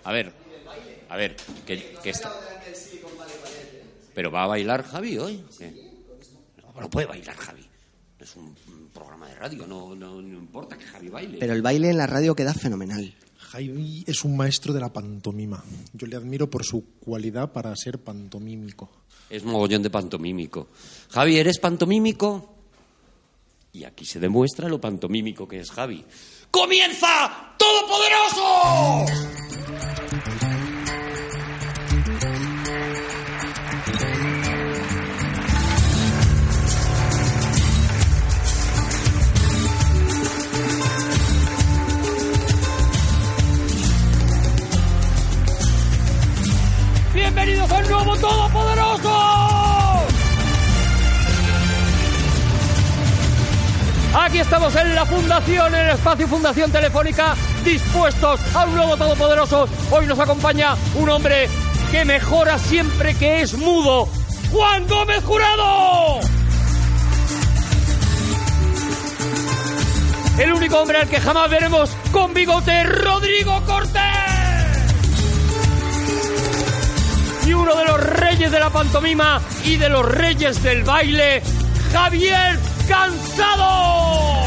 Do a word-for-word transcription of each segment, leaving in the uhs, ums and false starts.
A ver, a ver, que, que está... ¿Pero va a bailar Javi hoy? ¿Qué? No, no puede bailar Javi. Es un programa de radio, no, no, no importa que Javi baile. Pero el baile en la radio queda fenomenal. Javi es un maestro de la pantomima. Yo le admiro por su cualidad para ser pantomímico. Es mogollón de pantomímico. Javi, ¿eres pantomímico? Y aquí se demuestra lo pantomímico que es Javi. ¡Comienza Todopoderoso! ¡Bienvenidos al nuevo Todopoderoso! Aquí estamos en la Fundación, en el espacio Fundación Telefónica, dispuestos a un nuevo Todopoderoso. Hoy nos acompaña un hombre que mejora siempre que es mudo, ¡Juan Gómez Jurado! El único hombre al que jamás veremos con bigote, Rodrigo Cortés. Y uno de los reyes de la pantomima y de los reyes del baile, Javier Cansado.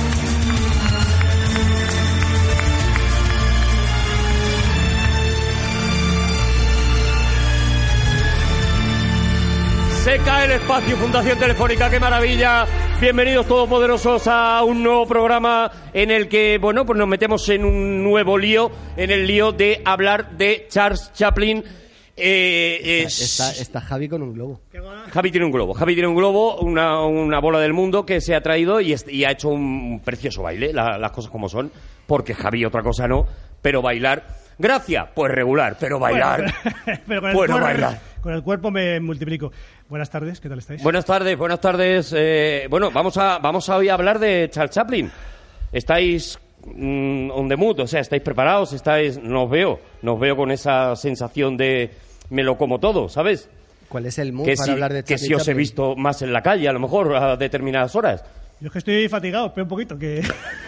Se cae el espacio Fundación Telefónica, qué maravilla. Bienvenidos todopoderosos a un nuevo programa en el que, bueno, pues nos metemos en un nuevo lío, en el lío de hablar de Charles Chaplin. Eh, es... está, está Javi con un globo. Javi tiene un globo. Javi tiene un globo, una, una bola del mundo que se ha traído y, es, y ha hecho un precioso baile, la, las cosas como son, porque Javi otra cosa no, pero bailar. Gracia, pues regular, pero bailar. Bueno, pero, pero con, el bueno, cuerpo, bailar. Con el cuerpo me multiplico. Buenas tardes, ¿qué tal estáis? Buenas tardes, buenas tardes. Eh, bueno, vamos a, vamos a hoy a hablar de Charles Chaplin. ¿Estáis mm, on the mood? O sea, ¿estáis preparados? ¿Estáis? Nos veo, nos veo con esa sensación de me lo como todo, ¿sabes? ¿Cuál es el mood que para si, hablar de que Charlie si os he Chaplin? visto más en la calle, a lo mejor, a determinadas horas. Yo es que estoy fatigado, espera un poquito, que...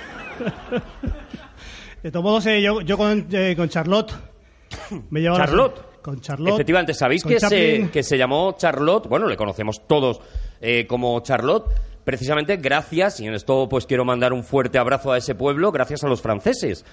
De todos modos, eh, yo, yo con, eh, con Charlotte... Me llevo Charlotte. La... Con Charlotte. Efectivamente, ¿sabéis que se, que se llamó Charlotte? Bueno, le conocemos todos eh, como Charlotte, precisamente gracias, y en esto pues quiero mandar un fuerte abrazo a ese pueblo, gracias a los franceses.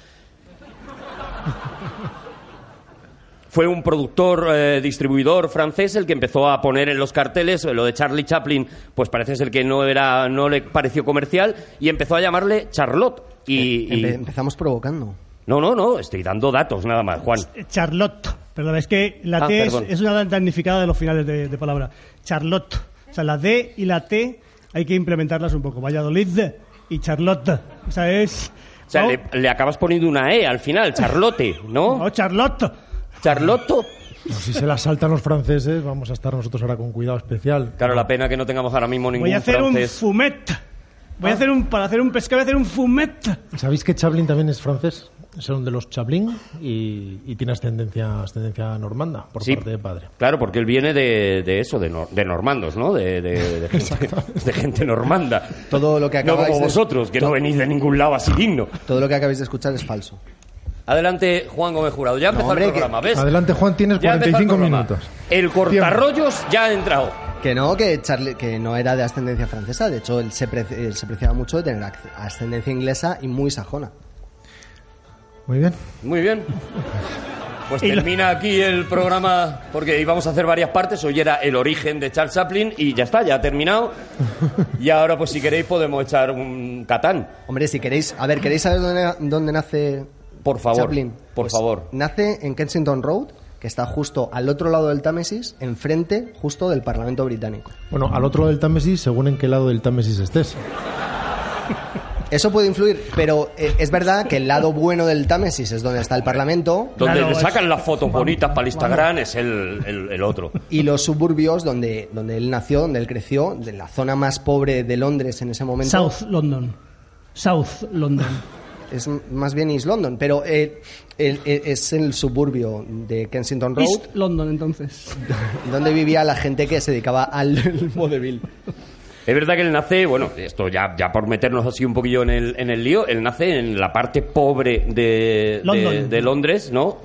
Fue un productor, eh, distribuidor francés el que empezó a poner en los carteles lo de Charlie Chaplin, pues parece ser que no era, no le pareció comercial y empezó a llamarle Charlotte. Y, Empe- y... Empezamos provocando. No, no, no, estoy dando datos nada más, Juan. Charlotte, perdón, es que la Ah, T es, perdón. es una damnificada de los finales de, de palabra. Charlotte, o sea, la D y la T hay que implementarlas un poco. Valladolid y Charlotte, o sea, es... O sea, ¿no? le, le acabas poniendo una E al final, Charlotte, ¿no? No, Charlotte. Charlotto. No, si se la saltan los franceses, vamos a estar nosotros ahora con cuidado especial. Claro, la pena que no tengamos ahora mismo ningún Voy a hacer francés. un fumet. Voy a hacer un... Para hacer un pescado voy a hacer un fumet. ¿Sabéis que Chaplin también es francés? Son de los Chaplin y, y tiene ascendencia, ascendencia normanda por Sí, parte de padre. claro, porque él viene de, de eso, de, nor- de normandos, ¿no? De, de, de, gente, de gente normanda. Todo lo que No acabáis como de- vosotros, que no to- venís de ningún lado así digno. Todo lo que acabáis de escuchar es falso. Adelante, Juan Gómez Jurado. Ya ha empezado hombre, el que- programa, ¿ves? Adelante, Juan, tienes Ya ha cuarenta y cinco empezado el programa. minutos. El cortarrollos ya ha entrado. Que no, que Charlie, que no era de ascendencia francesa. De hecho, él se, pre- él se preciaba mucho de tener ac- ascendencia inglesa y muy sajona. Muy bien. Muy bien. Pues Y lo- termina aquí el programa, porque íbamos a hacer varias partes. Hoy era el origen de Charles Chaplin y ya está, ya ha terminado. Y ahora, pues si queréis, podemos echar un Catán. Hombre, si queréis... A ver, ¿queréis saber dónde, dónde nace Por favor, Chaplin? por Pues favor. Nace en Kensington Road, que está justo al otro lado del Támesis, enfrente justo del Parlamento británico. Bueno, al otro lado del Támesis, según en qué lado del Támesis estés. Eso puede influir, pero eh, es verdad que el lado bueno del Támesis es donde está el Parlamento Donde Claro, le sacan es- las fotos bonitas para el Instagram es el, el, el otro. y los suburbios donde, donde él nació, donde él creció, de la zona más pobre de Londres en ese momento. South London. South London. Es m- más bien East London, pero eh, el- el- es el suburbio de Kensington Road, East London, entonces. donde vivía la gente que se dedicaba al vodevil. Es verdad que él nace, bueno, esto ya, ya por meternos así un poquillo en el, en el lío, él nace en la parte pobre de, de, London. de Londres, ¿no?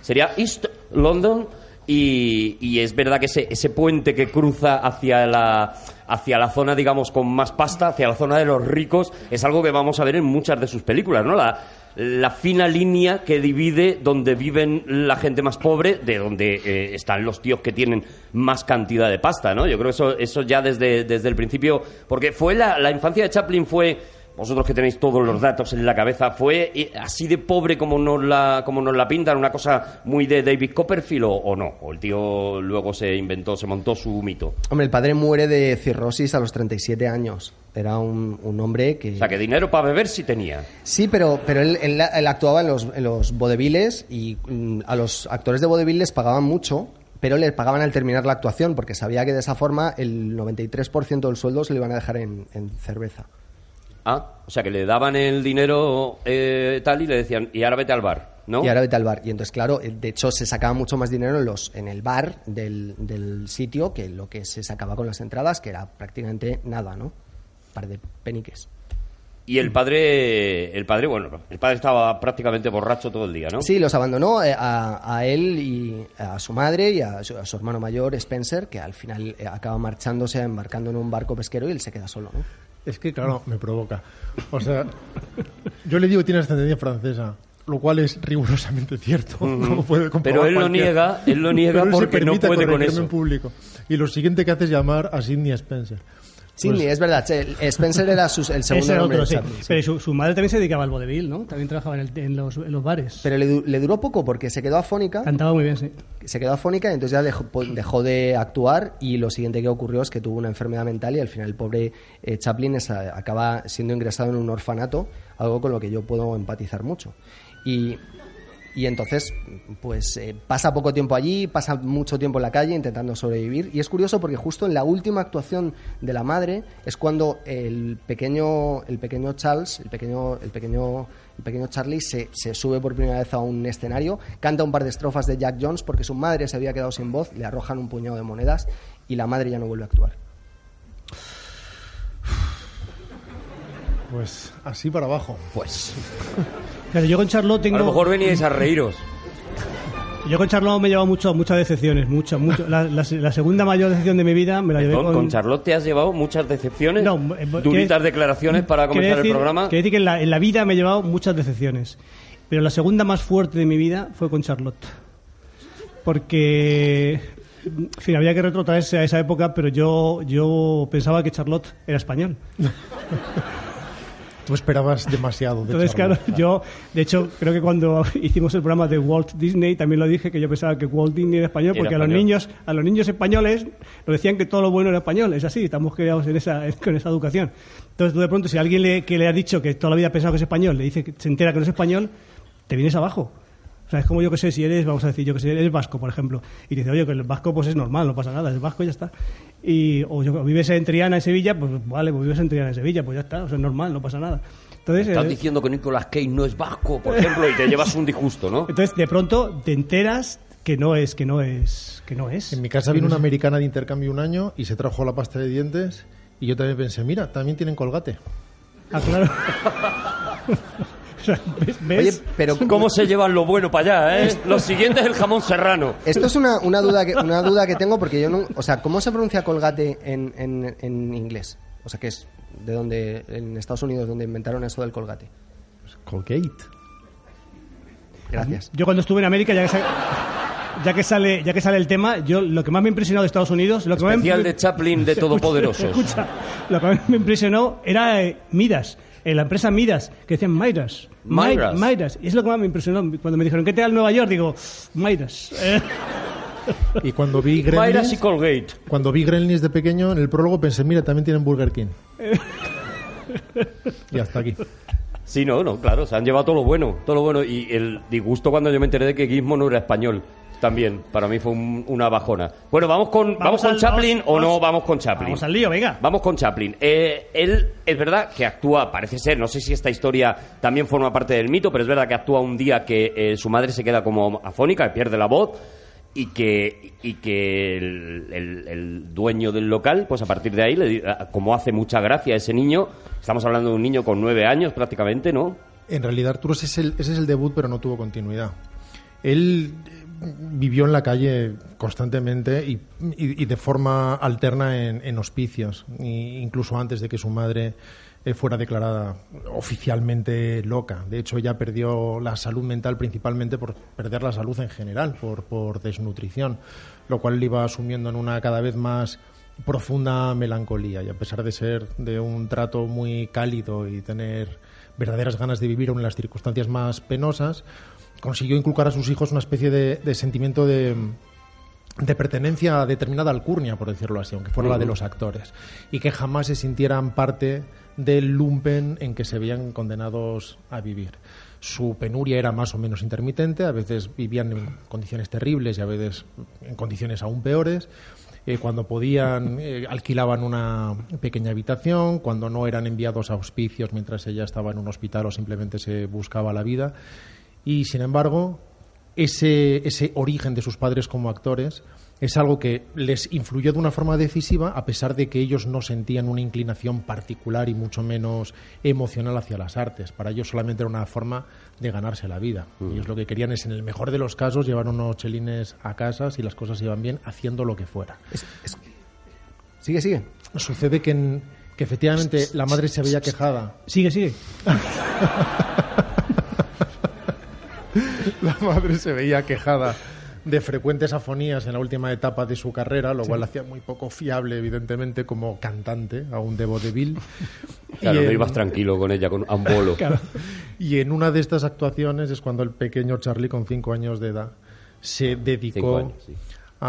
sería East London. Y, y es verdad que ese, ese puente que cruza hacia la, hacia la zona, digamos, con más pasta, hacia la zona de los ricos, es algo que vamos a ver en muchas de sus películas, ¿no? La, la fina línea que divide donde viven la gente más pobre de donde eh, están los tíos que tienen más cantidad de pasta, ¿no? Yo creo que eso, eso ya desde, desde el principio... Porque fue la, la infancia de Chaplin fue... Vosotros que tenéis todos los datos en la cabeza, ¿fue así de pobre como nos la, como nos la pintan? ¿Una cosa muy de David Copperfield o, o no? ¿O el tío luego se inventó, se montó su mito? Hombre, el padre muere de cirrosis a los treinta y siete años. Era un, un hombre que... O sea, que dinero para beber sí tenía. Sí, pero, pero él, él, él actuaba en los, en los vodevils y mm, a los actores de vodevil les pagaban mucho, pero les pagaban al terminar la actuación porque sabía que de esa forma el noventa y tres por ciento del sueldo se lo iban a dejar en, en cerveza. Ah, o sea, que le daban el dinero eh, tal y le decían, y ahora vete al bar, ¿no? Y ahora vete al bar. Y entonces, claro, de hecho se sacaba mucho más dinero en, los, en el bar del, del sitio que lo que se sacaba con las entradas, que era prácticamente nada, ¿no? Un par de peniques. Y el padre, el padre, bueno, el padre estaba prácticamente borracho todo el día, ¿no? Sí, los abandonó a, a él y a su madre y a su, a su hermano mayor, Spencer, que al final acaba marchándose, embarcando en un barco pesquero y él se queda solo, ¿no? Es que, claro, me provoca. O sea, yo le digo que tiene ascendencia francesa, lo cual es rigurosamente cierto. Mm-hmm. Como puede Pero él lo niega, él lo niega Pero él porque no puede con eso. En público. Y lo siguiente que hace es llamar a Sidney Spencer. Sidney, pues, es verdad. Spencer era su, el segundo Ese nombre otro, de sí. Chaplin. Sí. Pero su, su madre también se dedicaba al vodevil, ¿no? También trabajaba en, el, en, los, en los bares. Pero le, le duró poco porque se quedó afónica. Cantaba muy bien, sí. Se quedó afónica y entonces ya dejó, dejó de actuar y lo siguiente que ocurrió es que tuvo una enfermedad mental y al final el pobre eh, Chaplin es, acaba siendo ingresado en un orfanato, algo con lo que yo puedo empatizar mucho. Y... Y entonces, pues eh, pasa poco tiempo allí, pasa mucho tiempo en la calle intentando sobrevivir. Y es curioso porque justo en la última actuación de la madre es cuando el pequeño, el pequeño Charles, el pequeño, el pequeño, el pequeño Charlie se, se sube por primera vez a un escenario, canta un par de estrofas de Jack Jones porque su madre se había quedado sin voz, le arrojan un puñado de monedas y la madre ya no vuelve a actuar. Pues así para abajo. Pues... Claro, yo con Charlotte tengo... A lo mejor veníais a reíros. Yo con Charlotte me he llevado mucho, muchas decepciones, muchas, mucho. La, la, la segunda mayor decepción de mi vida me la llevé con... ¿Con Charlotte te has llevado muchas decepciones? No, eh, ¿Duritas declaraciones para comenzar decir, el programa? Quiero decir que en la, en la vida me he llevado muchas decepciones. Pero la segunda más fuerte de mi vida fue con Charlotte. Porque... En fin, había que retrotraerse a esa época, pero yo, yo pensaba que Charlotte era español. Tú esperabas demasiado de Entonces, Charlotte. claro, yo, de hecho, creo que cuando hicimos el programa de Walt Disney, también lo dije, que yo pensaba que Walt Disney era español, porque era a los español. niños a los niños españoles nos decían que todo lo bueno era español. Es así, estamos criados en esa, con esa educación. Entonces, tú de pronto, si alguien le, que le ha dicho que toda la vida ha pensado que es español, le dice que se entera que no es español, te vienes abajo. O sea, es como yo que sé, si eres, vamos a decir, yo que sé, eres vasco, por ejemplo, y te dice, oye, que el vasco pues es normal, no pasa nada, es vasco y ya está. Y, o, yo, o vives en Triana, en Sevilla, pues vale, pues vives en Triana, en Sevilla, pues ya está, o sea, es normal, no pasa nada. Entonces, Estás eh, diciendo que Nicolas Cage no es vasco, por ejemplo, y te llevas un disgusto, ¿no? entonces, de pronto, te enteras que no es, que no es, que no es. En mi casa vino una americana de intercambio un año y se trajo la pasta de dientes y yo también pensé, mira, también tienen Colgate. Ah, claro. O sea, ¿ves? ¿ves? Oye, pero ¿Cómo se llevan lo bueno para allá, eh? Lo siguiente es el jamón serrano. esto es una, una duda que una duda que tengo porque yo no, o sea, ¿cómo se pronuncia Colgate en, en, en inglés? O sea, que es de donde en Estados Unidos donde inventaron eso del Colgate. Colgate. Gracias. Yo cuando estuve en América, ya que, sale, ya que sale, ya que sale el tema, yo lo que más me ha impresionado de Estados Unidos, lo que más Especial me, de Chaplin de Todopoderosos. Escucha, lo que más me impresionó era eh, Midas, eh, la empresa Midas, que decían Midas. Midas. Mi- Midas. Y es lo que más me impresionó. Cuando me dijeron, ¿qué te da el Nueva York? Digo, Midas. Eh, Y cuando vi Mayras Gremlins, y Colgate. cuando vi Gremlins de pequeño, en el prólogo pensé, mira, también tienen Burger King. Y hasta aquí. Sí, no, no, claro, se han llevado todo lo bueno, todo lo bueno. Y el disgusto cuando yo me enteré de que Gizmo no era español. También, para mí fue un- una bajona. Bueno, vamos con, vamos Vamos con al- Chaplin vamos- o no vamos- vamos con Chaplin. Vamos al lío, venga. Vamos con Chaplin. Eh, él, es verdad que actúa, parece ser, no sé si esta historia también forma parte del mito, pero es verdad que actúa un día que eh, su madre se queda como afónica, pierde la voz, y que, y que el, el- el dueño del local, pues a partir de ahí, le, di- como hace mucha gracia a ese niño, estamos hablando de un niño con nueve años prácticamente, ¿no? En realidad, Arturo, ese es el, ese es el debut, pero no tuvo continuidad. Él, vivió en la calle constantemente y, y, y de forma alterna en, en hospicios, e incluso antes de que su madre eh, fuera declarada oficialmente loca. De hecho, ella perdió la salud mental principalmente por perder la salud en general, por, por desnutrición, lo cual le iba asumiendo en una cada vez más profunda melancolía. Y a pesar de ser de un trato muy cálido y tener verdaderas ganas de vivir aún en las circunstancias más penosas, consiguió inculcar a sus hijos una especie de, de sentimiento de, de pertenencia a determinada alcurnia, por decirlo así, aunque fuera uh-huh. la de los actores, y que jamás se sintieran parte del lumpen en que se veían condenados a vivir. Su penuria era más o menos intermitente, a veces vivían en condiciones terribles y a veces en condiciones aún peores. Eh, cuando podían, eh, alquilaban una pequeña habitación, cuando no eran enviados a hospicios mientras ella estaba en un hospital o simplemente se buscaba la vida. Y, sin embargo, ese, ese origen de sus padres como actores es algo que les influyó de una forma decisiva, a pesar de que ellos no sentían una inclinación particular y mucho menos emocional hacia las artes. Para ellos solamente era una forma de ganarse la vida. Mm. Ellos lo que querían es, en el mejor de los casos, llevar unos chelines a casa, si las cosas iban bien, haciendo lo que fuera. Es, es... Sigue, sigue. Sucede que, en, que efectivamente la madre se veía quejada. Sigue, sigue. La madre se veía quejada de frecuentes afonías en la última etapa de su carrera, lo sí. cual la hacía muy poco fiable, evidentemente, como cantante, aún de vodevil. Claro, y no en... ibas tranquilo con ella, con a un bolo. Claro. Y en una de estas actuaciones es cuando el pequeño Charlie, con cinco años de edad, se dedicó años, sí.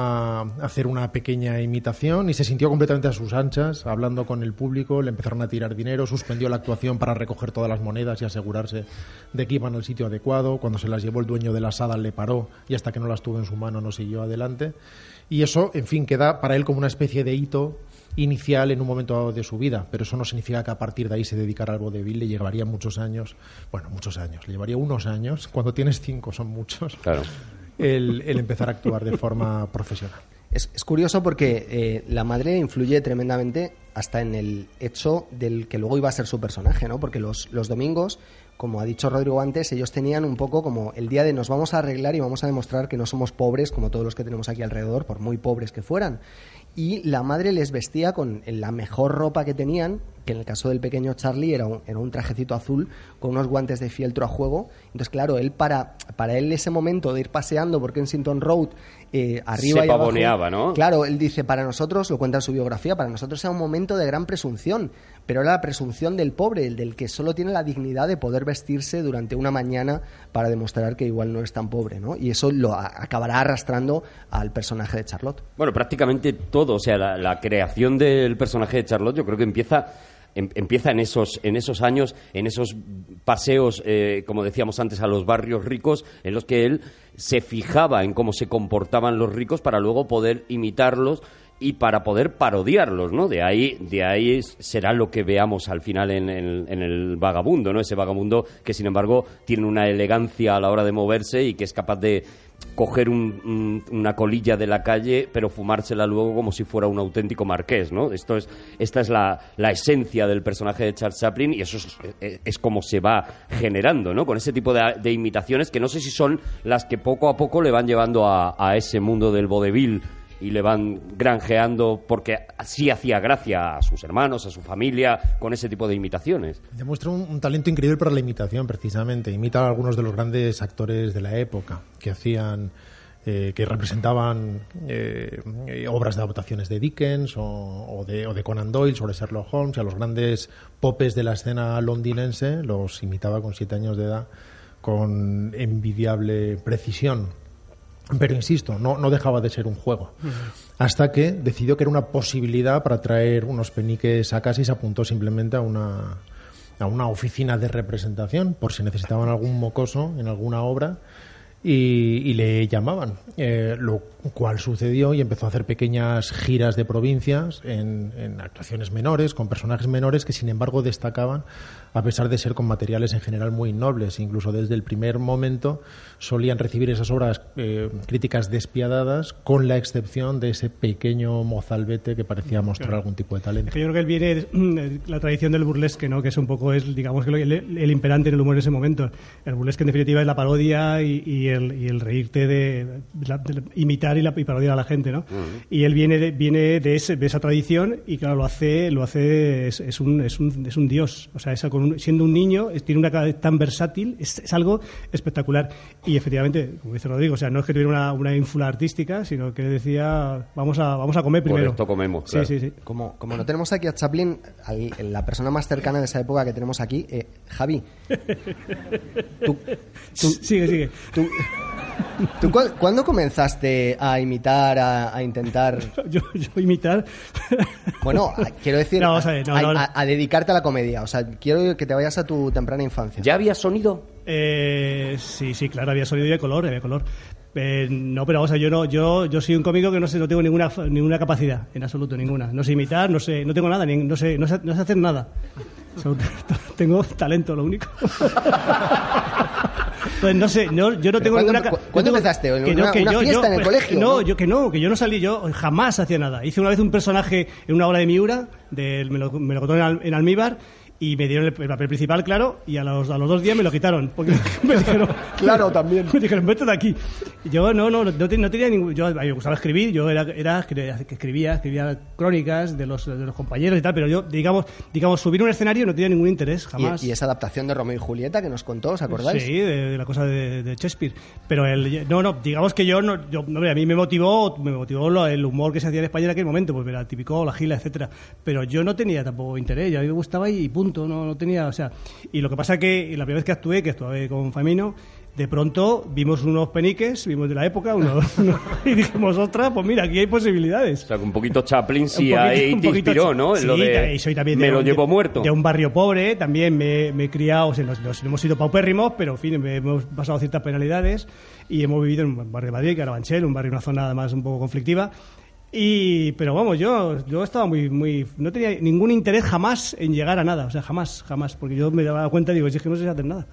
a hacer una pequeña imitación y se sintió completamente a sus anchas, hablando con el público, le empezaron a tirar dinero, suspendió la actuación para recoger todas las monedas y asegurarse de que iban al sitio adecuado. Cuando se las llevó el dueño de la sala le paró y hasta que no las tuvo en su mano no siguió adelante. Y eso, en fin, queda para él como una especie de hito inicial en un momento dado de su vida, pero eso no significa que a partir de ahí se dedicara al vodevil. Le llevaría muchos años, bueno, muchos años, le llevaría unos años, cuando tienes cinco son muchos. Claro. El, el empezar a actuar de forma profesional. Es, es curioso porque eh, la madre influye tremendamente hasta en el hecho del que luego iba a ser su personaje, ¿no? Porque los, los domingos, como ha dicho Rodrigo antes, ellos tenían un poco como el día de nos vamos a arreglar y vamos a demostrar que no somos pobres como todos los que tenemos aquí alrededor, por muy pobres que fueran. Y la madre les vestía con la mejor ropa que tenían, que en el caso del pequeño Charlie era un, era un trajecito azul con unos guantes de fieltro a juego. Entonces, claro, él para, para él ese momento de ir paseando por Kensington Road, eh, arriba se y abajo... Se pavoneaba, ¿no? Claro, él dice, para nosotros, lo cuenta en su biografía, para nosotros era un momento de gran presunción, pero era la presunción del pobre, el del que solo tiene la dignidad de poder vestirse durante una mañana para demostrar que igual no es tan pobre, ¿no? Y eso lo a, acabará arrastrando al personaje de Charlotte. Bueno, prácticamente todo, o sea, la, la creación del personaje de Charlotte yo creo que empieza... empieza en esos en esos años, en esos paseos, eh, como decíamos antes, a los barrios ricos, en los que él se fijaba en cómo se comportaban los ricos para luego poder imitarlos y para poder parodiarlos, ¿no? De ahí de ahí será lo que veamos al final en el, en el vagabundo, ¿no? Ese vagabundo que, sin embargo, tiene una elegancia a la hora de moverse y que es capaz de coger un, un, una colilla de la calle, pero fumársela luego como si fuera un auténtico marqués, ¿no? Esto es, esta es la, la esencia del personaje de Charles Chaplin y eso es, es, es como se va generando, ¿no? Con ese tipo de, de imitaciones que no sé si son las que poco a poco le van llevando a, a ese mundo del vodevil y le van granjeando, porque así hacía gracia a sus hermanos, a su familia, con ese tipo de imitaciones. Demuestra un, un talento increíble para la imitación, precisamente. Imita a algunos de los grandes actores de la época, que hacían, eh, que representaban eh, eh, obras de adaptaciones de Dickens o, o, de, o de Conan Doyle sobre Sherlock Holmes, y a los grandes popes de la escena londinense los imitaba con siete años de edad con envidiable precisión. Pero insisto, no, no dejaba de ser un juego. Uh-huh. Hasta que decidió que era una posibilidad para traer unos peniques a casa y se apuntó simplemente a una, a una oficina de representación por si necesitaban algún mocoso en alguna obra y, y le llamaban. Eh, lo cual sucedió y empezó a hacer pequeñas giras de provincias en, en actuaciones menores, con personajes menores que sin embargo destacaban a pesar de ser con materiales en general muy nobles. Incluso desde el primer momento solían recibir esas obras eh, críticas despiadadas, con la excepción de ese pequeño mozalbete que parecía mostrar claro. algún tipo de talento. Es que yo creo que él viene de la tradición del burlesque, ¿no? Que es un poco, es digamos que el, el imperante en el humor en ese momento. El burlesque en definitiva es la parodia y, y y el, y el reírte de, de, la, de la, imitar y, la, y parodiar a la gente, ¿no? Uh-huh. Y él viene de, viene de, ese, de esa tradición y claro, lo hace, lo hace es, es, un, es, un, es un dios. O sea, es, con un, siendo un niño, es, tiene una cara tan versátil, es, es algo espectacular. Y efectivamente, como dice Rodrigo, o sea, no es que tuviera una, una ínfula artística, sino que decía, vamos a, vamos a comer primero. Por esto comemos, claro. Sí, sí, sí. Como, como no tenemos aquí a Chaplin, al, la persona más cercana de esa época que tenemos aquí, eh, Javi, tú, tú, sigue, sigue. Tú, ¿tú cu- ¿Cuándo comenzaste a imitar, a, a intentar...? Yo, yo imitar... Bueno, a, quiero decir, no, a, ver, no, a, no, no. A, a dedicarte a la comedia. O sea, quiero que te vayas a tu temprana infancia. ¿Ya había sonido? Eh, sí, sí, claro, había sonido y de color, había color. Eh, no, pero vamos a yo no, yo, yo soy un cómico que no sé, no tengo ninguna, ninguna capacidad, en absoluto ninguna. No sé imitar, no sé, no tengo nada, ni, no sé, no sé, no sé hacer nada. So, tengo talento, lo único. Pues no sé, no, yo no tengo ¿Cuándo, ninguna... cu- ¿cuándo tengo, empezaste? ¿En que una, no, que una yo, fiesta yo, en el pues, colegio? No, ¿no? yo que no, que yo no salí, yo jamás hacía nada. Hice una vez un personaje en una obra de Miura, del Melocotón en, Al, en Almíbar, y me dieron el, el papel principal, claro, y a los, a los dos días me lo quitaron. Porque me dijeron... Claro, también. Me dijeron, vete de aquí. Yo no, no, no, no tenía ningún... Yo, a mí me gustaba escribir, yo era, era que escribía, escribía crónicas de los, de los compañeros y tal, pero yo, digamos, digamos, subir un escenario no tenía ningún interés, jamás. ¿Y, y esa adaptación de Romeo y Julieta que nos contó, ¿os acordáis? Sí, de, de la cosa de, de Shakespeare. Pero el, no, no, digamos que yo, no, yo no, a mí me motivó, me motivó lo, el humor que se hacía en España en aquel momento, pues era el típico, la gila, etcétera. Pero yo no tenía tampoco interés, a mí me gustaba y punto, no, no tenía, o sea, y lo que pasa que la primera vez que actué, que actué con Famino, de pronto vimos unos peniques, vimos de la época, unos, unos, y dijimos, ostras, pues mira, aquí hay posibilidades. O sea, que un poquito Chaplin sí un poquito, ahí un te poquito, inspiró, ¿no? Sí, lo de, y soy también me de, lo llevo de, muerto. De un barrio pobre, también me, me he criado, o sea, nos, nos hemos sido paupérrimos, pero en fin, hemos pasado ciertas penalidades y hemos vivido en un barrio de Madrid, Carabanchel, un barrio, una zona además un poco conflictiva. Y pero vamos, yo yo estaba muy muy no tenía ningún interés jamás en llegar a nada, o sea, jamás, jamás, porque yo me daba cuenta y digo, es que no sé hacer nada.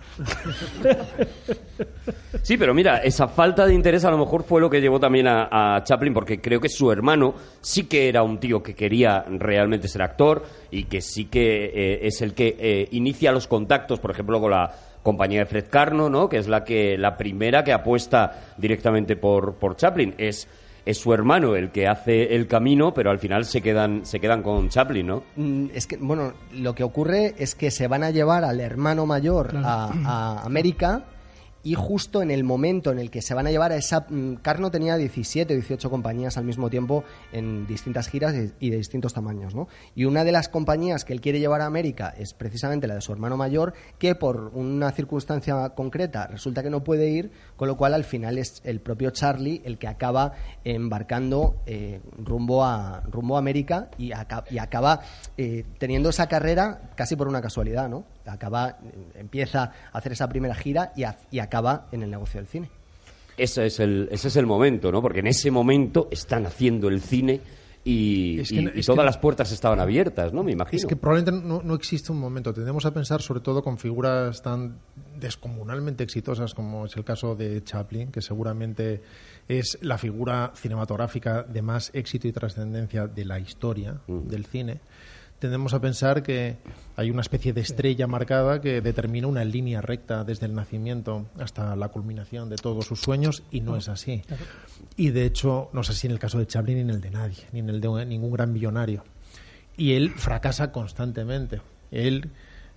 Sí, pero mira, esa falta de interés a lo mejor fue lo que llevó también a, a Chaplin, porque creo que su hermano sí que era un tío que quería realmente ser actor y que sí que eh, es el que eh, inicia los contactos, por ejemplo, con la compañía de Fred Karno, ¿no? Que es la que la primera que apuesta directamente por por Chaplin. Es Es su hermano el que hace el camino, pero al final se quedan se quedan con Chaplin, ¿no? Es que, bueno, lo que ocurre es que se van a llevar al hermano mayor claro. a, a América y justo en el momento en el que se van a llevar a esa... Karno tenía diecisiete o dieciocho compañías al mismo tiempo en distintas giras y de distintos tamaños, ¿no? Y una de las compañías que él quiere llevar a América es precisamente la de su hermano mayor, que por una circunstancia concreta resulta que no puede ir, con lo cual al final es el propio Charlie el que acaba embarcando eh, rumbo a rumbo a América y, aca- y acaba eh, teniendo esa carrera casi por una casualidad, ¿no? Acaba, empieza a hacer esa primera gira y, a, y acaba en el negocio del cine. Ese es el ese es el momento, ¿no? Porque en ese momento están haciendo el cine y, Es que y, no- y es todas que- las puertas estaban abiertas, ¿no? Me imagino. Es que probablemente no, no existe un momento. Tendemos a pensar, sobre todo con figuras tan descomunalmente exitosas como es el caso de Chaplin, que seguramente es la figura cinematográfica de más éxito y trascendencia de la historia Mm. del cine. Tendemos a pensar que hay una especie de estrella marcada que determina una línea recta desde el nacimiento hasta la culminación de todos sus sueños, y no es así. Y de hecho no es así en el caso de Chaplin ni en el de nadie, ni en el de ningún gran millonario. Y él fracasa constantemente. Él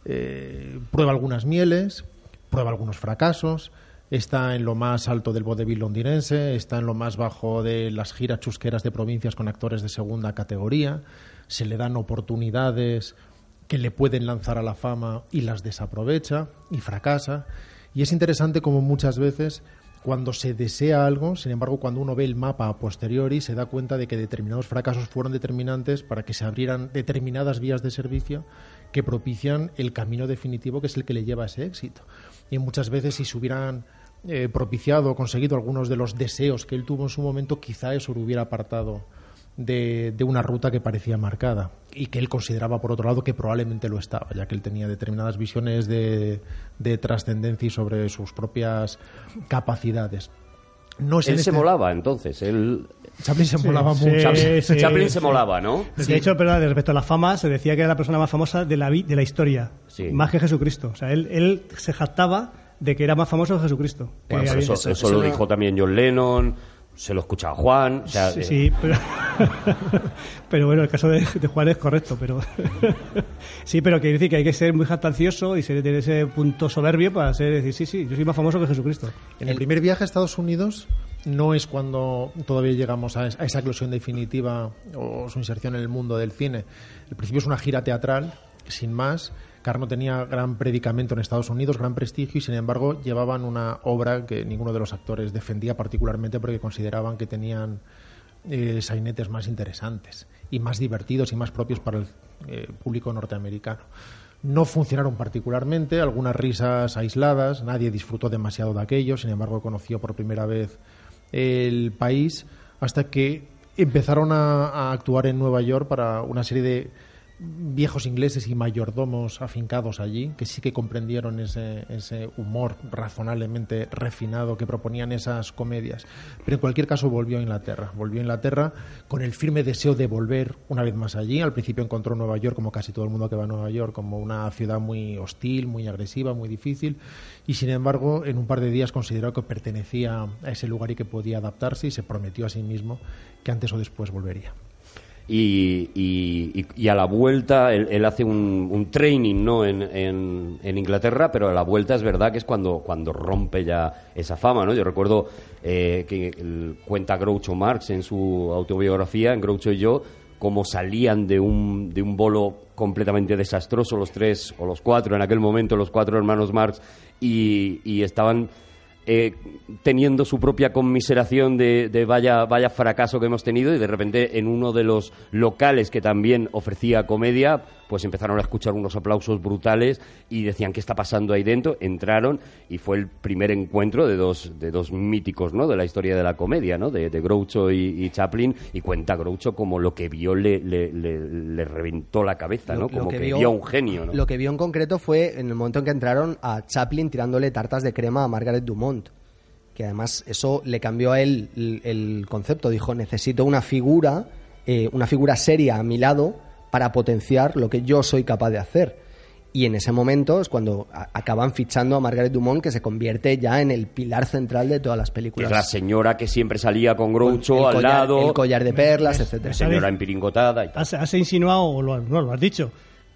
eh, prueba algunas mieles, prueba algunos fracasos, está en lo más alto del vodevil londinense, está en lo más bajo de las giras chusqueras de provincias con actores de segunda categoría, se le dan oportunidades que le pueden lanzar a la fama y las desaprovecha y fracasa. Y es interesante como muchas veces cuando se desea algo, sin embargo, cuando uno ve el mapa a posteriori, se da cuenta de que determinados fracasos fueron determinantes para que se abrieran determinadas vías de servicio que propician el camino definitivo, que es el que le lleva a ese éxito. Y muchas veces, si se hubieran eh, propiciado o conseguido algunos de los deseos que él tuvo en su momento, quizá eso lo hubiera apartado de, de una ruta que parecía marcada y que él consideraba, por otro lado, que probablemente lo estaba, ya que él tenía determinadas visiones de, de trascendencia y sobre sus propias capacidades. No es Él en se este- molaba, entonces. Él... Chaplin se molaba sí, mucho. Chaplin, sí, Chaplin se sí. molaba, ¿no? De Sí. hecho, pero respecto a la fama, se decía que era la persona más famosa de la, vi- de la historia, Sí. más que Jesucristo. O sea, él, él se jactaba de que era más famoso que Jesucristo. Que Bueno, había- eso, eso- eso eso lo no- dijo también John Lennon, se lo escuchaba Juan. O sea, Sí, eh, sí, pero, pero bueno, el caso de, de Juan es correcto, pero sí, pero quiere decir que hay que ser muy jactancioso y ser, tener ese punto soberbio para ser decir, sí, sí, yo soy más famoso que Jesucristo. En el primer viaje a Estados Unidos no es cuando todavía llegamos a, es- a esa eclosión definitiva o su inserción en el mundo del cine. Al principio es una gira teatral, sin más. Carno tenía gran predicamento en Estados Unidos, gran prestigio, y sin embargo llevaban una obra que ninguno de los actores defendía particularmente porque consideraban que tenían eh, sainetes más interesantes y más divertidos y más propios para el eh, público norteamericano. No funcionaron particularmente, algunas risas aisladas, nadie disfrutó demasiado de aquello, sin embargo conoció por primera vez el país hasta que empezaron a, a actuar en Nueva York para una serie de viejos ingleses y mayordomos afincados allí, que sí que comprendieron ese, ese humor razonablemente refinado que proponían esas comedias. Pero en cualquier caso volvió a Inglaterra. Volvió a Inglaterra con el firme deseo de volver una vez más allí. Al principio encontró Nueva York, como casi todo el mundo que va a Nueva York, como una ciudad muy hostil, muy agresiva, muy difícil. Y sin embargo, en un par de días consideró que pertenecía a ese lugar y que podía adaptarse, y se prometió a sí mismo que antes o después volvería. Y, y, y- y a la vuelta él, él hace un, un training, ¿no? en, en, en Inglaterra, pero a la vuelta es verdad que es cuando, cuando rompe ya esa fama, ¿no? Yo recuerdo eh, que el- cuenta Groucho Marx en su autobiografía, en Groucho y yo, cómo salían de un, de un bolo completamente desastroso los tres o los cuatro, en aquel momento los cuatro hermanos Marx, y, y estaban eh, teniendo su propia conmiseración de, de vaya, vaya fracaso que hemos tenido, y de repente en uno de los locales que también ofrecía comedia, pues empezaron a escuchar unos aplausos brutales y decían, ¿qué está pasando ahí dentro? Entraron y fue el primer encuentro de dos, de dos míticos, ¿no? De la historia de la comedia, ¿no? De, de Groucho y, y Chaplin, y cuenta Groucho como lo que vio le, le, le, le reventó la cabeza, ¿no? Lo- lo Como que, vio a un genio, ¿no? Lo que vio en concreto fue en el momento en que entraron a Chaplin tirándole tartas de crema a Margaret Dumont, que además eso le cambió a él el, el concepto. Dijo, necesito una figura, eh, una figura seria a mi lado para potenciar lo que yo soy capaz de hacer. Y en ese momento es cuando a- acaban fichando a Margaret Dumont, que se convierte ya en el pilar central de todas las Que películas. es la señora que siempre salía con Groucho el al collar, lado, el collar de perlas, etcétera. la señora empiringotada y tal. Has, has insinuado, o lo, no, lo has dicho,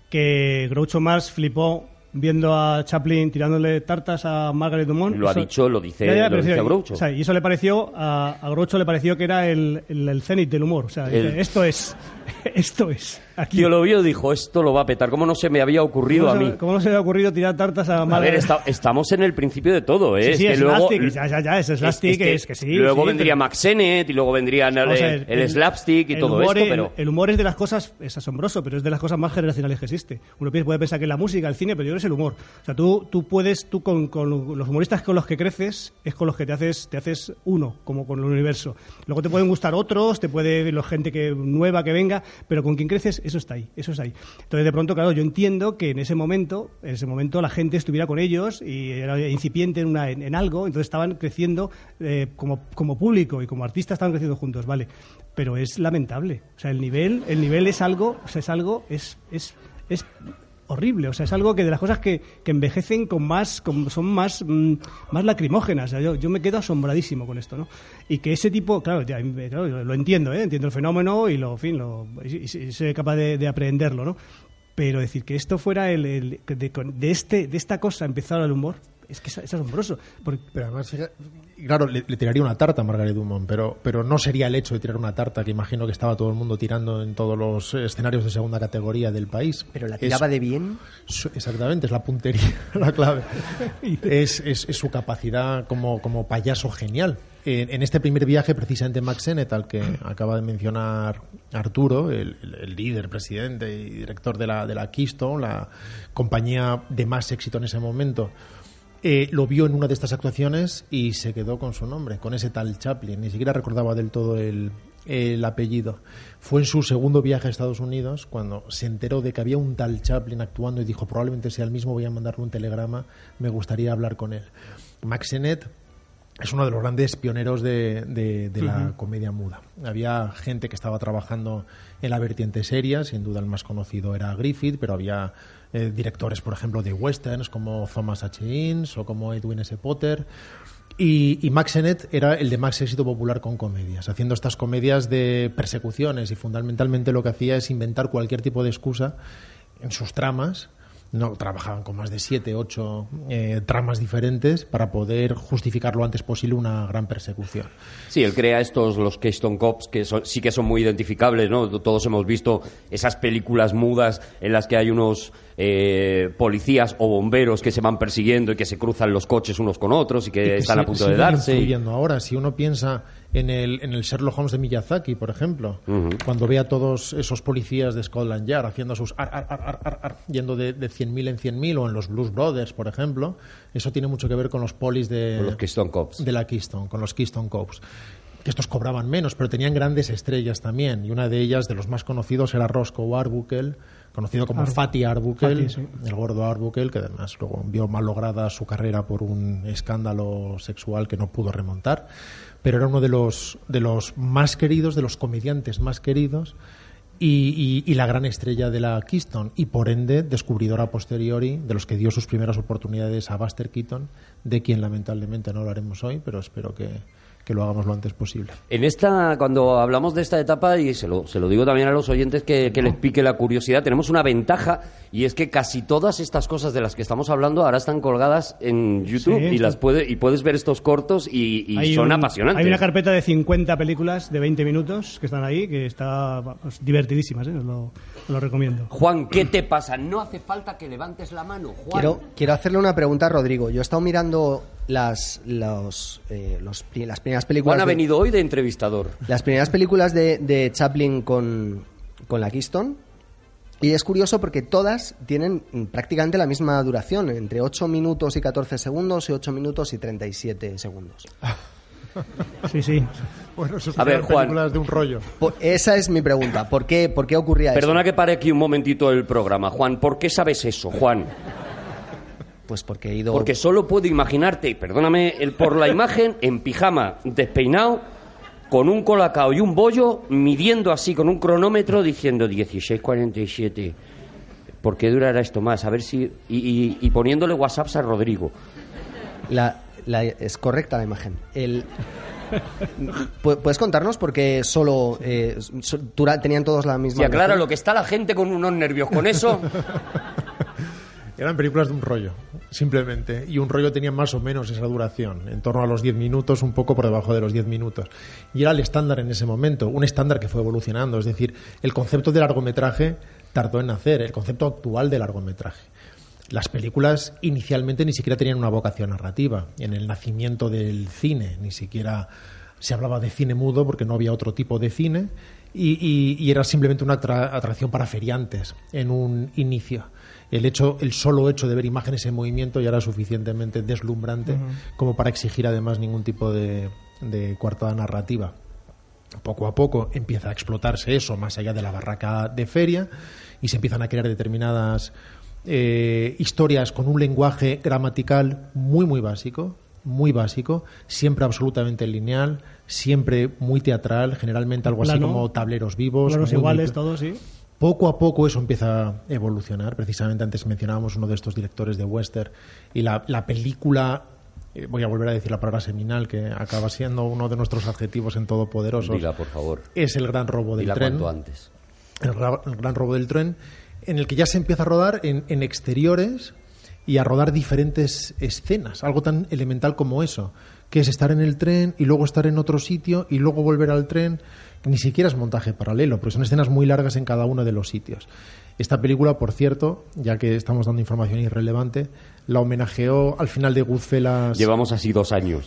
que Groucho Marx flipó viendo a Chaplin tirándole tartas a Margaret Dumont. Lo ha Eso- dicho, lo dice, Ya, ya, lo pero dice sí, a Groucho. o sea, y eso le pareció, a, a Groucho le pareció que era el, el, el cenit del humor. O sea, dice, El- esto es, esto es. Aquí. Tío lo vio y dijo, esto lo va a petar. ¿Cómo no se me había ocurrido ¿Cómo a se- mí? ¿Cómo no se le ha ocurrido tirar tartas a A ver, Margaret? está- estamos en el principio de todo, ¿eh? Sí, sí, es es que luego, slapstick, ya, ya, ya, es slapstick, es que sí, Luego sí, vendría pero- Max Sennett y luego vendría el, Vamos a el, ver, slapstick y el todo humor esto, es- pero... El humor es de las cosas, es asombroso, pero es de las cosas más generacionales que existe. Uno puede pensar que es la música, el cine, pero yo creo que es el humor. O sea, tú, tú puedes, tú con, con los humoristas con los que creces, es con los que te haces, te haces uno, como con el universo. Luego te pueden gustar otros, te puede la gente que nueva que venga, pero con quien creces, eso está ahí, eso es ahí. Entonces, de pronto, claro, yo entiendo que en ese momento, en ese momento la gente estuviera con ellos y era incipiente en, una, en, en algo, entonces estaban creciendo eh, como, como público y como artistas estaban creciendo juntos, vale. Pero es lamentable. O sea, el nivel, el nivel es algo, o sea, es algo, es, es, es horrible. O sea, es algo que de las cosas que, que envejecen con más, con, son más, mm, más lacrimógenas. O sea, yo, yo me quedo asombradísimo con esto, ¿no? Y que ese tipo, claro, ya, claro, lo entiendo, ¿eh? Entiendo el fenómeno y lo, en fin, lo, y, y soy capaz de, de aprehenderlo, ¿no? Pero decir que esto fuera el, el de, de este, de esta cosa empezar el humor, es que es, es asombroso. Porque, Pero además, fija- claro, le, le tiraría una tarta a Margaret Dumont, pero, pero no sería el hecho de tirar una tarta, que imagino que estaba todo el mundo tirando en todos los escenarios de segunda categoría del país. Pero la tiraba Es- de bien. su- Exactamente, es la puntería, la clave. es, es, es su capacidad como, como payaso genial. En, en este primer viaje, precisamente Max Sennett, al que acaba de mencionar Arturo, el, el- el líder, presidente y director de la, de la Keystone, la compañía de más éxito en ese momento, eh, lo vio en una de estas actuaciones y se quedó con su nombre, con ese tal Chaplin. Ni siquiera recordaba del todo el, el apellido. Fue en su segundo viaje a Estados Unidos cuando se enteró de que había un tal Chaplin actuando y dijo, probablemente sea el mismo, voy a mandarle un telegrama, me gustaría hablar con él. Max Sennett es uno de los grandes pioneros de, de, de la Uh-huh. comedia muda. Había gente que estaba trabajando en la vertiente seria, sin duda el más conocido era Griffith, pero había eh, directores, por ejemplo, de westerns como Thomas H. Ince o como Edwin S. Potter. Y, y Mack Sennett era el de más éxito popular con comedias, haciendo estas comedias de persecuciones, y fundamentalmente lo que hacía es inventar cualquier tipo de excusa en sus tramas. No trabajaban con más de siete, ocho eh, tramas diferentes para poder justificar lo antes posible una gran persecución. Sí, él crea estos, los Keystone Cops, que son, sí que son muy identificables, ¿no? Todos hemos visto esas películas mudas en las que hay unos eh, policías o bomberos que se van persiguiendo y que se cruzan los coches unos con otros y que, Y que están si- a punto siguen de darse. influyendo ahora. Si uno piensa en el, en el Sherlock Holmes de Miyazaki, por ejemplo, Ujú. cuando ve a todos esos policías de Scotland Yard haciendo sus ar, ar, ar, ar, ar, ar, yendo de, de cien mil en cien mil, o en los Blues Brothers, por ejemplo, eso tiene mucho que ver con los polis de, Con los Keystone Cops. de la Keystone, con los Keystone Cops. Que estos cobraban menos, pero tenían grandes estrellas también, y una de ellas, de los más conocidos, era Roscoe Arbuckle, conocido como Ar- Fatty Arbuckle, Fatty, sí. el gordo Arbuckle, que además luego vio mal lograda su carrera por un escándalo sexual que no pudo remontar, pero era uno de los, de los más queridos, de los comediantes más queridos, y, y, y la gran estrella de la Keystone, y por ende descubridor a posteriori de los que dio sus primeras oportunidades a Buster Keaton, de quien lamentablemente no lo haremos hoy, pero espero que, que lo hagamos lo antes posible. En esta, cuando hablamos de esta etapa, y se lo, se lo digo también a los oyentes que, que les pique la curiosidad, tenemos una ventaja, y es que casi todas estas cosas de las que estamos hablando ahora están colgadas en YouTube, Sí, y las sí. puede, y puedes ver estos cortos y, y Hay son un- apasionantes. Hay una carpeta de cincuenta películas de veinte minutos que están ahí, que está vamos, divertidísimas, ¿eh? Os lo, os lo recomiendo. Juan, ¿qué te pasa? No hace falta que levantes la mano, Juan. Quiero, quiero hacerle una pregunta a Rodrigo. Yo he estado mirando las, los, eh, los pri- las primeras películas. Juan ha de- venido hoy de entrevistador. Las primeras películas de, de Chaplin con, con la Keystone. Y es curioso porque todas tienen mm, prácticamente la misma duración, entre ocho minutos y catorce segundos y ocho minutos y treinta y siete segundos. Sí, sí. Bueno, eso A ver, eran Juan. películas de un rollo. Por- esa es mi pregunta. ¿Por qué, por qué ocurría Perdona eso? que pare aquí un momentito el programa, Juan. ¿Por qué sabes eso, Juan? Pues porque he ido... Porque solo puedo imaginarte, perdóname el, por la imagen, en pijama, despeinado, con un colacao y un bollo, midiendo así con un cronómetro, diciendo dieciséis cuarenta y siete. ¿Por qué durará esto más? A ver si... Y, y- y poniéndole WhatsApps a Rodrigo. La, la- es correcta la imagen. El, ¿pu- ¿Puedes contarnos por qué solo eh, so- dura- tenían todos la misma Si aclara duración? lo que está la gente con unos nervios con eso. Eran películas de un rollo, simplemente. Y un rollo tenía más o menos esa duración, en torno a los diez minutos, un poco por debajo de los diez minutos. Y era el estándar en ese momento, un estándar que fue evolucionando. Es decir, el concepto de largometraje tardó en nacer, el concepto actual de largometraje. Las películas inicialmente ni siquiera tenían una vocación narrativa. En el nacimiento del cine ni siquiera se hablaba de cine mudo porque no había otro tipo de cine, y, y- y era simplemente una atra- atracción para feriantes en un inicio. El hecho, el solo hecho de ver imágenes en movimiento ya era suficientemente deslumbrante como para exigir además ningún tipo de, de coartada narrativa. Poco a poco empieza a explotarse eso más allá de la barraca de feria, y se empiezan a crear determinadas eh, historias con un lenguaje gramatical muy muy básico, muy básico, siempre absolutamente lineal, siempre muy teatral, generalmente algo así Plano. como tableros vivos. Planos muy, muy iguales, pla- todos, sí. Poco a poco eso empieza a evolucionar. Precisamente antes mencionábamos uno de estos directores de western, y la, la película, eh, voy a volver a decir la palabra seminal, que acaba siendo uno de nuestros adjetivos en Todopoderosos, Diga, por favor. es El Gran Robo del Dila Tren. cuanto antes. El, ra- el Gran Robo del Tren, en el que ya se empieza a rodar en, en exteriores y a rodar diferentes escenas, algo tan elemental como eso, que es estar en el tren y luego estar en otro sitio y luego volver al tren. Ni siquiera es montaje paralelo, porque son escenas muy largas en cada uno de los sitios. Esta película, por cierto, ya que estamos dando información irrelevante, la homenajeó al final de Goodfellas. Llevamos así dos años.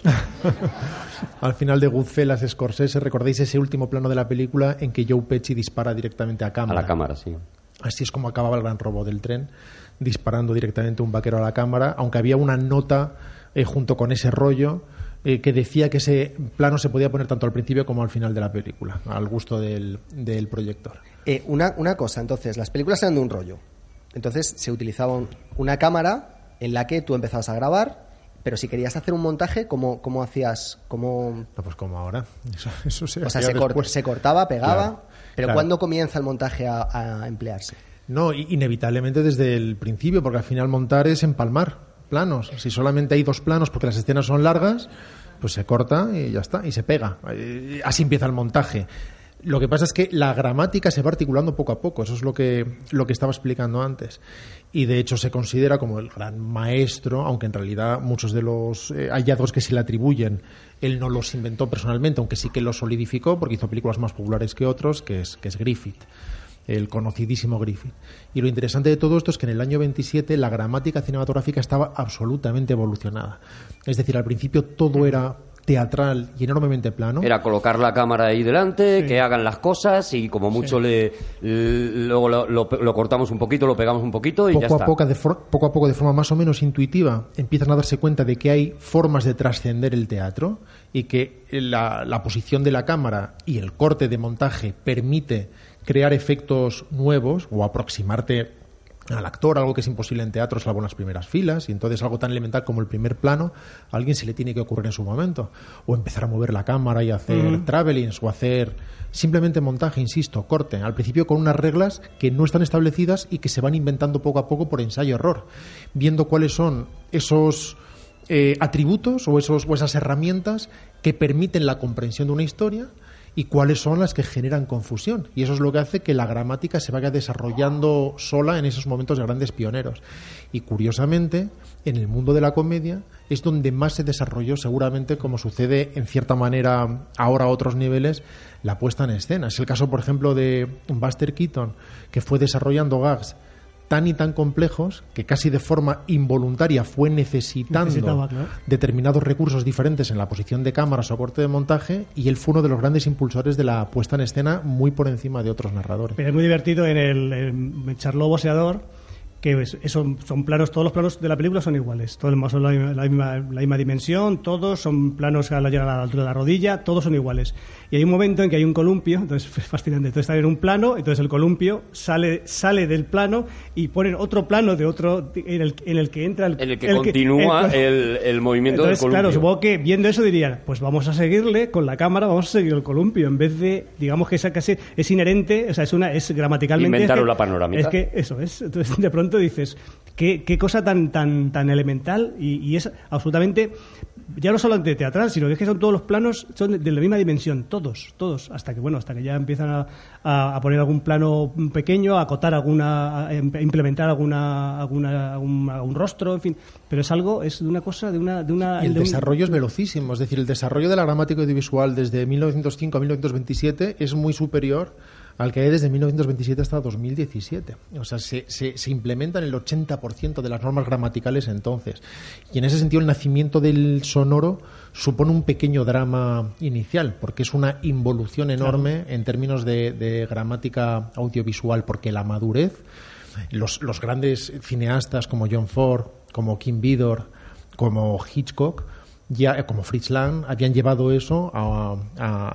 Al final de Goodfellas, Scorsese, ¿recordáis ese último plano de la película en que Joe Pesci dispara directamente a A cámara? la cámara, sí. Así es como acababa El Gran Robo del Tren, disparando directamente un vaquero a la cámara, aunque había una nota eh, junto con ese rollo eh, que decía que ese plano se podía poner tanto al principio como al final de la película, al gusto del, del proyector. Eh, una, una cosa, entonces, las películas eran de un rollo. Entonces se utilizaba un- una cámara en la que tú empezabas a grabar, Pero si querías hacer un montaje, ¿cómo, cómo hacías? Cómo... No, pues como ahora. Eso, eso se o sea, hacía se, cor- después. se cortaba, pegaba, Claro, pero claro. ¿cuándo comienza el montaje a, a emplearse? No, inevitablemente desde el principio, porque al final montar es empalmar planos. Si solamente hay dos planos porque las escenas son largas, pues se corta y ya está, y se pega. Así empieza el montaje. Lo que pasa es que la gramática se va articulando poco a poco, eso es lo que, lo que estaba explicando antes. Y de hecho se considera como el gran maestro, aunque en realidad muchos de los eh, hallazgos que se le atribuyen, él no los inventó personalmente, aunque sí que los solidificó, porque hizo películas más populares que otros, que es, que es Griffith, el conocidísimo Griffith. Y lo interesante de todo esto es que en el año veintisiete la gramática cinematográfica estaba absolutamente evolucionada. Es decir, al principio todo era teatral y enormemente plano. Era colocar la cámara ahí delante, Sí. que hagan las cosas y como mucho Sí. le, le- luego lo, lo- lo cortamos un poquito, lo pegamos un poquito y ya Poco está. a, poco, de for- poco a poco, de forma más o menos intuitiva, empiezan a darse cuenta de que hay formas de trascender el teatro y que la, la posición de la cámara y el corte de montaje permite crear efectos nuevos o aproximarte al actor, algo que es imposible en teatro, salvo en las primeras filas, y entonces algo tan elemental como el primer plano a alguien se le tiene que ocurrir en su momento, o empezar a mover la cámara y hacer Ujú. travelings o hacer simplemente montaje, insisto, corte, al principio con unas reglas que no están establecidas y que se van inventando poco a poco por ensayo-error, viendo cuáles son esos eh, atributos o, esos, o esas herramientas que permiten la comprensión de una historia y cuáles son las que generan confusión. Y eso es lo que hace que la gramática se vaya desarrollando sola en esos momentos de grandes pioneros. Y curiosamente, en el mundo de la comedia es donde más se desarrolló, seguramente, como sucede en cierta manera ahora a otros niveles, la puesta en escena. Es el caso, por ejemplo, de Buster Keaton, que fue desarrollando gags tan y tan complejos que casi de forma involuntaria fue necesitando Necesitaba, claro. determinados recursos diferentes en la posición de cámaras o corte de montaje, y él fue uno de los grandes impulsores de la puesta en escena muy por encima de otros narradores. Pero es muy divertido en el en Charlot Boseador, que es- eso, son planos, todos los planos de la película son iguales, todos son la misma, la misma, la misma dimensión, todos son planos a la llegar a la altura de la rodilla, todos son iguales. Y hay un momento en que hay un columpio, entonces es fascinante, entonces están en un plano, entonces el columpio sale sale del plano y ponen otro plano de otro en el, en el que entra el, En el que continúa el- el, el movimiento entonces, del columpio. claro, supongo que viendo eso dirían, pues vamos a seguirle con la cámara, vamos a seguir el columpio, en vez de, digamos que esa casi es inherente, o sea, es una es gramaticalmente... Inventaron es que- la panorámica. Es que eso es, entonces de pronto dices, qué, qué cosa tan tan tan elemental y, y es absolutamente, ya no solo de teatral, sino que es que son todos los planos, son de, de la misma dimensión, todos, todos, hasta que bueno, hasta que ya empiezan a, a, a poner algún plano pequeño, a acotar alguna, a implementar alguna, alguna algún, algún rostro, en fin, pero es algo, es de una cosa, de una... De una Y el de un- desarrollo es velocísimo, es decir, el desarrollo de la gramática audiovisual desde mil novecientos cinco a mil novecientos veintisiete es muy superior al que hay desde mil novecientos veintisiete hasta dos mil diecisiete. O sea, se, se, se implementan el ochenta por ciento de las normas gramaticales entonces. Y en ese sentido el nacimiento del sonoro supone un pequeño drama inicial, porque es una involución enorme en términos de, de gramática audiovisual, porque la madurez, los, los grandes cineastas como John Ford, como Kim Vidor, como Hitchcock, ya como Fritz Lang, habían llevado eso a, a,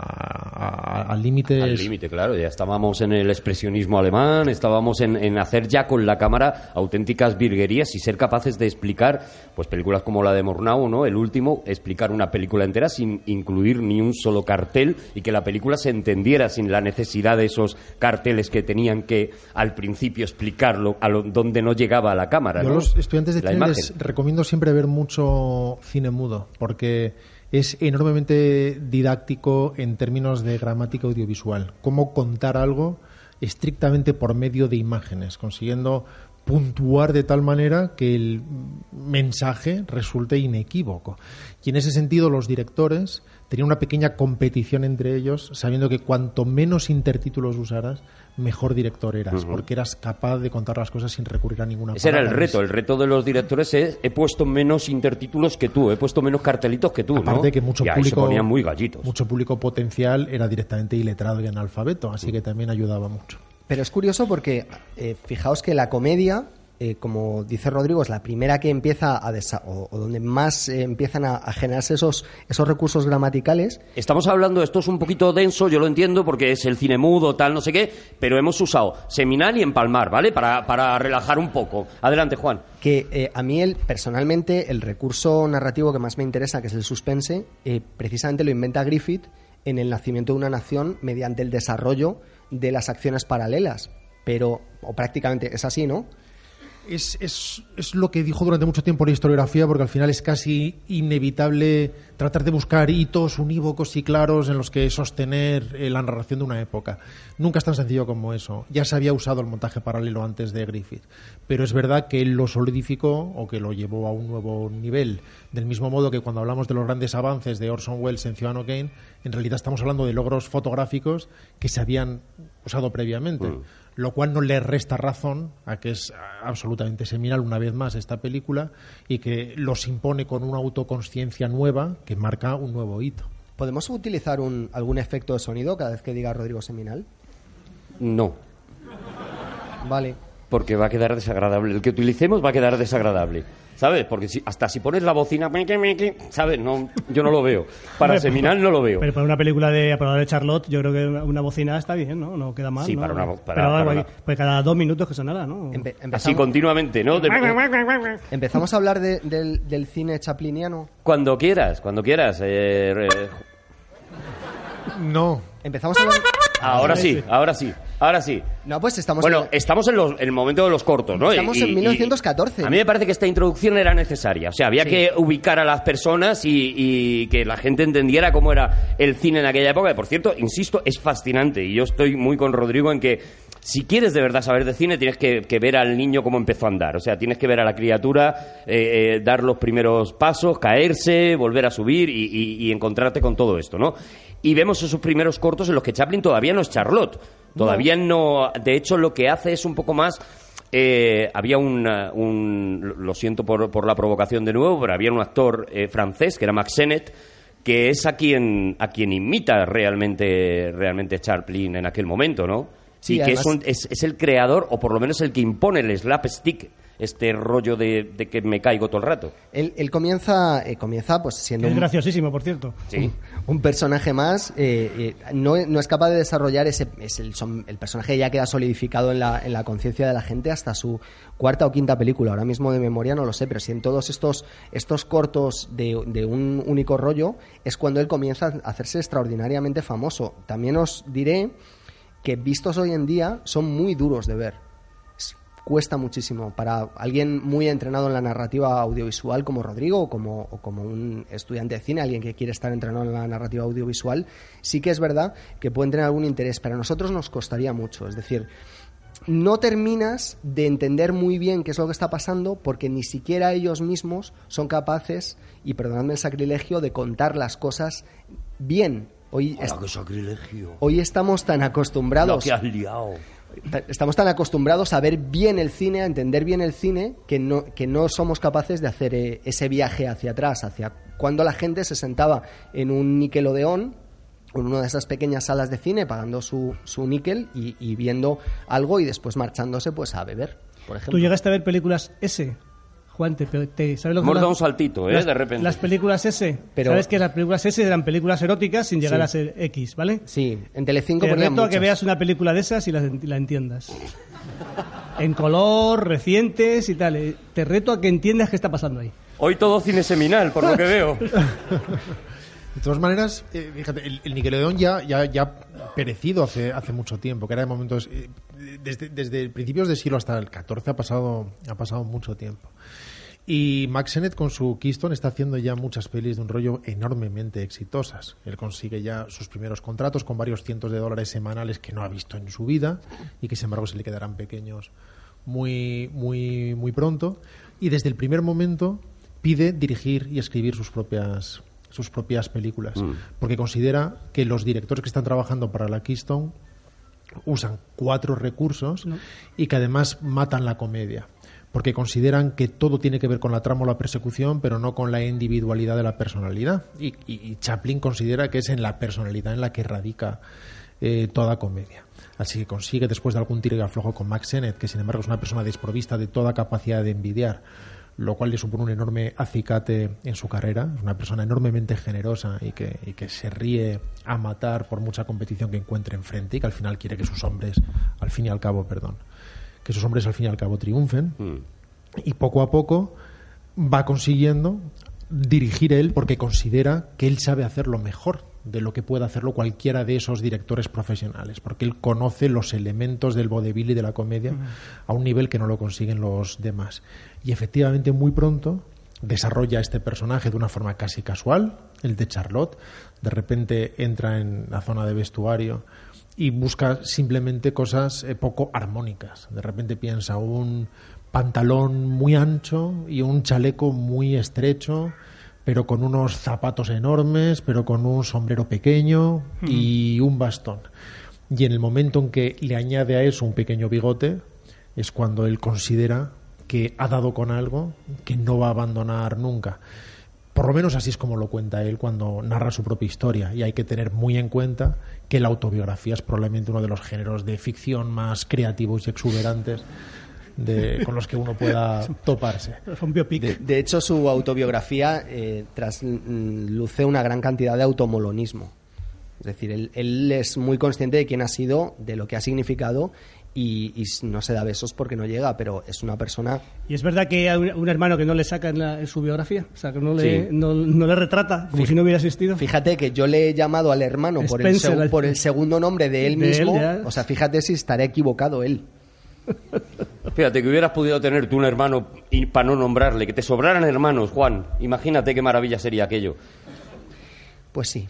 a, a límites. Al límite, claro, ya estábamos en el expresionismo alemán, estábamos en, en hacer ya con la cámara auténticas virguerías y ser capaces de explicar, pues películas como la de Murnau, ¿no? El último, explicar una película entera sin incluir ni un solo cartel y que la película se entendiera sin la necesidad de esos carteles que tenían que al principio explicarlo a lo, donde no llegaba la cámara, Yo ¿no? a los estudiantes de La cine imagen. les recomiendo siempre ver mucho cine mudo, porque es enormemente didáctico en términos de gramática audiovisual. Cómo contar algo estrictamente por medio de imágenes, consiguiendo puntuar de tal manera que el mensaje resulte inequívoco. Y en ese sentido los directores tenían una pequeña competición entre ellos, sabiendo que cuanto menos intertítulos usaras, mejor director eras, Ujú. porque eras capaz de contar las cosas sin recurrir a ninguna Ese era el palabra. reto, el reto de los directores es he puesto menos intertítulos que tú, he puesto menos cartelitos que tú, ¿no? Aparte que mucho y ahí público se ponían muy gallitos. mucho público potencial era directamente iletrado y analfabeto, así que también ayudaba mucho. Pero es curioso porque eh, fijaos que la comedia eh, como dice Rodrigo, es la primera que empieza a desa- o, o donde más eh, empiezan a, a generarse esos, esos recursos gramaticales. Estamos hablando, esto es un poquito denso, yo lo entiendo, porque es el cine mudo, tal, no sé qué, pero hemos usado Seminal y Empalmar, ¿vale? Para, para relajar un poco. Adelante, Juan. Que eh, a mí, el, personalmente, el recurso narrativo que más me interesa, que es el suspense, eh, precisamente lo inventa Griffith en El nacimiento de una nación mediante el desarrollo de las acciones paralelas. Pero, o prácticamente es así, ¿no? Es, es, es lo que dijo durante mucho tiempo la historiografía, porque al final es casi inevitable tratar de buscar hitos unívocos y claros en los que sostener eh, la narración de una época. Nunca es tan sencillo como eso. Ya se había usado el montaje paralelo antes de Griffith, pero es verdad que él lo solidificó o que lo llevó a un nuevo nivel. Del mismo modo que cuando hablamos de los grandes avances de Orson Welles en Ciudadano Kane, en realidad estamos hablando de logros fotográficos que se habían usado previamente. Mm. Lo cual no le resta razón a que es absolutamente seminal una vez más esta película y que los impone con una autoconsciencia nueva que marca un nuevo hito. ¿Podemos utilizar un, algún efecto de sonido cada vez que diga Rodrigo Seminal? No. Vale. Porque va a quedar desagradable. El que utilicemos va a quedar desagradable, ¿sabes? Porque si, hasta si pones la bocina, ¿sabes? No, yo no lo veo. Para Hombre, Seminal no lo veo. Pero para una película de, para de Charlotte, yo creo que una bocina está bien, ¿no? No queda mal, sí, ¿no? para una... Para, pero para bueno, una... pues cada dos minutos que sonara, ¿no? Empe- Así continuamente, ¿no? De... Empezamos a hablar de, del, del cine chapliniano. Cuando quieras, cuando quieras. Eh, eh... No. Empezamos a hablar... Ahora sí, ahora sí, ahora sí. No, pues estamos... Bueno, en... estamos en, los, en el momento de los cortos, ¿no? Estamos y, en mil novecientos catorce. A mí me parece que esta introducción era necesaria. O sea, había sí. que ubicar a las personas y, y que la gente entendiera cómo era el cine en aquella época. Y, por cierto, insisto, es fascinante. Y yo estoy muy con Rodrigo en que si quieres de verdad saber de cine, tienes que, que ver al niño cómo empezó a andar. O sea, tienes que ver a la criatura eh, eh, dar los primeros pasos, caerse, volver a subir y, y, y encontrarte con todo esto, ¿no? Y vemos esos primeros cortos en los que Chaplin todavía no es Charlotte. Todavía no... no de hecho, lo que hace es un poco más... Eh, había un, un... Lo siento por, por la provocación de nuevo, pero había un actor eh, francés, que era Max Sennett, que es a quien, a quien imita realmente, realmente Chaplin en aquel momento, ¿no? Sí, y además... que es, un, es, es el creador, o por lo menos el que impone el slapstick, este rollo de, de que me caigo todo el rato. Él, él comienza, eh, comienza pues siendo es un, graciosísimo, por cierto. Sí. un, un personaje más. Eh, eh, no, no es capaz de desarrollar ese, es el, son, el personaje ya queda solidificado en la, en la conciencia de la gente hasta su cuarta o quinta película. Ahora mismo de memoria no lo sé, pero si en todos estos, estos cortos de, de un único rollo es cuando él comienza a hacerse extraordinariamente famoso. También os diré que vistos hoy en día son muy duros de ver. Cuesta muchísimo para alguien muy entrenado en la narrativa audiovisual como Rodrigo o como, o como un estudiante de cine, alguien que quiere estar entrenado en la narrativa audiovisual. Sí que es verdad que pueden tener algún interés, pero a nosotros nos costaría mucho. Es decir, no terminas de entender muy bien qué es lo que está pasando porque ni siquiera ellos mismos son capaces, y perdonadme el sacrilegio, de contar las cosas bien. Hoy, est- ¡Qué sacrilegio! hoy estamos tan acostumbrados... Lo que has liado. Estamos tan acostumbrados a ver bien el cine, a entender bien el cine, que no, que no somos capaces de hacer eh, ese viaje hacia atrás, hacia cuando la gente se sentaba en un Nickelodeon, en una de esas pequeñas salas de cine, pagando su, su níquel y, y viendo algo y después marchándose pues a beber, por ejemplo. ¿Tú llegaste a ver películas S? Juan, te, te, ¿sabes lo que Hemos son dado un las- saltito, ¿eh? las, de repente. Las películas S. Pero- ¿Sabes que las películas S eran películas eróticas sin llegar Sí. a ser X, ¿vale? Sí, en Telecinco Te ponían reto a que muchas. veas una película de esas y la, la entiendas. En color, recientes y tal. Eh, Te reto a que entiendas qué está pasando ahí. Hoy todo cine seminal, por lo que veo. De todas maneras, eh, fíjate, el, el Nickelodeon ya, ya, ya perecido hace, hace mucho tiempo, que era de momentos... Eh, desde, desde principios del siglo hasta el catorce ha pasado, ha pasado mucho tiempo. Y Max Sennett con su Keystone está haciendo ya muchas pelis de un rollo enormemente exitosas. Él consigue ya sus primeros contratos con varios cientos de dólares semanales que no ha visto en su vida y que sin embargo se le quedarán pequeños muy, muy, muy pronto. Y desde el primer momento pide dirigir y escribir sus propias, sus propias películas. Mm. Porque considera que los directores que están trabajando para la Keystone usan cuatro recursos No. y que además matan la comedia. Porque consideran que todo tiene que ver con la trama o la persecución, pero no con la individualidad de la personalidad. Y, y, y Chaplin considera que es en la personalidad en la que radica eh, toda comedia. Así que consigue, después de algún tiro y aflojo con Mack Sennett, que sin embargo es una persona desprovista de toda capacidad de envidiar, lo cual le supone un enorme acicate en su carrera. Es una persona enormemente generosa y que, y que se ríe a matar por mucha competición que encuentre enfrente y que al final quiere que sus hombres, al fin y al cabo, perdón, que sus hombres al fin y al cabo triunfen. Mm. Y poco a poco va consiguiendo dirigir él porque considera que él sabe hacerlo mejor de lo que pueda hacerlo cualquiera de esos directores profesionales, porque él conoce los elementos del vodevil y de la comedia uh-huh. a un nivel que no lo consiguen los demás. Y efectivamente muy pronto desarrolla este personaje de una forma casi casual, el de Charlotte. De repente entra en la zona de vestuario y busca simplemente cosas eh, poco armónicas. De repente piensa un pantalón muy ancho y un chaleco muy estrecho, pero con unos zapatos enormes, pero con un sombrero pequeño y un bastón. Y en el momento en que le añade a eso un pequeño bigote, es cuando él considera que ha dado con algo que no va a abandonar nunca. Por lo menos así es como lo cuenta él cuando narra su propia historia. Y hay que tener muy en cuenta que la autobiografía es probablemente uno de los géneros de ficción más creativos y exuberantes De, con los que uno pueda toparse. De, de hecho, su autobiografía eh, trasluce una gran cantidad de automolonismo. Es decir, él, él es muy consciente de quién ha sido, de lo que ha significado y, y no se da besos porque no llega, pero es una persona... ¿Y es verdad que hay un, un hermano que no le saca en, la, en su biografía? O sea, que no le, sí. no, no le retrata como Fíjate, si no hubiera existido. Fíjate que yo le he llamado al hermano por el, seg- por el segundo nombre de él de mismo. Él, o sea, fíjate si estará equivocado él. Fíjate que hubieras podido tener tú un hermano y para no nombrarle, que te sobraran hermanos, Juan. Imagínate qué maravilla sería aquello. Pues sí.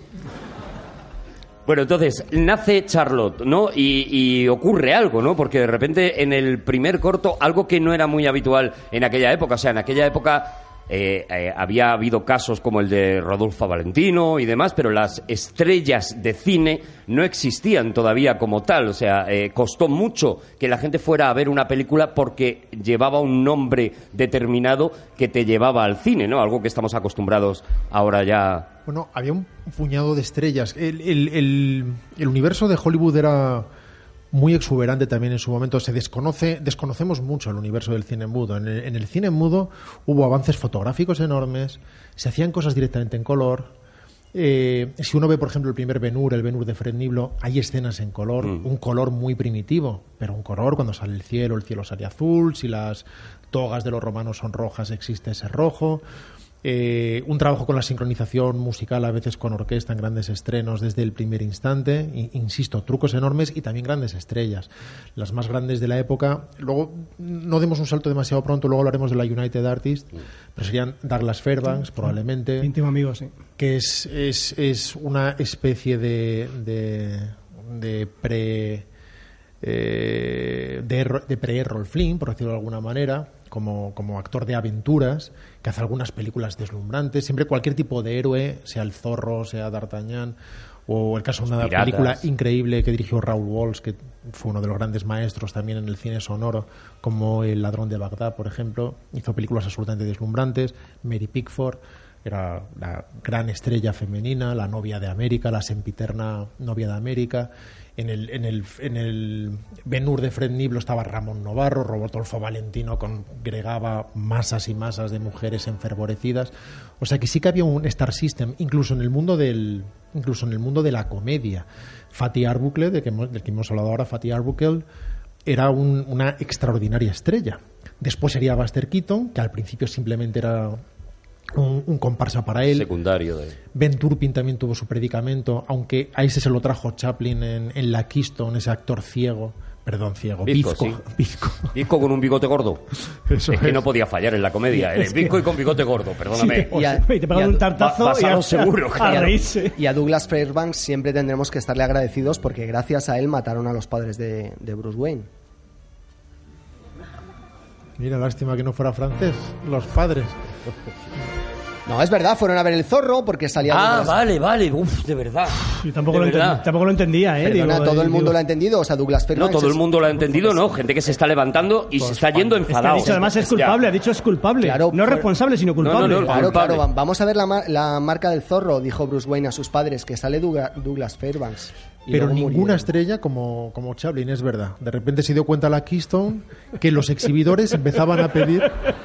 Bueno, entonces nace Charlotte, ¿no? Y, y ocurre algo, ¿no? Porque de repente en el primer corto, algo que no era muy habitual en aquella época, o sea, en aquella época eh, eh, había habido casos como el de Rodolfo Valentino y demás, pero las estrellas de cine no existían todavía como tal. O sea, eh, costó mucho que la gente fuera a ver una película porque llevaba un nombre determinado que te llevaba al cine, ¿no? Algo que estamos acostumbrados ahora ya. Bueno, había un puñado de estrellas. El, el, el, el universo de Hollywood era muy exuberante también en su momento. Se desconoce, desconocemos mucho el universo del cine mudo. En el, en el cine mudo hubo avances fotográficos enormes, se hacían cosas directamente en color. Eh, si uno ve, por ejemplo, el primer Ben-Hur, el Ben-Hur de Fred Niblo, hay escenas en color, mm. un color muy primitivo, pero un color cuando sale el cielo, el cielo sale azul, si las togas de los romanos son rojas, existe ese rojo. Eh, un trabajo con la sincronización musical, a veces con orquesta en grandes estrenos desde el primer instante. I, insisto, trucos enormes y también grandes estrellas. Las más grandes de la época. Luego, no demos un salto demasiado pronto, luego hablaremos de la United Artists, pero serían Douglas Fairbanks, probablemente. Íntimo amigo, sí. Que es, es, es una especie de, de, de pre... Eh, de, de pre-Errol Flynn, por decirlo de alguna manera, como, como actor de aventuras, que hace algunas películas deslumbrantes, siempre cualquier tipo de héroe, sea el Zorro, sea D'Artagnan, o el caso de una Piratas. película increíble que dirigió Raoul Walsh, que fue uno de los grandes maestros también en el cine sonoro, como El ladrón de Bagdad, por ejemplo. Hizo películas absolutamente deslumbrantes. Mary Pickford era la gran estrella femenina, la novia de América, la sempiterna novia de América. En el, en el, en el Ben-Hur de Fred Niblo estaba Ramón Novarro, Rodolfo Valentino congregaba masas y masas de mujeres enfervorecidas. O sea que sí que había un star system, incluso en el mundo del, incluso en el mundo de la comedia. Fatih Arbuckle, de que hemos, del que hemos hablado ahora, Fatih Arbuckle, era un, una extraordinaria estrella. Después sería Buster Keaton, que al principio simplemente era Un, un comparsa para él. Secundario de... Ben Turpin también tuvo su predicamento, aunque a ese se lo trajo Chaplin en, en La Keystone, ese actor ciego, perdón, ciego, bizco, bizco, sí. bizco. Bizco con un bigote gordo. Eso es, es que no podía fallar en la comedia. Eres bizco y con bigote gordo, perdóname. Sí, y, a, y te pegan un tartazo ba- y a, seguro, a, a reírse. Y a Douglas Fairbanks siempre tendremos que estarle agradecidos porque gracias a él mataron a los padres de, de Bruce Wayne. Mira, lástima que no fuera francés, los padres. No, es verdad, fueron a ver El Zorro porque salía... Ah, Douglas... vale, vale. Uf, de verdad. Yo tampoco, de lo, verdad. entendí, tampoco lo entendía, ¿eh? Perdona, Digo, todo el digo, mundo lo ha entendido, o sea, Douglas No, Fairbanks... todo el es- mundo lo ha entendido, ¿no? Gente que se está levantando y se está yendo Es que ha enfadado. dicho, además es culpable, ha dicho es culpable. Claro, no es fue- responsable, sino No, no, culpable. no, Claro, culpable. claro, va- vamos a ver la, mar- la marca del zorro, dijo Bruce Wayne a sus padres, que sale Dougla- Douglas Fairbanks. Y Pero luego ninguna murieron. estrella como, como Chaplin, es verdad. De repente se dio cuenta la Keystone que los exhibidores empezaban a pedir...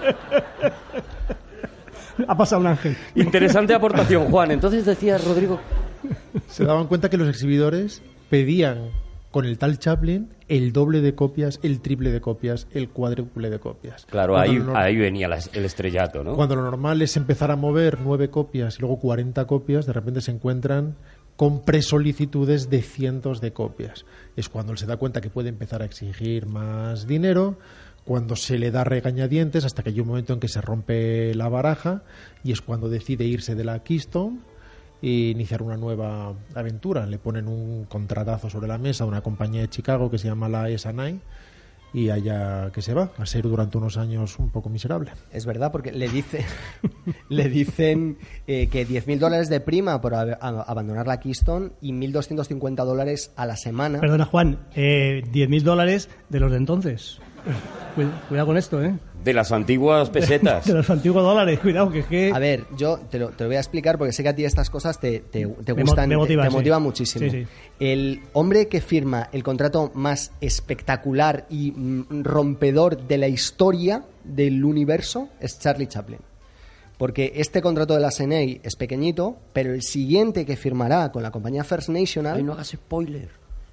Ha pasado un ángel. Interesante aportación, Juan. Entonces decía Rodrigo... Se daban cuenta que los exhibidores pedían con el tal Chaplin el doble de copias, el triple de copias, el cuádruple de copias. Claro, Cuando ahí, lo nor- ahí venía la- el estrellato, ¿no? Cuando lo normal es empezar a mover nueve copias y luego cuarenta copias, de repente se encuentran con presolicitudes de cientos de copias. Es cuando él se da cuenta que puede empezar a exigir más dinero, cuando se le da regañadientes, hasta que hay un momento en que se rompe la baraja y es cuando decide irse de la Keystone e iniciar una nueva aventura. Le ponen un contratazo sobre la mesa a una compañía de Chicago que se llama la S and I y allá que se va a ser durante unos años un poco miserable. Es verdad, porque le dice le dicen eh, que diez mil dólares de prima por ab- a- abandonar la Keystone y mil doscientos cincuenta dólares a la semana. Perdona, Juan, eh, diez mil dólares de los de entonces. Cuida- Cuidado con esto, ¿eh? De las antiguas pesetas. De los antiguos dólares, cuidado, que es que... A ver, yo te lo, te lo voy a explicar porque sé que a ti estas cosas te, te, te Me mo- gustan, me motivan, te, te sí. motivan muchísimo. Sí, sí. El hombre que firma el contrato más espectacular y mm, rompedor de la historia del universo es Charlie Chaplin. Porque este contrato de la S N A es pequeñito, pero el siguiente que firmará con la compañía First National Ay, no hagas spoiler.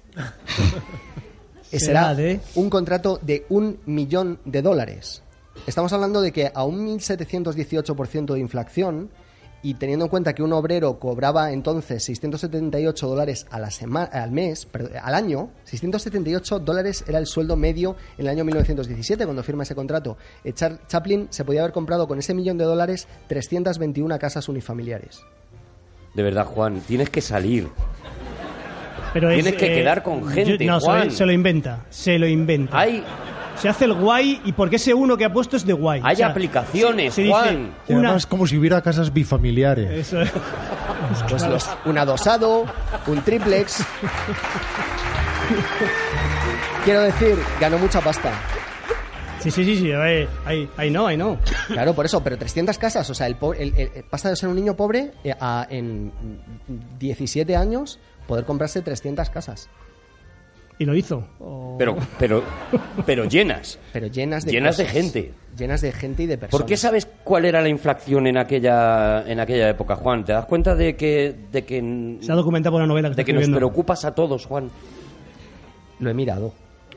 será Será de- un contrato de un millón de dólares. Estamos hablando de que a un mil setecientos dieciocho por ciento de inflación y teniendo en cuenta que un obrero cobraba entonces seiscientos setenta y ocho dólares a la semana, al mes, perdón, al año, seiscientos setenta y ocho dólares era el sueldo medio en el año mil novecientos diecisiete cuando firma ese contrato. Eh, Char- Chaplin se podía haber comprado con ese millón de dólares trescientas veintiuna casas unifamiliares. De verdad, Juan, tienes que salir. Pero es, tienes que quedar con gente, yo- no, se lo- Juan. Se, lo inventa, se lo inventa. Hay, Se hace el guay y porque ese uno que ha puesto es de guay. hay O sea, aplicaciones, se dice Juan. Y una... además como si hubiera casas bifamiliares. Eso es. Pues los- un adosado, un triplex. Quiero decir, ganó mucha pasta. Sí, sí, sí, sí, ahí, ahí, ahí no, ahí no. Claro, por eso, pero trescientas casas, o sea, el, po- el- el- pasa de ser un niño pobre eh, a en diecisiete años poder comprarse trescientas casas, Y lo hizo. O- Pero, pero, pero llenas. pero llenas de Llenas de cosas, gente. llenas de gente y de personas. ¿Por qué sabes cuál era la inflación en aquella en aquella época, Juan? ¿Te das cuenta de que de que Se ha documentado por una novela que de está que nos escribiendo. preocupas a todos, Juan? Lo he mirado.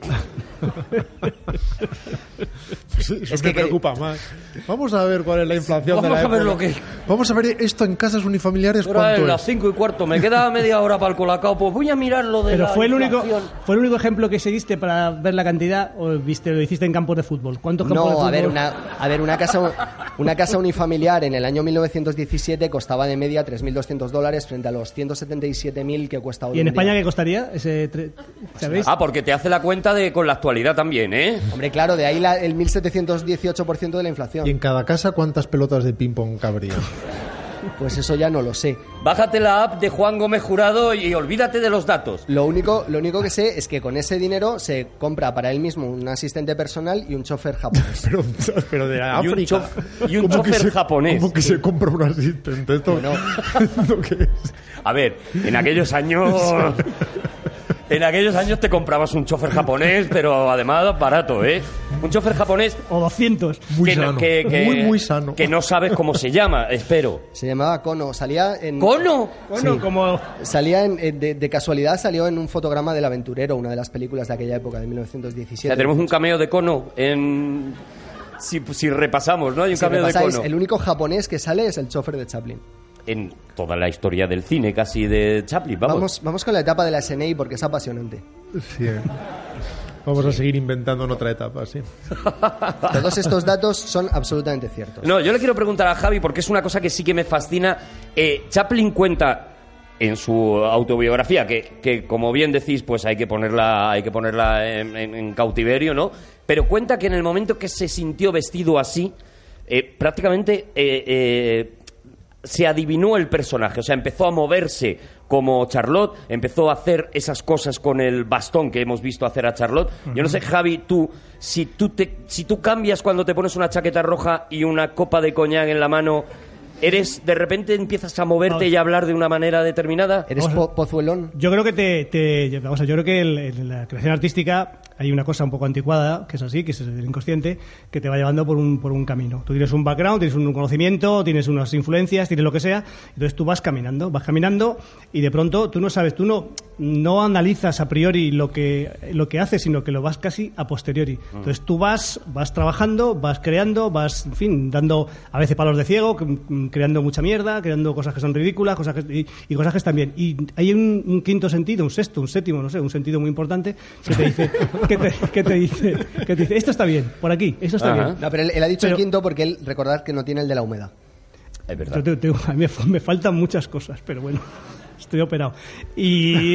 Eso Es me que- preocupa más. Vamos a ver cuál es la inflación Vamos de la a ver época. lo que- Vamos a ver esto en casas unifamiliares Ahora cuánto en las es. cinco y cuarto, me queda media hora para el colacao, pues voy a mirar lo de Pero la fue el único inflación. fue el único ejemplo que seguiste para ver la cantidad o viste lo hiciste en campos de fútbol. ¿Cuántos campos de No, fútbol? a ver, una, a ver una, casa, una casa unifamiliar en el año mil novecientos diecisiete costaba de media tres mil doscientos dólares frente a los ciento setenta y siete mil que cuesta hoy ¿Y en en día. España qué costaría? Ese tre- ¿Sabéis? Ah, porque te hace la cuenta de con la actualidad también, ¿eh? Hombre, claro, de ahí la- el mil setecientos dieciocho por ciento de la inflación. Y en cada casa cuántas pelotas de ping pong cabrían. Pues eso ya no lo sé. Bájate la app de Juan Gómez Jurado y olvídate de los datos. Lo único, lo único que sé es que con ese dinero se compra para él mismo un asistente personal y un chofer japonés. Pero, pero de Y un, África. chof- y un ¿Cómo que chofer se- japonés. ¿Cómo que se compra un asistente? Esto, Bueno. ¿esto qué es? A ver, en aquellos años... En aquellos años te comprabas un chofer japonés, pero además barato, ¿eh? Un chofer japonés O doscientos. Muy que, no- sano. que- que- Muy, muy sano. que no sabes cómo se llama, espero. Se llamaba Kono. Salía en... ¿Cono? Bueno, Sí. como Salía en, en- de, de casualidad salió en un fotograma del aventurero, una de las películas de aquella época, de mil novecientos O diecisiete. sea, tenemos un cameo de Cono en... Si, si repasamos, ¿no? Hay un Si cameo de repasáis, Cono. el único japonés que sale es el chofer de Chaplin. En toda la historia del cine casi de Chaplin, vamos. Vamos, vamos con la etapa de la S N A porque es apasionante. Sí, eh. Vamos a seguir inventando en otra etapa, sí. Todos estos datos son absolutamente ciertos. No, yo le quiero preguntar a Javi porque es una cosa que sí que me fascina. Eh, Chaplin cuenta en su autobiografía que, que, como bien decís, pues hay que ponerla, hay que ponerla en, en- en cautiverio, ¿no? Pero cuenta que en el momento que se sintió vestido así, eh, prácticamente eh, eh, se adivinó el personaje, o sea, empezó a moverse como Charlotte, empezó a hacer esas cosas con el bastón que hemos visto hacer a Charlotte. Uh-huh. Yo no sé, Javi, tú, si tú, te, si tú cambias cuando te pones una chaqueta roja y una copa de coñac en la mano, ¿eres, de repente empiezas a moverte y a hablar de una manera determinada? ¿Eres po pozuelón? Yo creo que te, te vamos a, yo creo que el, el, la creación artística hay una cosa un poco anticuada, que es así, que es el inconsciente, que te va llevando por un, por un camino. Tú tienes un background, tienes un conocimiento, tienes unas influencias, tienes lo que sea, entonces tú vas caminando, vas caminando y de pronto tú no sabes, tú no, no analizas a priori lo que, lo que haces, sino que lo vas casi a posteriori. Entonces tú vas, vas trabajando, vas creando, vas, en fin, dando a veces palos de ciego, creando mucha mierda, creando cosas que son ridículas, cosas que, y, y cosas que están bien. Y hay un, un quinto sentido, un sexto, un séptimo, no sé, un sentido muy importante que te dice, que te, que te dice, que te dice, esto está bien, por aquí, esto está Ajá. bien. No, pero él, él ha dicho Pero, el quinto porque él, recordad que no tiene el de la humedad. Es verdad. Te, te, a mí me, me faltan muchas cosas, pero bueno, estoy operado. Y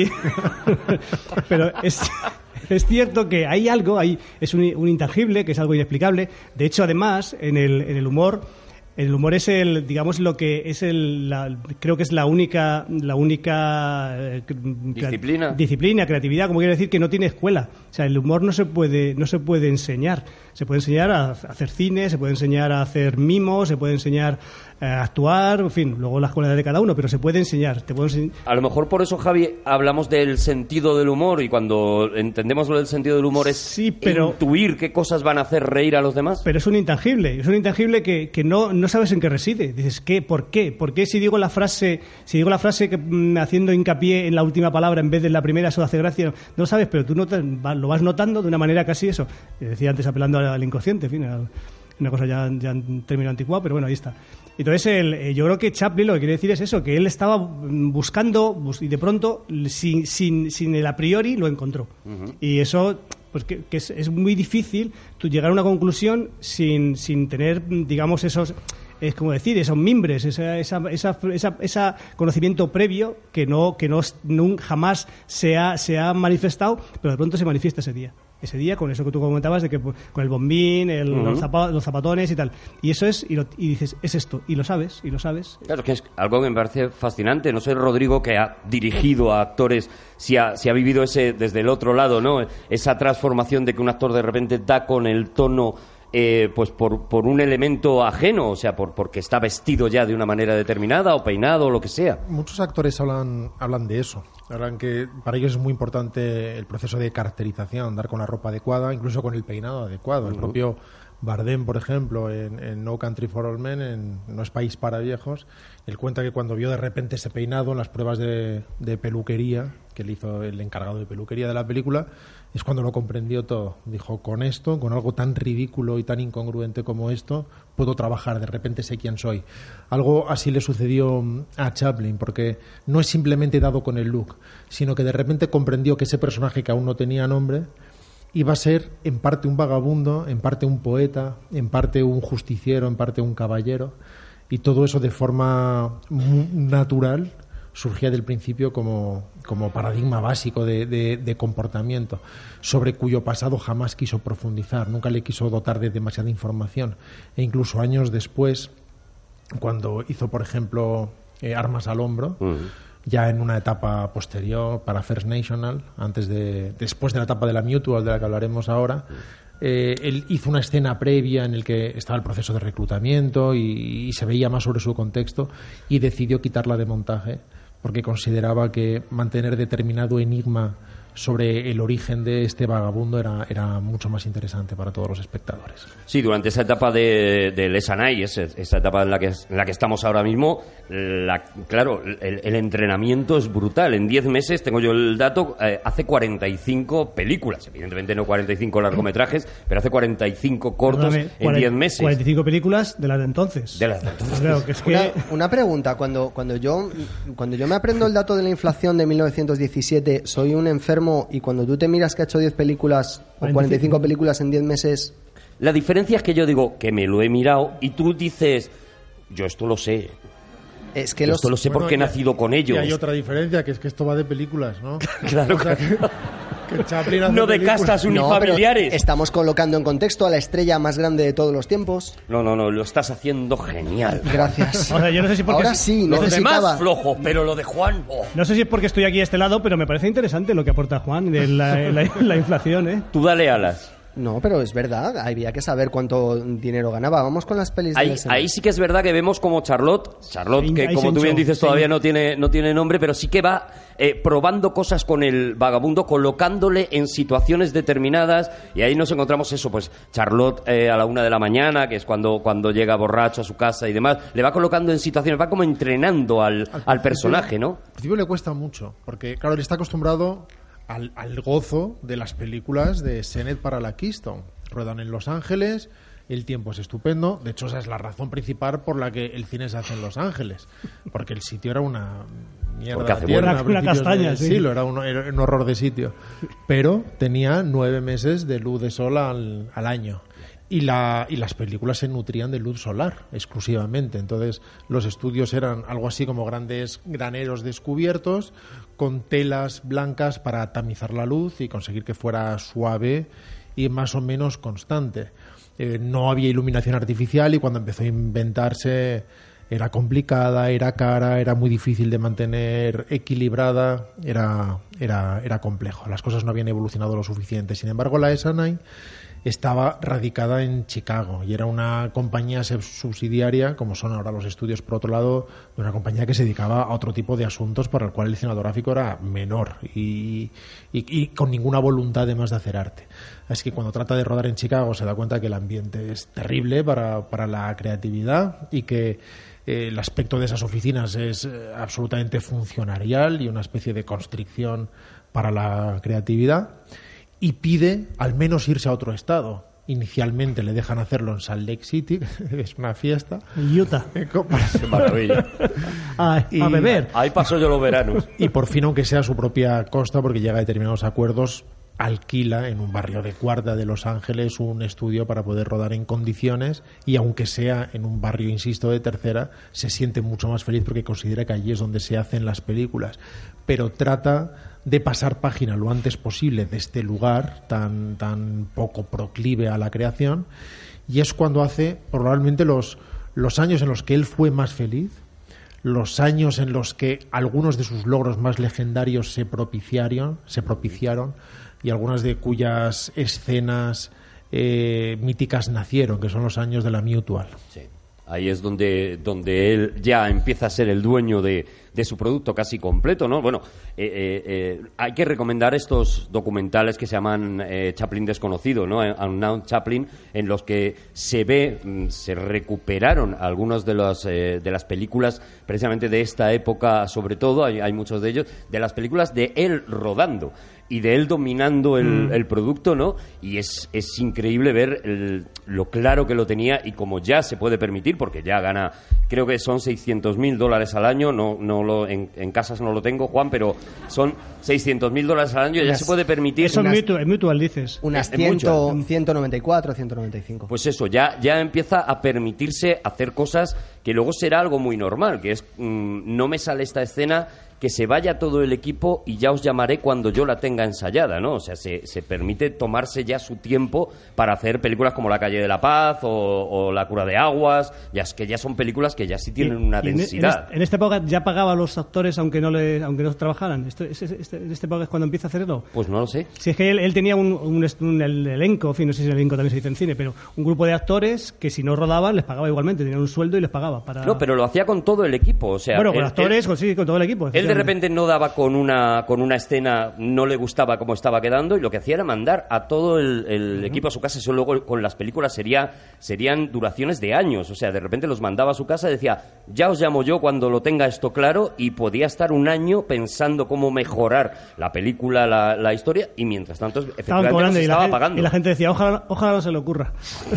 pero es es cierto que hay algo, hay, es un, un intangible, que es algo inexplicable. De hecho, además, en el, en el humor, el humor es el, digamos, lo que es el, la, creo que es la única, la única eh, disciplina, disciplina, creatividad, como quiere decir, que no tiene escuela. O sea, el humor no se puede, no se puede enseñar. Se puede enseñar a hacer cine, se puede enseñar a hacer mimos, se puede enseñar a actuar, en fin, luego las cualidades de cada uno, pero se puede enseñar. Te puedo enseñar. A lo mejor por eso, Javi, hablamos del sentido del humor, y cuando entendemos lo del sentido del humor es sí, pero, intuir qué cosas van a hacer reír a los demás. Pero es un intangible, es un intangible que, que no, no sabes en qué reside. Dices, ¿qué? ¿Por qué? ¿Por qué si digo la frase, si digo la frase que mm, haciendo hincapié en la última palabra en vez de en la primera, eso hace gracia? No lo sabes, pero tú no te, lo vas notando de una manera casi eso. Decía antes apelando al inconsciente, en fin, una cosa ya, ya en término anticuado, pero bueno, ahí está. Entonces, el, yo creo que Chaplin lo que quiere decir es eso, que él estaba buscando bus, y de pronto, sin, sin, sin el a priori, lo encontró. Uh-huh. Y eso, pues que, que es, es muy difícil tú llegar a una conclusión sin, sin tener, digamos, esos... es como decir, esos mimbres, ese esa, esa, esa, esa conocimiento previo que no que no, no jamás se ha, se ha manifestado, pero de pronto se manifiesta ese día. Ese día, con eso que tú comentabas, de que con el bombín, el, uh-huh. los, zapa, los zapatones y tal. Y eso es, y, lo, y dices, es esto, y lo sabes, y lo sabes. Claro, que es algo que me parece fascinante. No sé, Rodrigo, que ha dirigido a actores, si ha, si ha vivido ese desde el otro lado, ¿no? Esa transformación de que un actor de repente da con el tono... Eh, pues por, por un elemento ajeno, o sea, por, porque está vestido ya de una manera determinada o peinado o lo que sea. Muchos actores hablan, hablan de eso. Hablan que para ellos es muy importante el proceso de caracterización, dar con la ropa adecuada, incluso con el peinado adecuado. Uh-huh. El propio Bardem, por ejemplo, en, en No Country for Old Men, en No es País para Viejos, él cuenta que cuando vio de repente ese peinado en las pruebas de, de peluquería, que le hizo el encargado de peluquería de la película, es cuando lo comprendió todo. Dijo, con esto, con algo tan ridículo y tan incongruente como esto, puedo trabajar, de repente sé quién soy. Algo así le sucedió a Chaplin, porque no es simplemente dado con el look, sino que de repente comprendió que ese personaje que aún no tenía nombre iba a ser en parte un vagabundo, en parte un poeta, en parte un justiciero, en parte un caballero, y todo eso de forma natural surgía del principio como, como paradigma básico de, de, de comportamiento, sobre cuyo pasado jamás quiso profundizar, nunca le quiso dotar de demasiada información. E incluso años después, cuando hizo, por ejemplo, eh, Armas al Hombro, uh-huh. ya en una etapa posterior para First National, antes de, después de la etapa de la Mutual, de la que hablaremos ahora, eh, él hizo una escena previa en el que estaba el proceso de reclutamiento y, y se veía más sobre su contexto, y decidió quitarla de montaje porque consideraba que mantener determinado enigma sobre el origen de este vagabundo era, era mucho más interesante para todos los espectadores. Sí, durante esa etapa de, de Les Anais, esa, esa etapa en la que, en la que estamos ahora mismo, la, claro, el, el entrenamiento es brutal. En diez meses, tengo yo el dato, eh, hace cuarenta y cinco películas, evidentemente no cuarenta y cinco largometrajes, pero hace cuarenta y cinco cortos Perdóname, en diez meses. cuarenta y cinco películas de las de entonces. De las de entonces. Claro, que es que... una, una pregunta, cuando, cuando, yo, cuando yo me aprendo el dato de la inflación de mil novecientos diecisiete, soy un enfermo, y cuando tú te miras que ha hecho diez películas o cuarenta y cinco películas en diez meses... La diferencia es que yo digo que me lo he mirado y tú dices, yo esto lo sé. Es que yo los... esto lo sé bueno, porque he y, nacido con ellos. Y hay otra diferencia, que es que esto va de películas, ¿no? Claro, o sea, claro. Que, Que Chaplin hace no de películas. castas No, pero unifamiliares. estamos colocando en contexto a la estrella más grande de todos los tiempos. No, no, no, lo estás haciendo genial. Gracias. O sea, yo no sé si porque Ahora sí, Los necesitaba... demás flojos, pero lo de Juan... oh. No sé si es porque estoy aquí a este lado, pero me parece interesante lo que aporta Juan de la, la, la inflación, ¿eh? Tú dale alas. No, pero es verdad, había que saber cuánto dinero ganaba. Vamos con las pelis de Ahí, la semana. ahí sí que es verdad que vemos como Charlotte, Charlotte que Ahí como se tú bien hinchó, dices sí. todavía no tiene, no tiene nombre, pero sí que va eh, probando cosas con el vagabundo, colocándole en situaciones determinadas, y ahí nos encontramos eso, pues Charlotte eh, a la una de la mañana, que es cuando, cuando llega borracho a su casa y demás, le va colocando en situaciones, va como entrenando al, al, al personaje, ¿no? Al principio le cuesta mucho, porque claro, él está acostumbrado al, al gozo de las películas de Sennett para la Keystone. Ruedan en Los Ángeles, el tiempo es estupendo. De hecho, esa es la razón principal por la que el cine se hace en Los Ángeles, porque el sitio era una mierda Porque hace tierna buena- a una principios castaña, del sí. siglo, era un, era un horror de sitio. Pero tenía nueve meses de luz de sol al, al año. Y, la, y las películas se nutrían de luz solar exclusivamente. Entonces los estudios eran algo así como grandes graneros descubiertos con telas blancas para tamizar la luz y conseguir que fuera suave y más o menos constante. Eh, no había iluminación artificial y cuando empezó a inventarse era complicada, era cara, era muy difícil de mantener equilibrada, era, era, era complejo. Las cosas no habían evolucionado lo suficiente. Sin embargo, la Essanay estaba radicada en Chicago y era una compañía subsidiaria, como son ahora los estudios, por otro lado, de una compañía que se dedicaba a otro tipo de asuntos para el cual el cinematográfico era menor y, y, y con ninguna voluntad además de hacer arte. Así que cuando trata de rodar en Chicago se da cuenta que el ambiente es terrible para, para la creatividad y que eh, el aspecto de esas oficinas es eh, absolutamente funcionarial y una especie de constricción para la creatividad. Y pide al menos irse a otro estado. Inicialmente le dejan hacerlo en Salt Lake City, es una fiesta. En Utah. Qué maravilla. A, Y- a beber. Ahí paso yo los veranos. Y por fin, aunque sea a su propia costa, porque llega a determinados acuerdos, alquila en un barrio de cuarta de Los Ángeles un estudio para poder rodar en condiciones y aunque sea en un barrio, insisto, de tercera, se siente mucho más feliz porque considera que allí es donde se hacen las películas. Pero trata de pasar página lo antes posible de este lugar tan, tan poco proclive a la creación y es cuando hace probablemente los, los años en los que él fue más feliz, los años en los que algunos de sus logros más legendarios se propiciaron, se propiciaron y algunas de cuyas escenas eh, míticas nacieron, que son los años de la Mutual. Sí. Ahí es donde, donde él ya empieza a ser el dueño de, de su producto casi completo, ¿no? Bueno, eh, eh, eh, hay que recomendar estos documentales que se llaman eh, Chaplin Desconocido, ¿no? Unknown Chaplin, en los que se ve, mm, se recuperaron algunas de, los, eh, de las películas precisamente de esta época, sobre todo, hay, hay muchos de ellos, de las películas de él rodando y de él dominando el, mm. el producto, ¿no? Y es, es increíble ver el, lo claro que lo tenía y como ya se puede permitir, porque ya gana, creo que son seiscientos mil dólares al año, no, no lo, en, en casas no lo tengo, Juan, pero son seiscientos mil dólares al año, ya Unas- se puede permitir. Eso es unas- mutual, es mutual, dices. Unas Es mucho. cien, ciento noventa y cuatro, ciento noventa y cinco. Pues eso, ya, ya empieza a permitirse hacer cosas que luego será algo muy normal, que es, mmm, no me sale esta escena, que se vaya todo el equipo y ya os llamaré cuando yo la tenga ensayada, ¿no? O sea, se, se permite tomarse ya su tiempo para hacer películas como La calle de la paz o, o La cura de aguas, ya es que ya son películas que ya sí tienen una Y en- densidad. En, este- en esta época ya pagaba a los actores aunque no le, aunque no trabajaran. Esto, es- es- este- en esta época es cuando empieza a hacerlo. Pues no lo sé. Si es que él, él tenía un, un, est- un el- elenco, en fin, no sé si el elenco también se dice en cine, pero un grupo de actores que si no rodaban les pagaba igualmente, tenían un sueldo y les pagaba para... No, pero lo hacía con todo el equipo, o sea... bueno, con él- actores, él- con, sí, con todo el equipo. Él de efectivamente. repente no daba con una, con una escena, no le gustaba cómo estaba quedando y lo que hacía era mandar a todo el, el equipo a su casa. Eso luego con las películas sería, serían duraciones de años. O sea, de repente los mandaba a su casa y decía, ya os llamo yo cuando lo tenga esto claro, y podía estar un año pensando cómo mejorar la película, la, la historia, y mientras tanto Estaban efectivamente cobrando nos y la, estaba gen- pagando. y la gente decía, ojalá, ojalá no se le ocurra.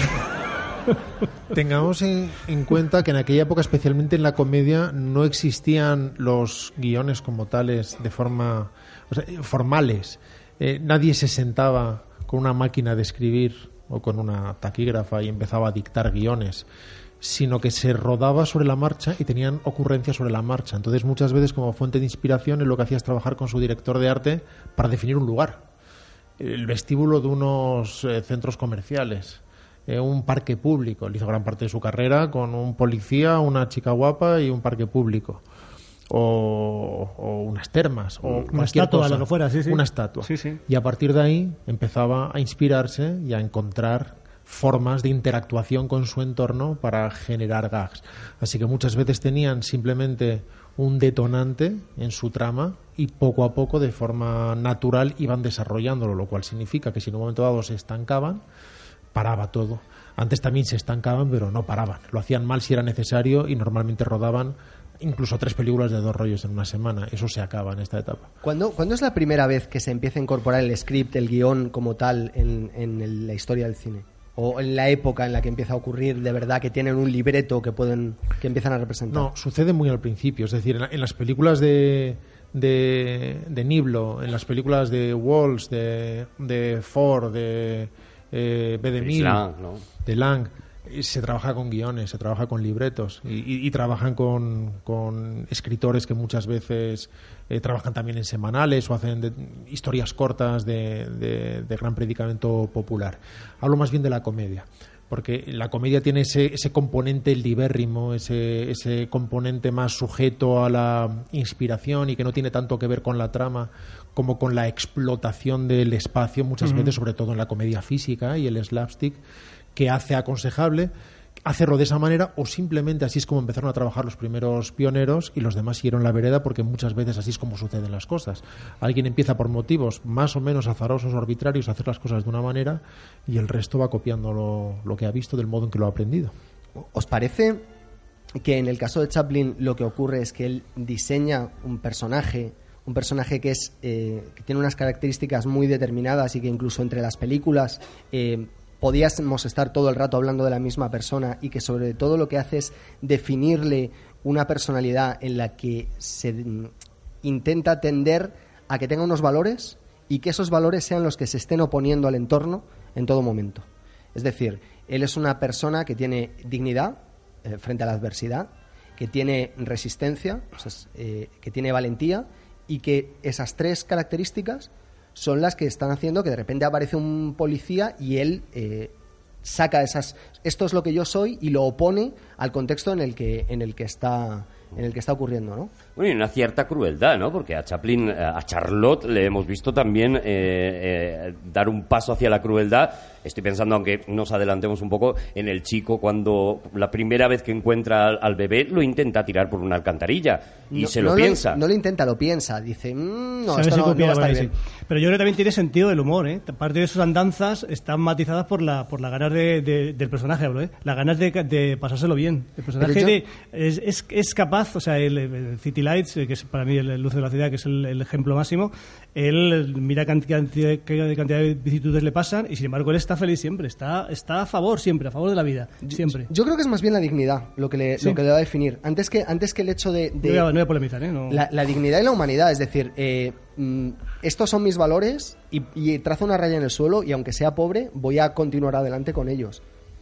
Tengamos en, en cuenta que en aquella época, especialmente en la comedia, no existían los guiones como tales de forma, o sea, formales. Eh, nadie se sentaba con una máquina de escribir o con una taquígrafa y empezaba a dictar guiones, sino que se rodaba sobre la marcha y tenían ocurrencias sobre la marcha. Entonces, muchas veces, como fuente de inspiración, él lo que hacía es trabajar con su director de arte para definir un lugar. el vestíbulo de unos eh, centros comerciales, eh, un parque público. Él hizo gran parte de su carrera con un policía, una chica guapa y un parque público. O, o unas termas, o una estatua, cosa. Lo que fuera, sí, sí. Una estatua. Sí, sí. Y a partir de ahí empezaba a inspirarse y a encontrar formas de interactuación con su entorno para generar gags. Así que muchas veces tenían simplemente un detonante en su trama y poco a poco, de forma natural, iban desarrollándolo, lo cual significa que si en un momento dado se estancaban, paraba todo. Antes también se estancaban, pero no paraban. Lo hacían mal si era necesario y normalmente rodaban incluso tres películas de dos rollos en una semana. Eso se acaba en esta etapa. ¿Cuándo, ¿cuándo es la primera vez que se empieza a incorporar el script, el guión como tal en, en el, la historia del cine? ¿O en la época en la que empieza a ocurrir de verdad que tienen un libreto que pueden que empiezan a representar? No, sucede muy al principio. Es decir, en, la, en las películas de, de, de Niblo, en las películas de Walsh, de, de Ford, de eh, B. de Mille, ¿no? de Lang, se trabaja con guiones, se trabaja con libretos y, y, y trabajan con, con escritores que muchas veces eh, trabajan también en semanales o hacen de, historias cortas de, de, de gran predicamento popular. Hablo más bien de la comedia, porque la comedia tiene ese, ese componente libérrimo, ese, ese componente más sujeto a la inspiración y que no tiene tanto que ver con la trama como con la explotación del espacio, muchas uh-huh. veces, sobre todo en la comedia física y el slapstick, que hace aconsejable hacerlo de esa manera, o simplemente así es como empezaron a trabajar los primeros pioneros y los demás siguieron la vereda, porque muchas veces así es como suceden las cosas. Alguien empieza por motivos más o menos azarosos o arbitrarios a hacer las cosas de una manera y el resto va copiando lo, lo que ha visto del modo en que lo ha aprendido. ¿Os parece que en el caso de Chaplin lo que ocurre es que él diseña un personaje un personaje que es eh, que tiene unas características muy determinadas y que incluso entre las películas eh, podíamos estar todo el rato hablando de la misma persona, y que sobre todo lo que hace es definirle una personalidad en la que se intenta tender a que tenga unos valores y que esos valores sean los que se estén oponiendo al entorno en todo momento? Es decir, él es una persona que tiene dignidad eh, frente a la adversidad, que tiene resistencia, o sea, eh, que tiene valentía, y que esas tres características son las que están haciendo que de repente aparece un policía y él eh, saca esas, esto es lo que yo soy, y lo opone al contexto en el que en el que está en el que está ocurriendo, ¿no? Bueno, y una cierta crueldad, ¿no? Porque a Chaplin, a Charlotte le hemos visto también eh, eh, dar un paso hacia la crueldad. Estoy pensando, aunque nos adelantemos un poco, en el chico cuando la primera vez que encuentra al, al bebé lo intenta tirar por una alcantarilla y no, se lo no piensa. Lo, no lo intenta, lo piensa. Dice, mmm, no, ¿sabes? esto no, no va a estar sí. bien. Pero yo creo que también tiene sentido del humor, ¿eh? Parte de sus andanzas están matizadas por la por las ganas de, de, del personaje, hablo, ¿eh? Las ganas de, de pasárselo bien. El personaje yo... de, es, es, es capaz, o sea, el, el City Lights, que es para mí el, el Luz de la Ciudad, que es el, el ejemplo máximo, él mira cantidad, cantidad, cantidad de vicisitudes le pasan y sin embargo él está feliz siempre, está está a favor siempre, a favor de la vida, siempre. Yo, yo creo que es más bien la dignidad lo que le, sí. lo que le va a definir. Antes que, antes que el hecho de... de no, voy a, no voy a polemizar, ¿eh? No. La, la dignidad y la humanidad, es decir, eh, mm, estos son mis valores y, y trazo una raya en el suelo y aunque sea pobre, voy a continuar adelante con ellos.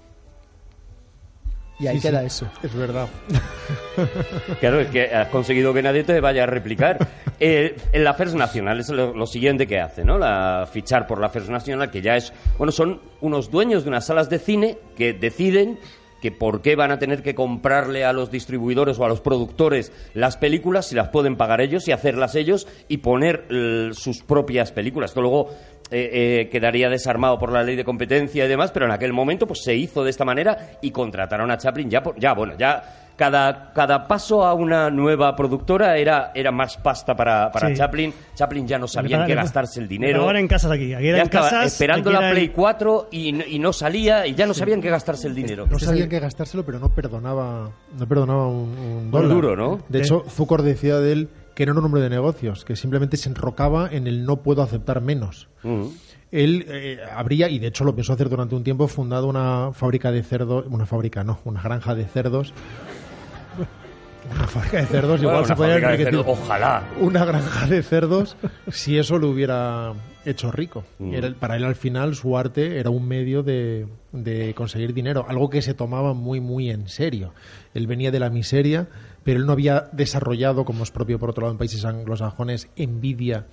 Y ahí sí, queda sí. eso. Es verdad. Claro, es que has conseguido que nadie te vaya a replicar. Eh, en la First National es lo, lo siguiente que hace, ¿no? La, fichar por la First National, que ya es... Bueno, son unos dueños de unas salas de cine que deciden que por qué van a tener que comprarle a los distribuidores o a los productores las películas si las pueden pagar ellos y hacerlas ellos y poner eh, sus propias películas. Esto luego eh, eh, quedaría desarmado por la ley de competencia y demás, pero en aquel momento pues se hizo de esta manera y contrataron a Chaplin. Ya, por, ya bueno, ya... Cada, cada paso a una nueva productora era, era más pasta para, para sí. Chaplin. Chaplin ya no sabía en qué gastarse el dinero. Ahora en casas aquí. aquí ya en estaba casas, esperando la era Play en... cuatro y, y no salía y ya no sí. sabían qué gastarse el dinero. No sabían qué gastárselo, pero no perdonaba, no perdonaba un, un dólar. Un duro, ¿no? De hecho, Zúcar decía de él que no era un hombre de negocios, que simplemente se enrocaba en el no puedo aceptar menos. Uh-huh. Él eh, habría, y de hecho lo pensó hacer durante un tiempo, fundado una fábrica de cerdos, una fábrica no, una granja de cerdos. Una fábrica de cerdos, bueno, igual se podría enriquecer. Ojalá. Una granja de cerdos, si eso lo hubiera hecho rico. Mm. Era, para él, al final, su arte era un medio de, de conseguir dinero, algo que se tomaba muy, muy en serio. Él venía de la miseria, pero él no había desarrollado, como es propio por otro lado en países anglosajones, envidia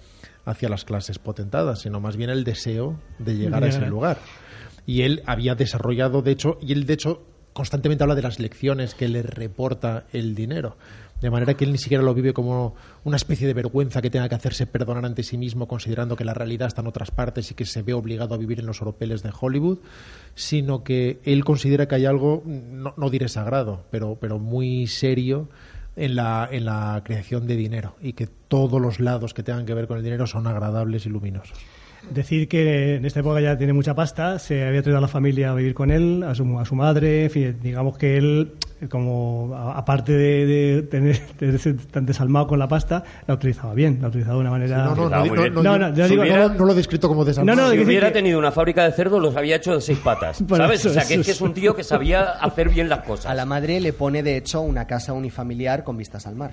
hacia las clases potentadas, sino más bien el deseo de llegar a ese lugar. Y él había desarrollado, de hecho, y él de hecho constantemente habla de las lecciones que le reporta el dinero. De manera que él ni siquiera lo vive como una especie de vergüenza que tenga que hacerse perdonar ante sí mismo, considerando que la realidad está en otras partes y que se ve obligado a vivir en los oropeles de Hollywood, sino que él considera que hay algo, no, no diré sagrado, pero, pero muy serio en la, en la creación de dinero, y que todos los lados que tengan que ver con el dinero son agradables y luminosos. Decir que en esta época ya tiene mucha pasta, se había traído a la familia a vivir con él, a su, a su madre, en fin, digamos que él, como a, aparte de, de tener de ser tan desalmado con la pasta, la utilizaba bien, la utilizaba de una manera... Sí, no, no, no, no, no, no, no, yo digo, hubiera, no, no lo he descrito como desalmado. No, no, si hubiera que... tenido una fábrica de cerdos, los había hecho de seis patas, ¿sabes? Eso, o sea, que eso, es que es un tío que sabía hacer bien las cosas. A la madre le pone, de hecho, una casa unifamiliar con vistas al mar.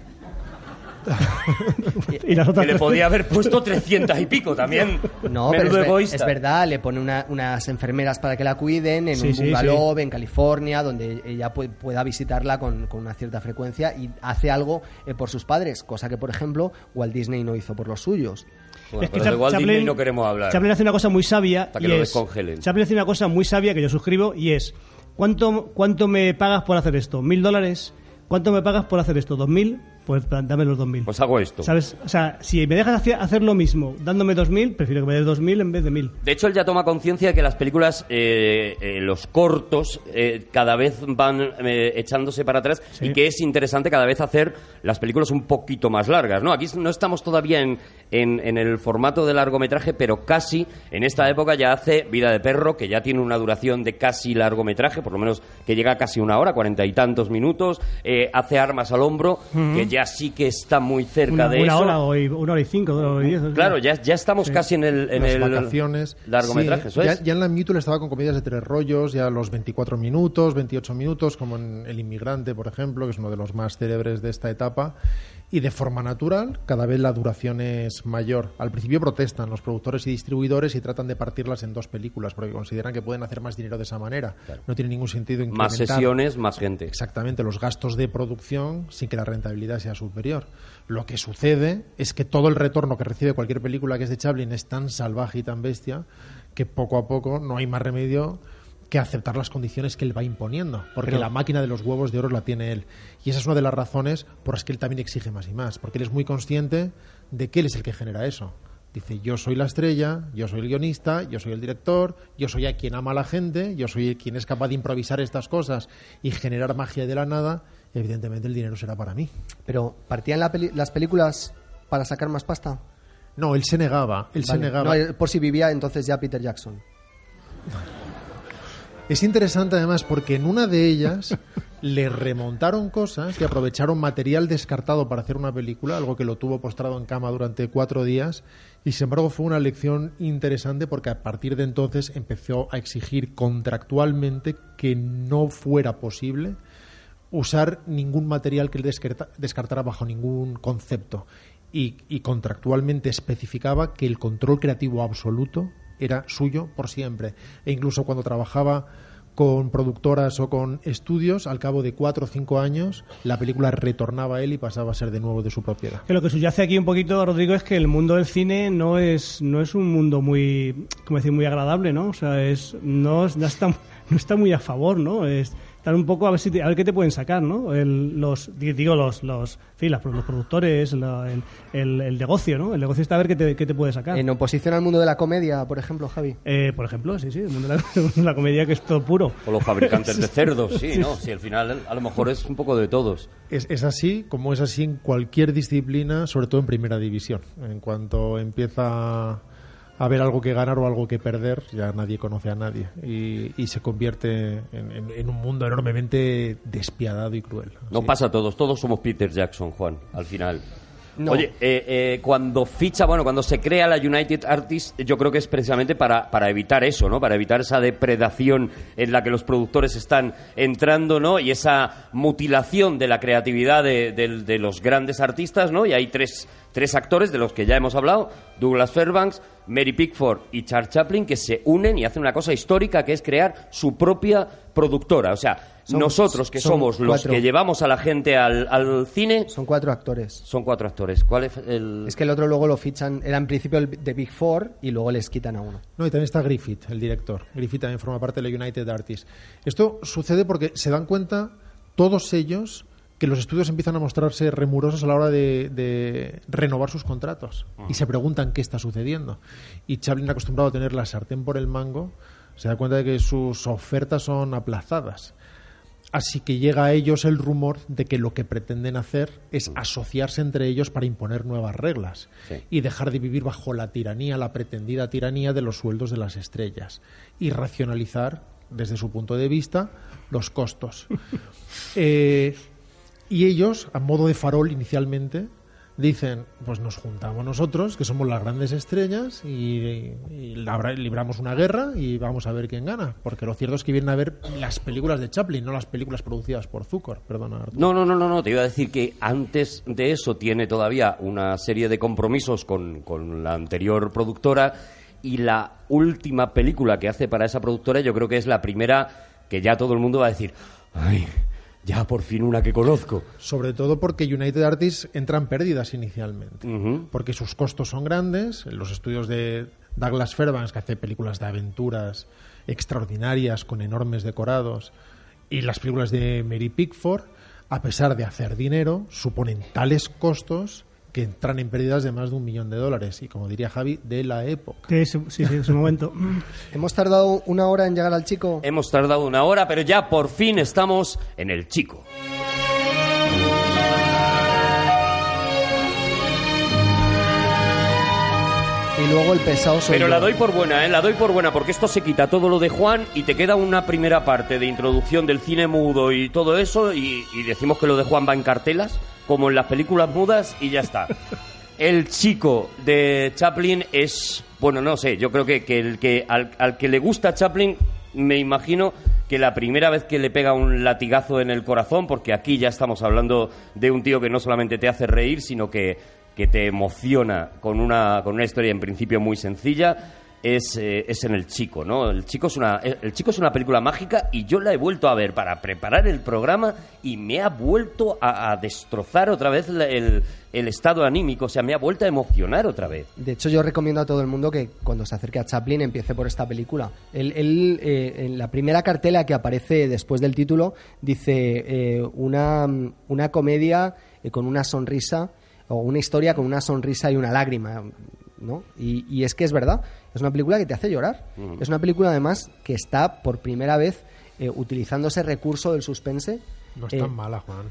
y las otras que le podía haber puesto trescientas y pico también. No, pero es, egoísta. es verdad, le pone una, unas enfermeras para que la cuiden en sí, un sí, bungalow sí. en California, donde ella pu- pueda visitarla con, con una cierta frecuencia, y hace algo eh, por sus padres, cosa que, por ejemplo, Walt Disney no hizo por los suyos. Bueno, es que pero de Walt Chaplin, Disney no queremos hablar. Chaplin hace una cosa muy sabia. Hasta que y lo es, descongelen. Chaplin hace una cosa muy sabia que yo suscribo, y es: ¿cuánto, ¿cuánto me pagas por hacer esto? ¿Mil dólares? ¿Cuánto me pagas por hacer esto? ¿Dos mil? Pues dame los dos mil. Pues hago esto. ¿Sabes? O sea, si me dejas hacer, hacer lo mismo dándome dos mil, prefiero que me des dos mil en vez de mil. De hecho, él ya toma conciencia de que las películas, eh, eh, los cortos, eh, cada vez van eh, echándose para atrás, Sí. y que es interesante cada vez hacer las películas un poquito más largas, ¿no? Aquí no estamos todavía en, en, en el formato de largometraje, pero casi en esta época ya hace Vida de perro, que ya tiene una duración de casi largometraje, por lo menos que llega a casi una hora, cuarenta y tantos minutos. Eh, hace Armas al hombro, uh-huh. que ya sí que está muy cerca una, de una eso. Hora o una hora y cinco, una hora y diez. Claro, ya, ya estamos sí. casi en el, en Las el vacaciones. largometraje. Sí, ¿eso ya, es? ya en la Mutual estaba con comedias de tres rollos, ya los veinticuatro minutos, veintiocho minutos, como en El Inmigrante, por ejemplo, que es uno de los más célebres de esta etapa. Y de forma natural, cada vez la duración es mayor. Al principio protestan los productores y distribuidores y tratan de partirlas en dos películas, porque consideran que pueden hacer más dinero de esa manera. Claro. No tiene ningún sentido incrementar... Más sesiones, más gente. Exactamente, los gastos de producción sin que la rentabilidad sea superior. Lo que sucede es que todo el retorno que recibe cualquier película que es de Chaplin es tan salvaje y tan bestia que poco a poco no hay más remedio que aceptar las condiciones que él va imponiendo, porque Pero... la máquina de los huevos de oro la tiene él. Y esa es una de las razones por las que él también exige más y más, porque él es muy consciente de que él es el que genera eso. Dice, yo soy la estrella, yo soy el guionista, yo soy el director, yo soy a quien ama a la gente, yo soy quien es capaz de improvisar estas cosas y generar magia de la nada, y evidentemente el dinero será para mí. Pero, ¿partían la peli- las películas para sacar más pasta? No, él se negaba, él vale. se negaba. No, por si vivía entonces ya Peter Jackson. Es interesante además porque en una de ellas le remontaron cosas y aprovecharon material descartado para hacer una película, algo que lo tuvo postrado en cama durante cuatro días, y sin embargo fue una lección interesante porque a partir de entonces empezó a exigir contractualmente que no fuera posible usar ningún material que él descarta, descartara bajo ningún concepto, y, y contractualmente especificaba que el control creativo absoluto era suyo por siempre, e incluso cuando trabajaba con productoras o con estudios, al cabo de cuatro o cinco años la película retornaba a él y pasaba a ser de nuevo de su propiedad. Que lo que subyace aquí un poquito, Rodrigo, es que el mundo del cine no es no es un mundo muy, ¿cómo decir?, muy agradable, ¿no? O sea, es no, no está no está muy a favor, ¿no? Es estar un poco a ver si te, a ver qué te pueden sacar, ¿no? El, los digo los los sí, las, los productores, la, el, el, el negocio, ¿no? El negocio está a ver qué te, qué te puede sacar. En oposición al mundo de la comedia, por ejemplo, Javi. Eh, por ejemplo, sí, sí, el mundo de la, la comedia, que es todo puro. O los fabricantes de cerdos, sí, ¿no? Si al final a lo mejor es un poco de todos. Es, es así, como es así en cualquier disciplina, sobre todo en primera división. En cuanto empieza a haber algo que ganar o algo que perder, ya nadie conoce a nadie y, y se convierte en, en, en un mundo enormemente despiadado y cruel. No ¿sí? pasa a todos, todos somos Peter Jackson, Juan, al final. No. Oye, eh, eh, cuando ficha, bueno, cuando se crea la United Artists, yo creo que es precisamente para, para evitar eso, ¿no? Para evitar esa depredación en la que los productores están entrando, ¿no? Y esa mutilación de la creatividad de, de, de los grandes artistas, ¿no? Y hay tres, tres actores de los que ya hemos hablado, Douglas Fairbanks, Mary Pickford y Charles Chaplin, que se unen y hacen una cosa histórica, que es crear su propia productora. O sea, Son- nosotros, que son somos los cuatro. que llevamos a la gente al, al cine, Son cuatro actores. son cuatro actores. ¿Cuál es el...? Es que el otro luego lo fichan, era en principio el de Big Four y luego les quitan a uno. No, y también está Griffith, el director. Griffith también forma parte de la United Artists. Esto sucede porque se dan cuenta todos ellos que los estudios empiezan a mostrarse remurosos a la hora de, de renovar sus contratos y se preguntan qué está sucediendo. Y Chaplin, acostumbrado a tener la sartén por el mango, se da cuenta de que sus ofertas son aplazadas. Así que llega a ellos el rumor de que lo que pretenden hacer es asociarse entre ellos para imponer nuevas reglas Sí. y dejar de vivir bajo la tiranía, la pretendida tiranía de los sueldos de las estrellas y racionalizar, desde su punto de vista, los costos. Eh, y ellos, a modo de farol inicialmente, dicen, pues nos juntamos nosotros, que somos las grandes estrellas, y, y labra- libramos una guerra y vamos a ver quién gana. Porque lo cierto es que vienen a ver las películas de Chaplin, no las películas producidas por Zúcar. Perdona, Arturo. No, no, no, no, no, te iba a decir que antes de eso tiene todavía una serie de compromisos con, con la anterior productora, y la última película que hace para esa productora yo creo que es la primera que ya todo el mundo va a decir, ay, ya por fin una que conozco. Sobre todo porque United Artists entran pérdidas inicialmente. Ujú. Porque sus costos son grandes. Los estudios de Douglas Fairbanks, que hace películas de aventuras extraordinarias con enormes decorados, y las películas de Mary Pickford, a pesar de hacer dinero, suponen tales costos que entran en pérdidas de más de un millón de dólares. Y como diría Javi, de la época. Que es- sí, sí, en su momento. Hemos tardado una hora en llegar al chico. Hemos tardado una hora, pero ya por fin estamos en el Chico. Y luego el pesado soy Pero yo. la doy por buena, ¿eh? La doy por buena, porque esto se quita todo lo de Juan y te queda una primera parte de introducción del cine mudo y todo eso, y, y decimos que lo de Juan va en cartelas, como en las películas mudas, y ya está. El Chico de Chaplin es, bueno, no sé, yo creo que, que el que al, al que le gusta Chaplin, me imagino que la primera vez que le pega un latigazo en el corazón, porque aquí ya estamos hablando de un tío que no solamente te hace reír, sino que que te emociona con una, con una historia en principio muy sencilla, es, eh, es en El Chico, ¿no? El Chico es una, El Chico es una película mágica, y yo la he vuelto a ver para preparar el programa y me ha vuelto a, a destrozar otra vez la- el, el estado anímico, o sea, me ha vuelto a emocionar otra vez. De hecho, yo recomiendo a todo el mundo que cuando se acerque a Chaplin empiece por esta película. Él, él, eh, en la primera cartela que aparece después del título dice eh, una, una comedia eh, con una sonrisa, o una historia con una sonrisa y una lágrima, ¿no? Y, y es que es verdad, es una película que te hace llorar. Es una película, además, que está por primera vez eh, utilizando ese recurso del suspense. No es eh, tan mala, Juan.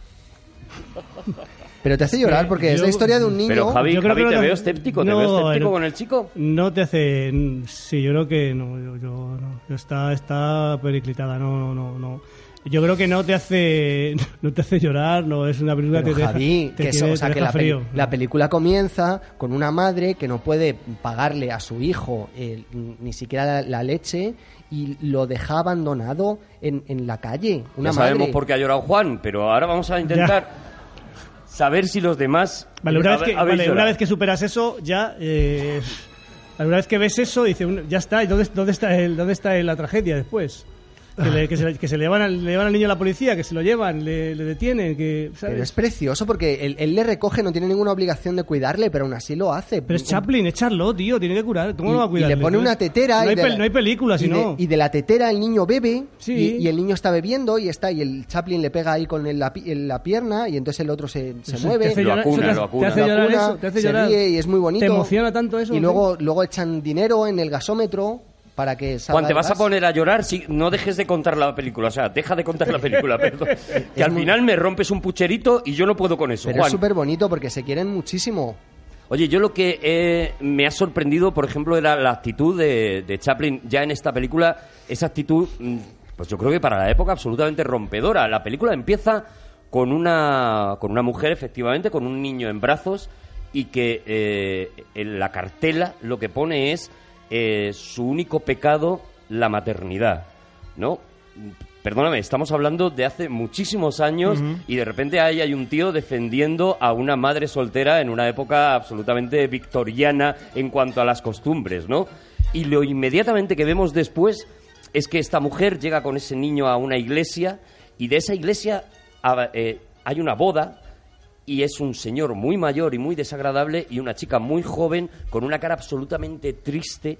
pero te hace llorar porque es yo- la historia de un niño. Pero Javi, Yo creo Javi, que te no- veo escéptico, te no, veo escéptico no. con El Chico. No te hace... Sí, yo creo que no. Yo, yo no. Yo está, está periclitada, no, no, no. Yo creo que no te hace no te hace llorar, no es una película Pero que te deja, Javi, te que eso, tiene- o sea, te que deja la, peli- frío. la película comienza con una madre que no puede pagarle a su hijo eh, ni siquiera la, la leche, y lo deja abandonado en, en la calle. Una Ya sabemos madre. por qué ha llorado Juan, pero ahora vamos a intentar saber si los demás... Vale, una, vez habe- que, habéis vale, llorado. una vez que superas eso, ya... Eh, una vez que ves eso, dice, un- ya está, ¿y dónde, dónde, está el, dónde está la tragedia después? Que, le, que, se, que se le llevan, al, le llevan al niño a la policía, que se lo llevan, le, le detienen, que... ¿sabes? Pero es precioso porque él, él le recoge, no tiene ninguna obligación de cuidarle, pero aún así lo hace. Pero es Chaplin, es Charlotte, tío, tiene que curar. ¿Cómo Y, no va a y cuidar? le pone una tetera. No y hay, de pel- la- no hay película, y si de- no. Y de la tetera el niño bebe, Sí. y, y el niño está bebiendo, y está y el Chaplin le pega ahí con el- la, pi- en la pierna, y entonces el otro se, se Eso mueve. te hace Lo llorar- acuna, eso te hace- lo acuna. Te hace Lo llorar acuna, eso, te hace se llorar. ríe y es muy bonito. ¿Te emociona tanto eso? Y ¿sí? luego, luego echan dinero en el gasómetro para que salga Juan, te el vas a gas. poner a llorar si no dejes de contar la película. O sea, deja de contar la película, perdón. Que al muy- final me rompes un pucherito y yo no puedo con eso, Pero Juan. es súper bonito porque se quieren muchísimo. Oye, yo lo que eh, me ha sorprendido, por ejemplo, era la actitud de, de Chaplin ya en esta película. Esa actitud, mm, pues yo creo que para la época absolutamente rompedora. La película empieza con una, con una mujer, efectivamente, con un niño en brazos, y que eh, en la cartela lo que pone es eh, su único pecado, la maternidad, ¿no? Perdóname, estamos hablando de hace muchísimos años, y de repente ahí hay un tío defendiendo a una madre soltera en una época absolutamente victoriana en cuanto a las costumbres, ¿no? Y lo inmediatamente que vemos después es que esta mujer llega con ese niño a una iglesia y de esa iglesia eh, hay una boda, y es un señor muy mayor y muy desagradable y una chica muy joven con una cara absolutamente triste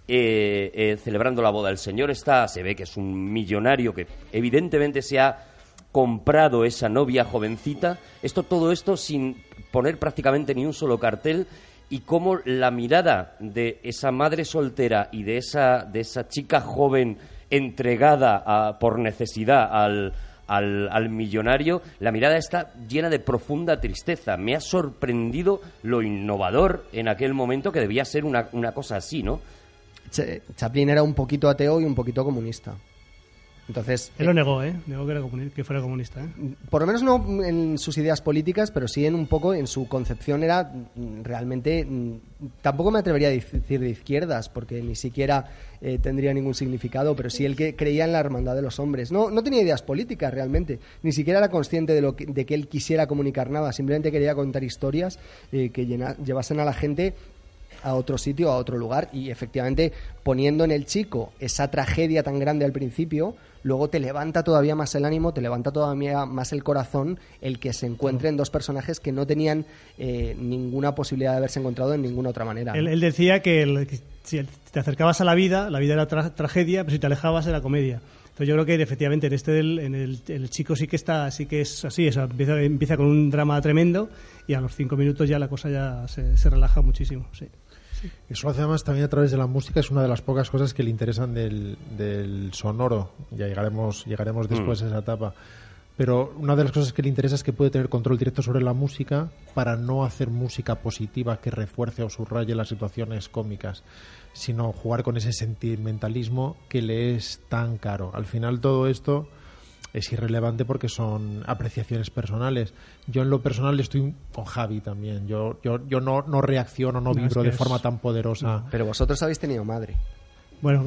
eh, eh, celebrando la boda. El señor está, se ve que es un millonario que evidentemente se ha comprado esa novia jovencita. Esto, todo esto sin poner prácticamente ni un solo cartel, y cómo la mirada de esa madre soltera y de esa, de esa chica joven entregada a, por necesidad al... Al, al millonario, la mirada está llena de profunda tristeza. Me ha sorprendido lo innovador en aquel momento, que debía ser una, una cosa así, ¿no? Ch- Chaplin era un poquito ateo y un poquito comunista. Entonces, Él lo negó, ¿eh? Negó que, era comuni- que fuera comunista, ¿eh? por lo menos no en sus ideas políticas, pero sí en un poco en su concepción era mm, realmente, mm, tampoco me atrevería a decir de izquierdas, porque ni siquiera eh, tendría ningún significado, pero sí el que creía en la hermandad de los hombres. No, no tenía ideas políticas realmente, ni siquiera era consciente de, lo que, de que él quisiera comunicar nada, simplemente quería contar historias eh, que llena, llevasen a la gente a otro sitio, a otro lugar, y efectivamente poniendo en el chico esa tragedia tan grande al principio, luego te levanta todavía más el ánimo, te levanta todavía más el corazón el que se encuentren dos personajes que no tenían eh, ninguna posibilidad de haberse encontrado en ninguna otra manera, ¿no? Él, él decía que, el, que si te acercabas a la vida, la vida era tra- tragedia, pero si te alejabas era comedia. Entonces yo creo que efectivamente en este del, en el, el chico sí que está, sí que es así, o sea, empieza, empieza con un drama tremendo y a los cinco minutos ya la cosa ya se, se relaja muchísimo, sí. Eso lo hace además también a través de la música, es una de las pocas cosas que le interesan del, del sonoro. Ya llegaremos, llegaremos después mm. a esa etapa. Pero una de las cosas que le interesa es que puede tener control directo sobre la música para no hacer música positiva que refuerce o subraye las situaciones cómicas, sino jugar con ese sentimentalismo que le es tan caro. Al final todo esto es irrelevante porque son apreciaciones personales. Yo en lo personal estoy con Javi también. Yo yo yo no, no reacciono, no, no vibro es que de es... forma tan poderosa. No. Pero vosotros habéis tenido madre. Bueno,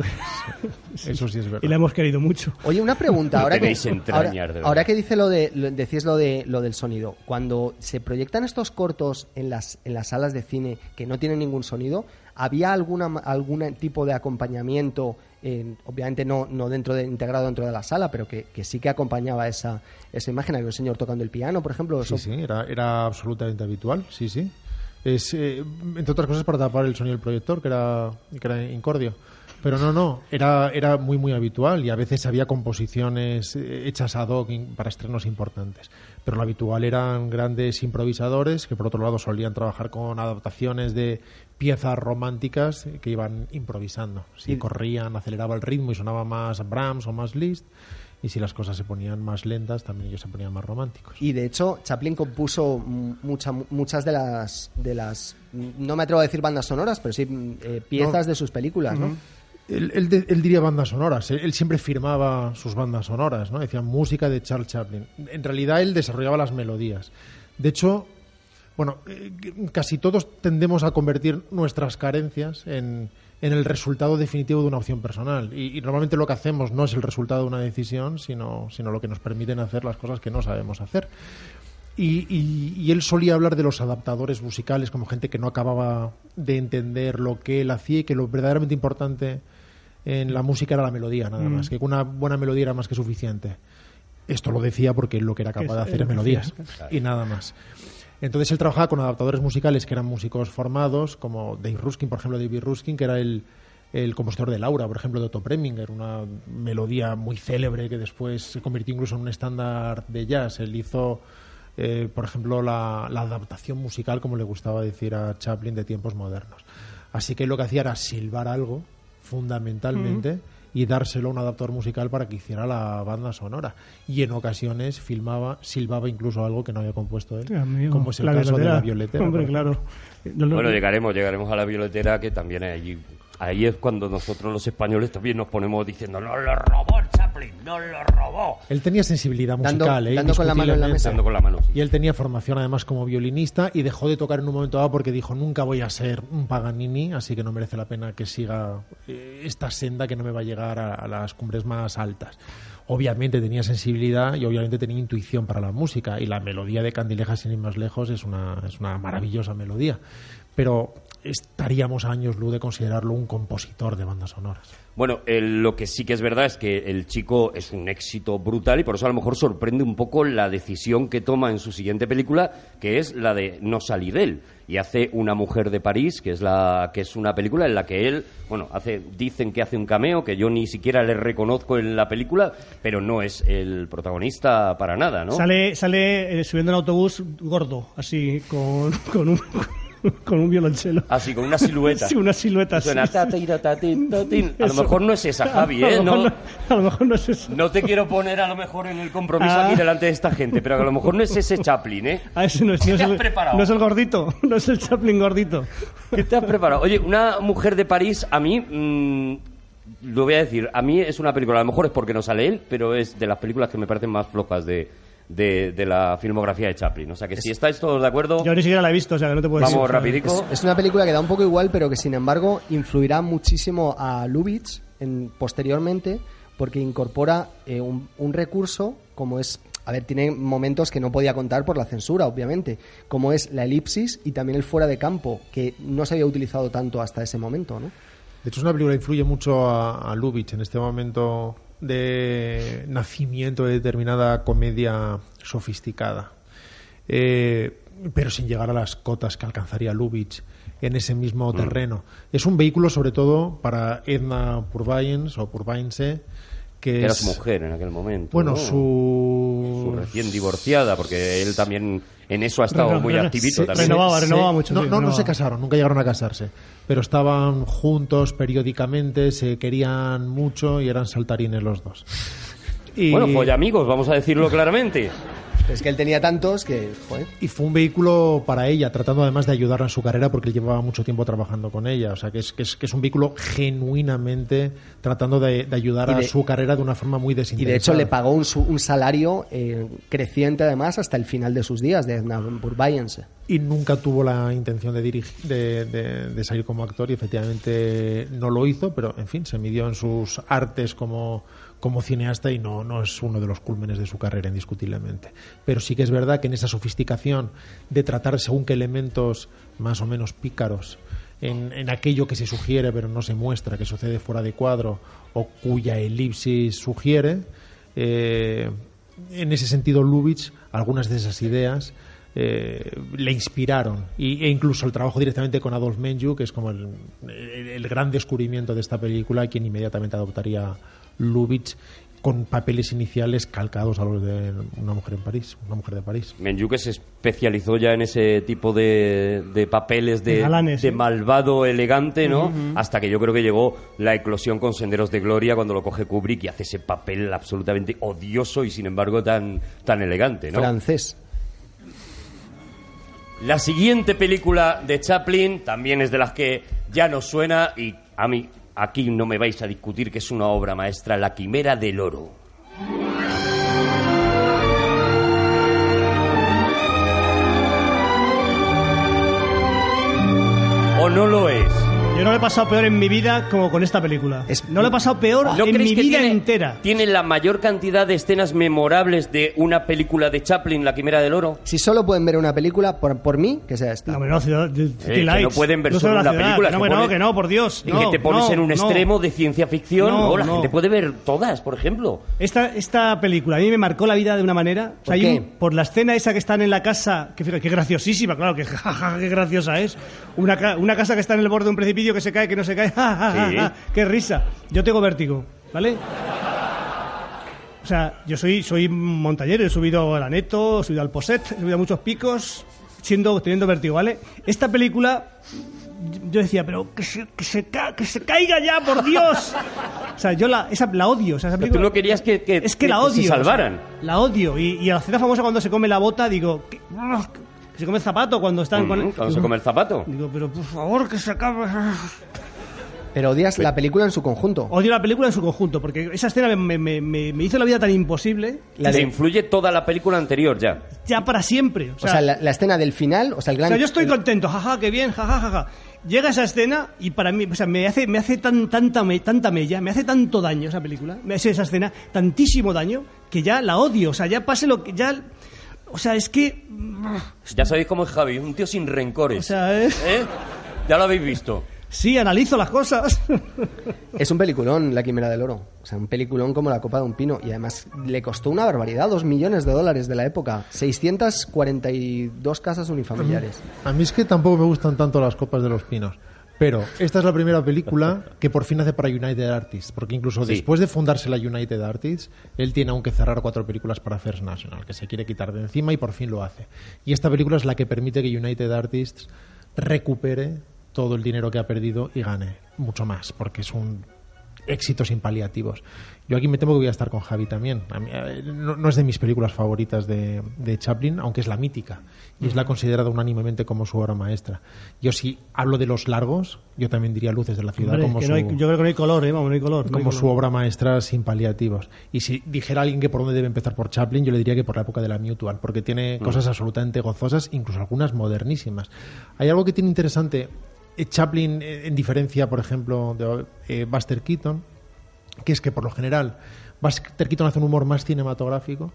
sí, eso sí es verdad. Y la hemos querido mucho. Oye, una pregunta. Ahora que, entrañar, ahora, ahora que dice lo de, lo, decís lo de lo del sonido, cuando se proyectan estos cortos en las en las salas de cine que no tienen ningún sonido, ¿había alguna algún tipo de acompañamiento? Eh, obviamente no, no dentro de, integrado dentro de la sala, pero que, que sí que acompañaba esa, esa imagen. Había un señor tocando el piano, por ejemplo. Sí, eso... sí, era, era absolutamente habitual, sí, sí. Es, eh, entre otras cosas para tapar el sonido del proyector, que era, que era incordio. Pero no, no, era, era muy, muy habitual y a veces había composiciones hechas ad hoc para estrenos importantes. Pero lo habitual eran grandes improvisadores que, por otro lado, solían trabajar con adaptaciones de piezas románticas que iban improvisando. Si y... corrían, aceleraba el ritmo y sonaba más Brahms o más Liszt. Y si las cosas se ponían más lentas, también ellos se ponían más románticos. Y de hecho, Chaplin compuso mucha, muchas de las, de las, no me atrevo a decir bandas sonoras, pero sí eh, piezas no. de sus películas, ¿no? Uh-huh. Él, él, él diría bandas sonoras, él, él siempre firmaba sus bandas sonoras, ¿no? Decía música de Charles Chaplin. En realidad él desarrollaba las melodías. De hecho, bueno, eh, casi todos tendemos a convertir nuestras carencias en, en el resultado definitivo de una opción personal. Y, y normalmente lo que hacemos no es el resultado de una decisión, sino, sino lo que nos permiten hacer las cosas que no sabemos hacer. Y, y, y él solía hablar de los adaptadores musicales como gente que no acababa de entender lo que él hacía y que lo verdaderamente importante en la música era la melodía, nada más, mm. que una buena melodía era más que suficiente. Esto lo decía porque él lo que era capaz de hacer es melodías y nada más. Entonces él trabajaba con adaptadores musicales que eran músicos formados, como Dave Ruskin, por ejemplo, David Ruskin, que era el, el compositor de Laura, por ejemplo, de Otto Preminger, una melodía muy célebre que después se convirtió incluso en un estándar de jazz. Él hizo... Eh, por ejemplo, la, la adaptación musical, como le gustaba decir a Chaplin, de tiempos modernos. Así que lo que hacía era silbar algo, fundamentalmente, uh-huh. y dárselo a un adaptador musical para que hiciera la banda sonora. Y en ocasiones filmaba, silbaba incluso algo que no había compuesto él, amigo, como es el caso violetera. de La Violetera. Hombre, claro. No, no, bueno, llegaremos, llegaremos a La Violetera, que también hay allí. Ahí es cuando nosotros los españoles también nos ponemos diciendo ¡no lo robó Chaplin! ¡no lo robó! Él tenía sensibilidad musical, dando, ¿eh? Dando con la mano en la mesa. Dando con la mano, sí. Y él tenía formación además como violinista y dejó de tocar en un momento dado porque dijo nunca voy a ser un Paganini, así que no merece la pena que siga eh, esta senda que no me va a llegar a, a las cumbres más altas. Obviamente tenía sensibilidad y obviamente tenía intuición para la música, y la melodía de Candilejas, sin ir más lejos, es una, es una maravillosa melodía. pero estaríamos a años luz de considerarlo un compositor de bandas sonoras. Bueno, el, lo que sí que es verdad es que el chico es un éxito brutal y por eso a lo mejor sorprende un poco la decisión que toma en su siguiente película, que es la de no salir de él. Y hace Una mujer de París, que es la que es una película en la que él, bueno, hace dicen que hace un cameo, que yo ni siquiera le reconozco en la película, pero no es el protagonista para nada, ¿no? Sale, sale eh, subiendo en autobús gordo, así, con, con un... con un violonchelo. Así, con una silueta. Sí, una silueta. Suena sí, tatin, tatin, tatin. A lo Eso. mejor no es esa, Javi, ¿eh? A lo, No, mejor no, a lo mejor no es eso. no te quiero poner a lo mejor en el compromiso Ah. aquí delante de esta gente, pero a lo mejor no es ese Chaplin, ¿eh? Ah, ese no es, no es te has el, preparado? no es el gordito, no es el Chaplin gordito. ¿Qué te has preparado? Oye, Una mujer de París, a mí... Mmm, lo voy a decir, a mí es una película, a lo mejor es porque no sale él, pero es de las películas que me parecen más flojas de... De, de la filmografía de Chaplin. O sea que si estáis todos de acuerdo, Yo ni siquiera la he visto, o sea que no te puedo vamos decir. rapidico. Es, es una película que da un poco igual, pero que sin embargo influirá muchísimo a Lubitsch en, posteriormente, porque incorpora eh, un, un recurso como es... A ver, tiene momentos que no podía contar por la censura, obviamente, como es la elipsis y también el fuera de campo, que no se había utilizado tanto hasta ese momento, ¿no? De hecho, es una película que influye mucho a, a Lubitsch en este momento de nacimiento de determinada comedia sofisticada. Eh, pero sin llegar a las cotas que alcanzaría Lubitsch en ese mismo Mm. terreno. Es un vehículo, sobre todo, para Edna Purviance, o Purviance, que Que era es... su mujer en aquel momento. Bueno, ¿no? su... Su recién divorciada, porque él también en eso ha estado Reno- muy reno- activito sí, también. renovaba, Se- renovaba mucho, No, sí, no, no renovaba. se casaron, nunca llegaron a casarse, pero estaban juntos periódicamente, se querían mucho y eran saltarines los dos. Y, Bueno, pues amigos, vamos a decirlo claramente. Es que él tenía tantos que, joder, y fue un vehículo para ella, tratando además de ayudarla en su carrera porque él llevaba mucho tiempo trabajando con ella. O sea, que es, que es, que es un vehículo genuinamente tratando de, de ayudar Y a de- su carrera de una forma muy y desinteresada. de hecho le pagó un, su- un salario eh, creciente además hasta el final de sus días de Edna Purviance. Y nunca tuvo la intención de, dirigir, de, de, de salir como actor y efectivamente no lo hizo, pero en fin, se midió en sus artes como, como cineasta y no, no es uno de los cúlmenes de su carrera indiscutiblemente. Pero sí que es verdad que en esa sofisticación de tratar según qué elementos más o menos pícaros en, en aquello que se sugiere pero no se muestra, que sucede fuera de cuadro o cuya elipsis sugiere, eh, en ese sentido Lubitsch, algunas de esas ideas Eh, le inspiraron y, e incluso el trabajo directamente con Adolf Menjou, que es como el, el, el gran descubrimiento de esta película, quien inmediatamente adoptaría Lubitsch con papeles iniciales calcados a los de Una mujer en París, Una mujer de París. Menjou, que se especializó ya en ese tipo de, de papeles de, De galanes, de ¿eh? malvado elegante, ¿no? Hasta que yo creo que llegó la eclosión con Senderos de Gloria, cuando lo coge Kubrick y hace ese papel absolutamente odioso y sin embargo tan, tan elegante, ¿no? Francés. La siguiente película de Chaplin también es de las que ya nos suena y a mí aquí no me vais a discutir que es una obra maestra, La Quimera del Oro. ¿O no lo es? Yo no lo he pasado peor en mi vida como con esta película. Es- No lo he pasado peor ¿No en creéis mi que vida tiene, entera. tiene la mayor cantidad de escenas memorables de una película de Chaplin, La Quimera del Oro? Si solo pueden ver una película, por, por mí, que sea esta. No, hombre, no, Ciudad- City Eh, que Lights. no pueden ver No solo la una ciudad, película, Que no, que que no, pones- que no, por Dios. Y no, que te pones no, en un no. extremo de ciencia ficción. No, o la no. gente puede ver todas, por ejemplo. Esta, esta película a mí me marcó la vida de una manera. O sea, ¿Por hay qué? un- por la escena esa que están en la casa, que fíjate, qué graciosísima, claro, que jaja, qué graciosa es. Una, ca- una casa que está en el borde de un precipicio que se cae, que no se cae, ja, ja, ja, Sí. ja, qué risa. Yo tengo vértigo, ¿vale? O sea, yo soy, soy montañero, he subido al Aneto, he subido al Poset, he subido a muchos picos, siendo, teniendo vértigo, ¿vale? Esta película, yo decía, pero que se, que se, ca- que se caiga ya, por Dios. O sea, yo la, esa, la odio. O sea, esa Pero tú película, no querías que, que- es que la que odio. se salvaran. o sea, la odio. Y, y a la escena famosa cuando se come la bota, digo, que, que se come el zapato cuando están con Mm, cuando se come el zapato. Digo, pero por favor, que se acabe. Pero odias la película en su conjunto. Odio la película en su conjunto, porque esa escena me, me, me, me hizo la vida tan imposible, La Te de- influye toda la película anterior ya. ya para siempre. O o sea, sea, la, la escena del final, o sea, el o gran... sea, yo estoy el- contento, jaja, qué bien, jaja, jaja. Llega esa escena y para mí, o sea, me hace, me hace tan, tanta, me- tanta mella, me hace tanto daño esa película, me hace esa escena, tantísimo daño, que ya la odio. O sea, ya pase lo que, ya O sea, es que... Ya sabéis cómo es Javi, un tío sin rencores. O sea, es... ¿Eh? Ya lo habéis visto. Sí, analizo las cosas. Es un peliculón, La Quimera del Oro. O sea, un peliculón como la copa de un pino. Y además le costó una barbaridad, dos millones de dólares de la época. seiscientas cuarenta y dos casas unifamiliares. A mí es que tampoco me gustan tanto las copas de los pinos. Pero esta es la primera película que por fin hace para United Artists. Porque incluso Sí. después de fundarse la United Artists, él tiene aún que cerrar cuatro películas para First National, que se quiere quitar de encima y por fin lo hace. Y esta película es la que permite que United Artists recupere todo el dinero que ha perdido y gane mucho más, porque es un éxito sin paliativos. Yo aquí me temo que voy a estar con Javi también. A mí, eh, no, no es de mis películas favoritas de, de Chaplin, aunque es la mítica y es la considerada unánimemente como su obra maestra. Yo si hablo de los largos, yo también diría Luces de la ciudad. Hombre, como que su, no hay- yo creo que no hay color, ¿eh? Vamos, no hay color. no hay como color. su obra maestra sin paliativos. Y si dijera alguien que por dónde debe empezar por Chaplin, yo le diría que por la época de la Mutual, porque tiene cosas absolutamente gozosas, incluso algunas modernísimas. Hay algo que tiene interesante eh, Chaplin, eh, en diferencia, por ejemplo, de eh, Buster Keaton, que es que por lo general Buster Keaton hace un humor más cinematográfico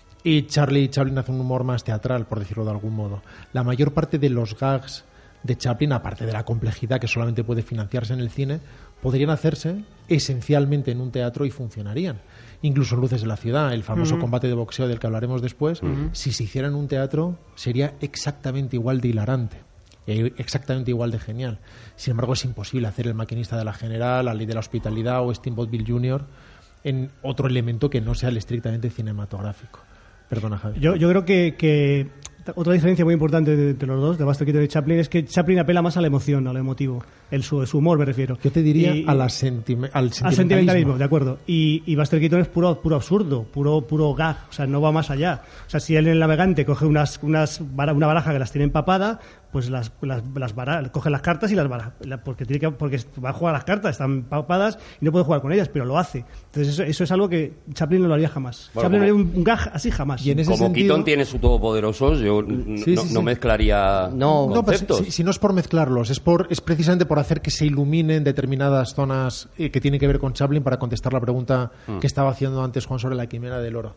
y Charlie Chaplin hace un humor más teatral, por decirlo de algún modo. La mayor parte de los gags de Chaplin, aparte de la complejidad que solamente puede financiarse en el cine, podrían hacerse esencialmente en un teatro y funcionarían. Incluso Luces de la ciudad, el famoso combate de boxeo del que hablaremos después, si se hiciera en un teatro sería exactamente igual de hilarante, eh, exactamente igual de genial. Sin embargo, es imposible hacer El maquinista de la General, La ley de la hospitalidad o Steamboat Bill junior en otro elemento que no sea el estrictamente cinematográfico. Perdona, Javi. Yo, yo creo que, que otra diferencia muy importante de, de los dos, de Buster Keaton y Chaplin, es que Chaplin apela más a la emoción, a lo emotivo, el su, su humor me refiero. Yo te diría Y- a la sentime- al Al sentimentalismo. sentimentalismo, de acuerdo. Y, y Buster Keaton es puro, puro absurdo, puro, puro gag, o sea, no va más allá. O sea, si él en el navegante coge unas, unas bara- una baraja que las tiene empapada, pues las, las, las bara- coge las cartas y las baraja, la- porque tiene que, porque va a jugar las cartas, están empapadas y no puede jugar con ellas, pero lo hace. Entonces eso, eso es algo que Chaplin no lo haría jamás. Bueno, Chaplin no haría como- un, un gag así jamás. Y en ese Como sentido- Keaton tiene su todopoderoso, yo n- Sí, no, sí, no sí. mezclaría No, No, pero si, conceptos. si- si no es por mezclarlos, es por es precisamente por hacer que se iluminen determinadas zonas eh, que tienen que ver con Chaplin para contestar la pregunta que estaba haciendo antes Juan sobre la Quimera del Oro.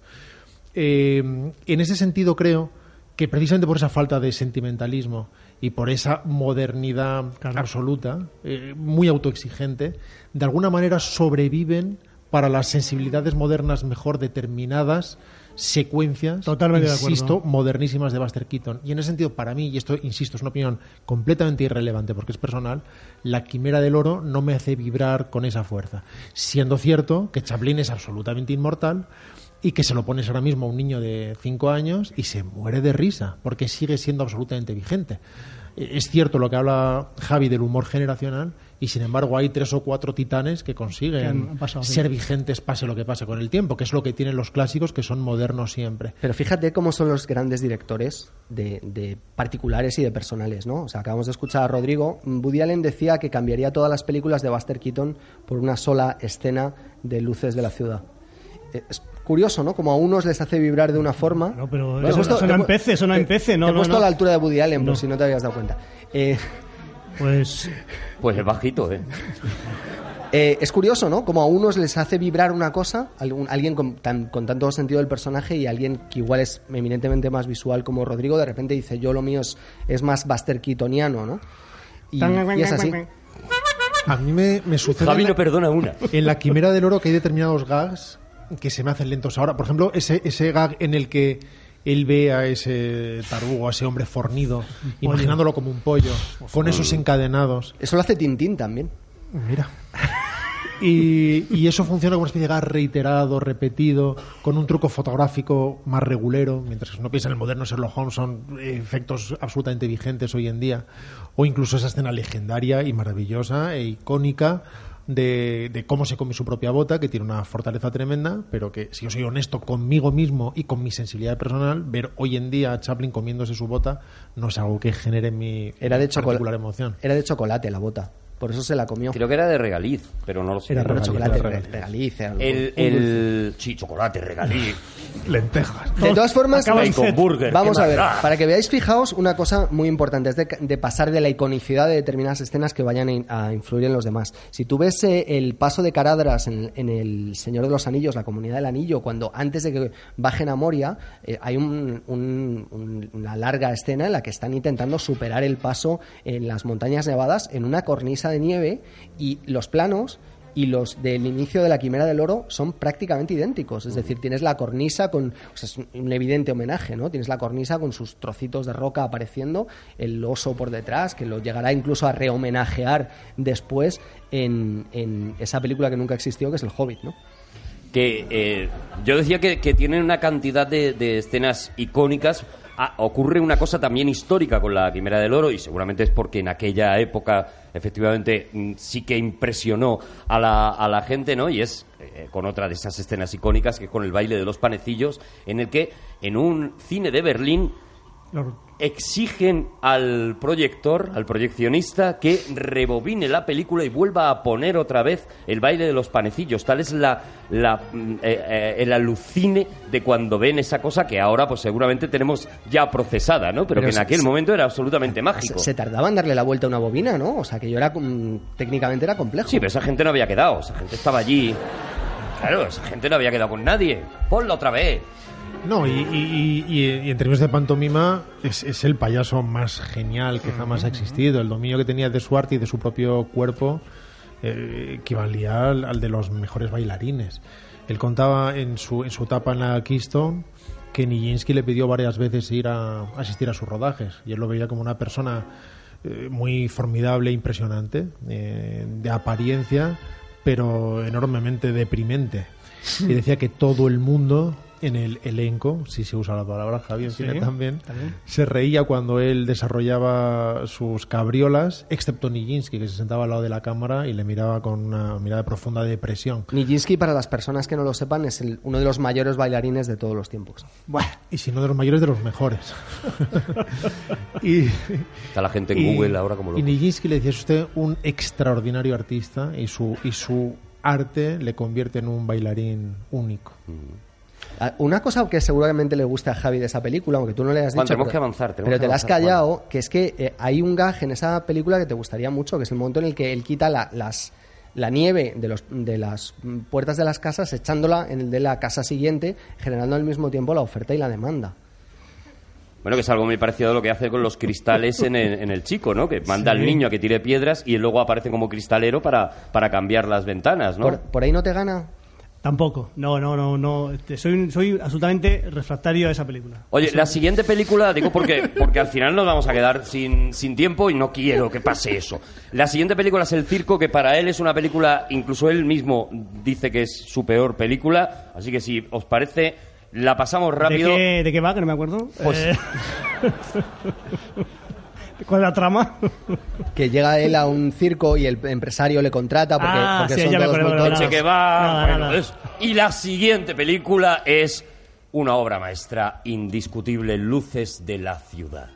Eh, en ese sentido creo que precisamente por esa falta de sentimentalismo y por esa modernidad Claro. absoluta, eh, muy autoexigente, de alguna manera sobreviven para las sensibilidades modernas mejor determinadas secuencias, Totalmente de acuerdo. insisto, modernísimas de Buster Keaton. Y en ese sentido, para mí, y esto, insisto, es una opinión completamente irrelevante porque es personal, La Quimera del Oro no me hace vibrar con esa fuerza. Siendo cierto que Chaplin es absolutamente inmortal y que se lo pones ahora mismo a un niño de cinco años y se muere de risa porque sigue siendo absolutamente vigente. Eh, Es cierto lo que habla Javi del humor generacional y sin embargo hay tres o cuatro titanes que Que consiguen han pasado, sí. ser vigentes pase lo que pase con el tiempo, que es lo que tienen los clásicos que son modernos siempre. Pero fíjate cómo son los grandes directores de, de particulares y de personales, ¿no? O sea, acabamos de escuchar a Rodrigo. Woody Allen decía que cambiaría todas las películas de Buster Keaton por una sola escena de Luces de la ciudad. Eh, Es curioso, ¿no? Como a unos les hace vibrar de una forma. No, pero Te he eso- puesto- eso no te he pu- empece, eso no te- empece, no, Te he no, puesto no. a la altura de Woody Allen, por No. si no te habías dado cuenta. Eh, Pues Pues es bajito, ¿eh? Eh, es curioso, ¿no? Como a unos les hace vibrar una cosa, algún- alguien con, tan, con tanto sentido del personaje y alguien que igual es eminentemente más visual como Rodrigo, de repente dice, yo lo mío es, es más Buster Keatoniano, ¿no? Y, y es así. A mí me, me sucede Javi en la- no perdona una. en La Quimera del Oro que hay determinados gags que se me hacen lentos ahora. Por ejemplo, ese, ese gag en el que él ve a ese tarugo, a ese hombre fornido, imaginándolo como un pollo, con esos encadenados. Eso lo hace Tintín también. Mira. Y, y eso funciona como una especie de gas reiterado, repetido, con un truco fotográfico más regulero, mientras que uno piensa en el moderno Sherlock Holmes, son efectos absolutamente vigentes hoy en día. O incluso esa escena legendaria y maravillosa e icónica de, de cómo se come su propia bota, que tiene una fortaleza tremenda, pero que, si yo soy honesto conmigo mismo y con mi sensibilidad personal, ver hoy en día a Chaplin comiéndose su bota no es algo que genere en mi Era de, particular chocolate emoción. era de chocolate la bota. Por eso se la comió. Creo que era de regaliz, pero no lo sé. Era Pero regaliz, chocolate, era regaliz. regaliz. era algo- El, el... Sí, chocolate, regaliz. Lentejas. De todas formas, Acaba Con burger. vamos ¿qué a ver, más da? para que veáis, fijaos, una cosa muy importante es de, de pasar de la iconicidad de determinadas escenas que vayan a, in- a influir en los demás. Si tú ves eh, el paso de Caradras en, en El Señor de los Anillos, la Comunidad del Anillo, cuando antes de que bajen a Moria, eh, hay un- un- un- una larga escena en la que están intentando superar el paso en las montañas nevadas en una cornisa de nieve, y los planos y los del inicio de la Quimera del Oro son prácticamente idénticos. Es decir, tienes la cornisa con... O sea, es un evidente homenaje, ¿no? Tienes la cornisa con sus trocitos de roca apareciendo, el oso por detrás, que lo llegará incluso a rehomenajear después en, en esa película que nunca existió, que es El Hobbit, ¿no? Que eh, yo decía que, que tienen una cantidad de, de escenas icónicas. Ah, ocurre una cosa también histórica con la Quimera del Oro, y seguramente es porque en aquella época efectivamente mm, sí que impresionó a la, a la gente, ¿no? Y es eh, con otra de esas escenas icónicas, que es con el baile de los panecillos, en el que en un cine de Berlín Lo- exigen al proyector, al proyeccionista, que rebobine la película y vuelva a poner otra vez el baile de los panecillos. Tal es la, la mm, eh, eh, el alucine de cuando ven esa cosa que ahora pues seguramente tenemos ya procesada, ¿no? Pero, Pero que en se- aquel se- momento era absolutamente mágico. Se, se tardaba en darle la vuelta a una bobina, ¿no? O sea, que yo era... mm, técnicamente era complejo. Sí, pero esa gente no había quedado, esa gente estaba allí. Claro, esa gente no había quedado con nadie. Ponlo otra vez. No, y, y- y- y- y en términos de pantomima es, es el payaso más genial que jamás ha existido. El dominio que tenía de su arte y de su propio cuerpo eh, equivalía al, al de los mejores bailarines. Él contaba en su, en su etapa en la Keystone que Nijinsky le pidió varias veces ir a, a asistir a sus rodajes, y él lo veía como una persona eh, muy formidable, impresionante, eh, de apariencia, pero enormemente deprimente. Y decía que todo el mundo en el elenco, si se usa la palabra, Javi, en Sí, cine también, también. se reía cuando él desarrollaba sus cabriolas, excepto Nijinsky, que se sentaba al lado de la cámara y le miraba con una mirada de profunda depresión. Nijinsky, para las personas que no lo sepan, es el- uno de los mayores bailarines de todos los tiempos. Y si no de los mayores, de los mejores. y, Está la gente en y- Google ahora como Y loco. Nijinsky le decía, es usted un extraordinario artista, y su, y su arte le convierte en un bailarín único. Ah, Una cosa que seguramente le gusta a Javi de esa película, aunque tú no le has Juan, dicho, tenemos pero, que avanzar, tenemos pero que te la has avanzar, callado, que es que eh, hay un gag en esa película que te gustaría mucho, que es el momento en el que él quita la, las, la nieve de, los, de las mm, puertas de las casas, echándola en el de la casa siguiente, generando al mismo tiempo la oferta y la demanda. Bueno, que es algo muy parecido a lo que hace con los cristales en el, en el Chico, ¿no? Que manda al niño a que tire piedras y él luego aparece como cristalero para, para cambiar las ventanas, ¿no? ¿Por, por ahí no te gana? Tampoco. No, no, no, no. Este, Soy, soy absolutamente refractario a esa película. Oye, la siguiente película, digo porque, porque al final nos vamos a quedar sin, sin tiempo y no quiero que pase eso. La siguiente película es El Circo, que para él es una película, incluso él mismo dice que es su peor película, así que si os parece, la pasamos rápido. ¿De qué, de qué va? Que no me acuerdo. Pues- Eh, ¿Cuál es la trama? Que llega él a un circo y el empresario le contrata porque, Ah, porque sí, son ya me todos acuerdo, muy me tochos. Che que va, Nada, bueno, nada. es- Y la siguiente película es una obra maestra indiscutible, Luces de la ciudad.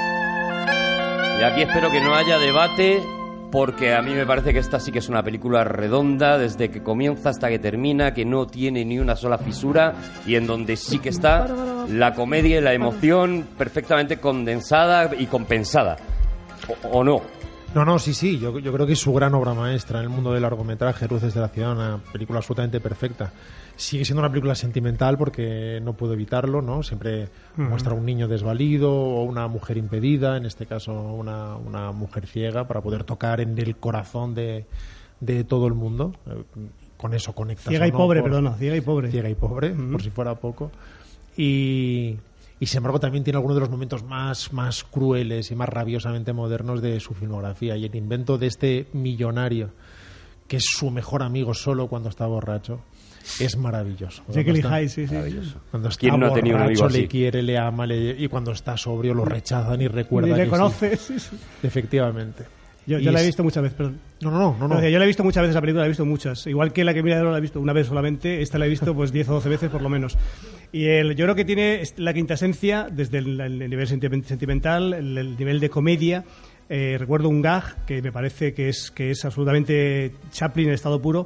Y aquí espero que no haya debate, porque a mí me parece que esta sí que es una película redonda, desde que comienza hasta que termina, que no tiene ni una sola fisura, y en donde sí que está la comedia y la emoción perfectamente condensada y compensada. ¿O, o no? No, no, sí, sí, yo, yo creo que es su gran obra maestra en el mundo del largometraje, Luces de la ciudad, una película absolutamente perfecta. Sigue siendo una película sentimental porque no puedo evitarlo, ¿no? Siempre muestra a un niño desvalido o una mujer impedida, en este caso una, una mujer ciega, para poder tocar en el corazón de, de todo el mundo. Eh, Con eso conectas. Ciega o y no, pobre, por- perdona. Ciega y pobre. Ciega y pobre, por si fuera poco. Y, y sin embargo también tiene algunos de los momentos más, más crueles y más rabiosamente modernos de su filmografía. Y el invento de este millonario, que es su mejor amigo solo cuando está borracho, es maravilloso. Cuando Jekyll y está- Hyde, sí, sí. Cuando está ¿Quién no ha tenido un borracho, amigo así? le quiere, le ama, le- y cuando está sobrio lo rechaza ni recuerda. Ni que le sí. conoce. Sí, sí. Efectivamente. Yo, Y yo la he es- visto muchas veces, perdón. No, no, no. no, No, no. yo la he visto muchas veces, esa película la he visto muchas. Igual que la que mira de oro la he visto una vez solamente, esta la he visto pues diez o doce veces por lo menos. Y el, yo creo que tiene la quinta esencia, desde el, el nivel sentiment- sentimental, el, el nivel de comedia, eh, recuerdo un gag que me parece que es, que es absolutamente Chaplin en estado puro.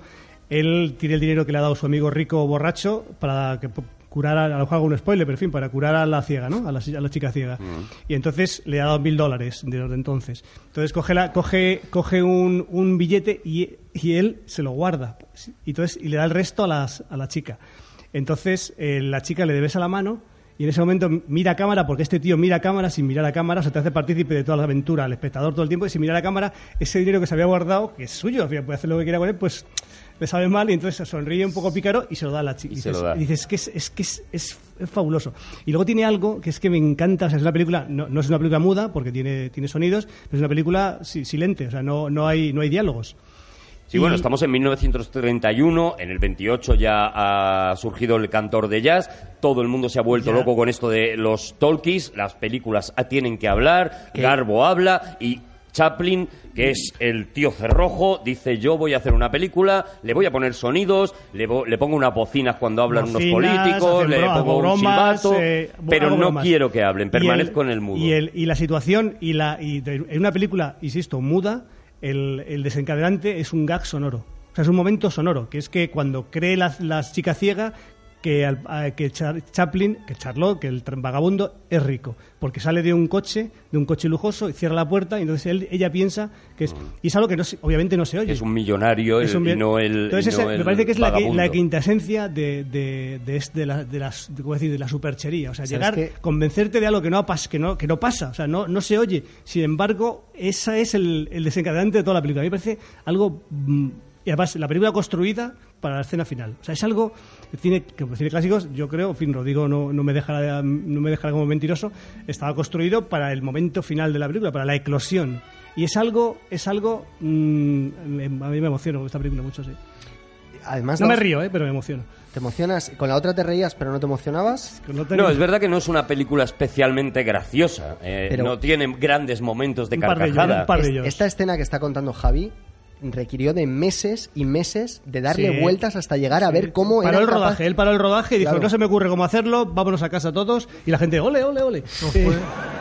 Él tiene el dinero que le ha dado su amigo rico borracho para que curar, a, a lo mejor hago un spoiler, pero en fin, para curar a la ciega, ¿no? A la, a la chica ciega. Mm. Y entonces le ha dado mil dólares de entonces. Entonces coge, la, coge, coge un, un billete y, y él se lo guarda. Y, entonces, y le da el resto a, las, a la chica. Entonces eh, la chica le besa la mano y en ese momento mira a cámara, porque este tío mira a cámara sin mirar a cámara, o sea, te hace partícipe de toda la aventura al espectador todo el tiempo, y sin mirar a cámara, ese dinero que se había guardado, que es suyo, puede hacer lo que quiera con él, pues le sabe mal y entonces sonríe un poco pícaro y se lo da a la chica. Y, y, dices, y dices, que es, es que es, es, es fabuloso. Y luego tiene algo que es que me encanta, o sea, es una película, no, no es una película muda porque tiene, tiene sonidos, pero es una película si, silente, o sea, no, no, hay, no hay diálogos. Sí, y... bueno, estamos en mil novecientos treinta y uno, en el veintiocho ya ha surgido el cantor de jazz, todo el mundo se ha vuelto ya. loco con esto de los talkies, las películas tienen que hablar, ¿Qué? Garbo habla y Chaplin, que es el tío cerrojo, dice yo voy a hacer una película, le voy a poner sonidos, le, vo- le pongo unas bocinas cuando hablan Bocinas, unos políticos, le bro- pongo bromas, un silbato, eh, pero no bromas. quiero que hablen, permanezco el, en el mudo. Y, el, y la situación, y, la, y de, en una película, insisto, muda, el, el desencadenante es un gag sonoro. O sea, es un momento sonoro, que es que cuando cree la, la chica ciega que, al, a, que Char, Chaplin, que Charlot, que el vagabundo es rico, porque sale de un coche, de un coche lujoso, y cierra la puerta, y entonces él, ella piensa que es... Y es algo que no, obviamente no se oye. Es un millonario es un, el, y no el Entonces y no ese, el me parece que es la, la quintaesencia de, de, de, de, la, de, las, de, ¿cómo decir? de la superchería. O sea, llegar, que... convencerte de algo que no, que no, que no pasa, o sea, no, no se oye. Sin embargo, esa es el, el desencadenante de toda la película. A mí me parece algo... Mmm, y además, la película construida para la escena final. O sea, es algo que cine, que cine clásicos, yo creo, en fin, Rodrigo no, no me dejará no me dejará como mentiroso, estaba construido para el momento final de la película, para la eclosión. Y es algo, es algo, mmm, a mí me emociona esta película mucho, sí. Además, no me río, ¿eh? Pero me emociono. ¿Te emocionas? Con la otra te reías, pero no te emocionabas. No, te... no, es verdad que no es una película especialmente graciosa. Eh, pero no tiene grandes momentos de carcajada. Es, esta escena que está contando Javi requirió de meses y meses de darle sí, vueltas hasta llegar sí. a ver cómo paró era el rodaje, capaz... él paró el rodaje y dijo, claro. no se me ocurre cómo hacerlo, vámonos a casa todos, y la gente, ole, ole, ole. No, fue,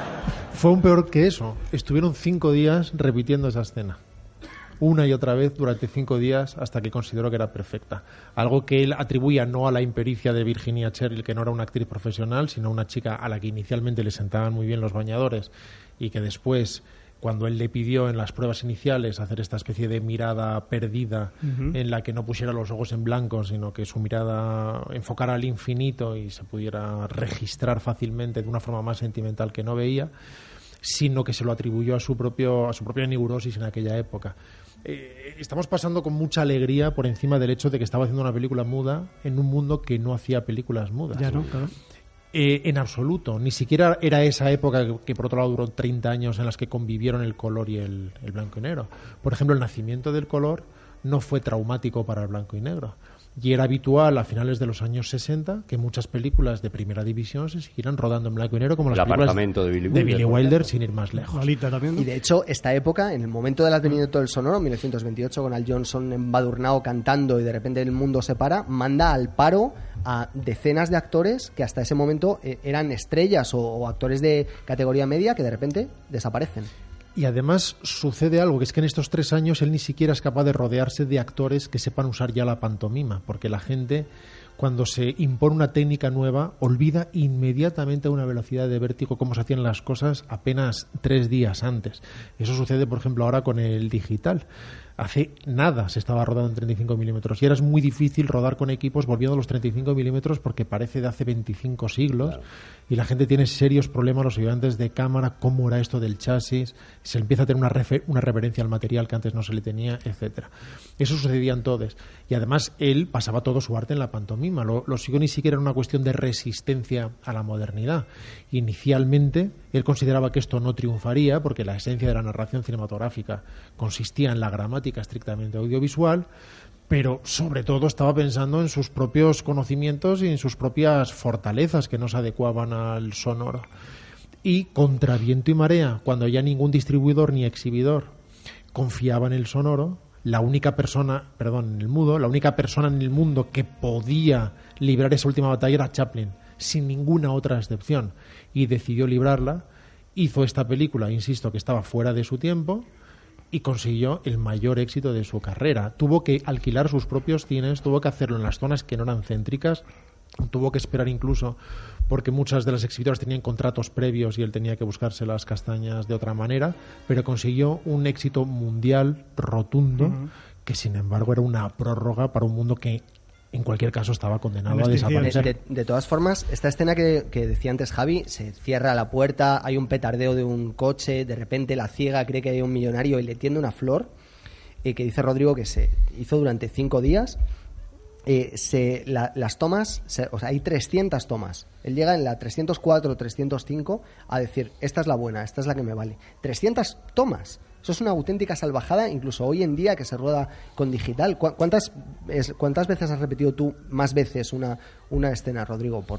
fue un peor que eso. Estuvieron cinco días repitiendo esa escena, una y otra vez durante cinco días hasta que consideró que era perfecta. Algo que él atribuía no a la impericia de Virginia Cheryl, que no era una actriz profesional, sino una chica a la que inicialmente le sentaban muy bien los bañadores y que después, cuando él le pidió en las pruebas iniciales hacer esta especie de mirada perdida uh-huh. en la que no pusiera los ojos en blanco, sino que su mirada enfocara al infinito y se pudiera registrar fácilmente de una forma más sentimental que no veía, sino que se lo atribuyó a su propio a su propia neurosis en aquella época. Eh, estamos pasando con mucha alegría por encima del hecho de que estaba haciendo una película muda en un mundo que no hacía películas mudas. Ya no, claro. Eh, en absoluto, ni siquiera era esa época que, que por otro lado duró treinta años en las que convivieron el color y el, el blanco y negro. Por ejemplo, el nacimiento del color no fue traumático para el blanco y negro. Y era habitual a finales de los años sesenta que muchas películas de primera división se siguieran rodando en blanco y negro, como las el películas de Billy, de Billy Wilder, sin ir más lejos. Lolita también, ¿no? Y de hecho, esta época, en el momento del advenimiento del sonoro, mil novecientos veintiocho, con Al Johnson embadurnado cantando y de repente el mundo se para, manda al paro a decenas de actores que hasta ese momento eh, eran estrellas o, o actores de categoría media que de repente desaparecen. Y además sucede algo, que es que en estos tres años él ni siquiera es capaz de rodearse de actores que sepan usar ya la pantomima, porque la gente, cuando se impone una técnica nueva, olvida inmediatamente a una velocidad de vértigo cómo se hacían las cosas apenas tres días antes. Eso sucede, por ejemplo, ahora con el digital. Hace nada se estaba rodando en treinta y cinco milímetros y ahora es muy difícil rodar con equipos volviendo a los treinta y cinco milímetros porque parece de hace veinticinco siglos, claro. Y la gente tiene serios problemas, los ayudantes de cámara, cómo era esto del chasis, se empieza a tener una, refer- una reverencia al material que antes no se le tenía, etcétera. Eso sucedía en todos. Y además él pasaba todo su arte en la pantomima. Lo, lo siguió ni siquiera era una cuestión de resistencia a la modernidad. Inicialmente él consideraba que esto no triunfaría porque la esencia de la narración cinematográfica consistía en la gramática estrictamente audiovisual, pero sobre todo estaba pensando en sus propios conocimientos y en sus propias fortalezas que no se adecuaban al sonoro. Y contra viento y marea, cuando ya ningún distribuidor ni exhibidor confiaba en el sonoro, la única persona, perdón, en el mudo, la única persona en el mundo que podía librar esa última batalla era Chaplin, sin ninguna otra excepción, y decidió librarla. hizo esta película, insisto, que estaba fuera de su tiempo y consiguió el mayor éxito de su carrera. Tuvo que alquilar sus propios cines, tuvo que hacerlo en las zonas que no eran céntricas, tuvo que esperar incluso porque muchas de las exhibidoras tenían contratos previos y él tenía que buscarse las castañas de otra manera, pero consiguió un éxito mundial rotundo, uh-huh. que sin embargo era una prórroga para un mundo que en cualquier caso estaba condenado a desaparecer. De, de, de todas formas, esta escena que, que decía antes Javi, se cierra la puerta, hay un petardeo de un coche, de repente la ciega cree que hay un millonario y le tiende una flor, eh, que dice Rodrigo que se hizo durante cinco días. Eh, se, la, las tomas, se, o sea, hay trescientas tomas. Él llega en la trescientos cuatro o trescientos cinco a decir, esta es la buena, esta es la que me vale. trescientas tomas. Eso es una auténtica salvajada, incluso hoy en día que se rueda con digital. ¿Cu- ¿Cuántas, es, ¿Cuántas veces has repetido tú más veces una, una escena, Rodrigo? Por...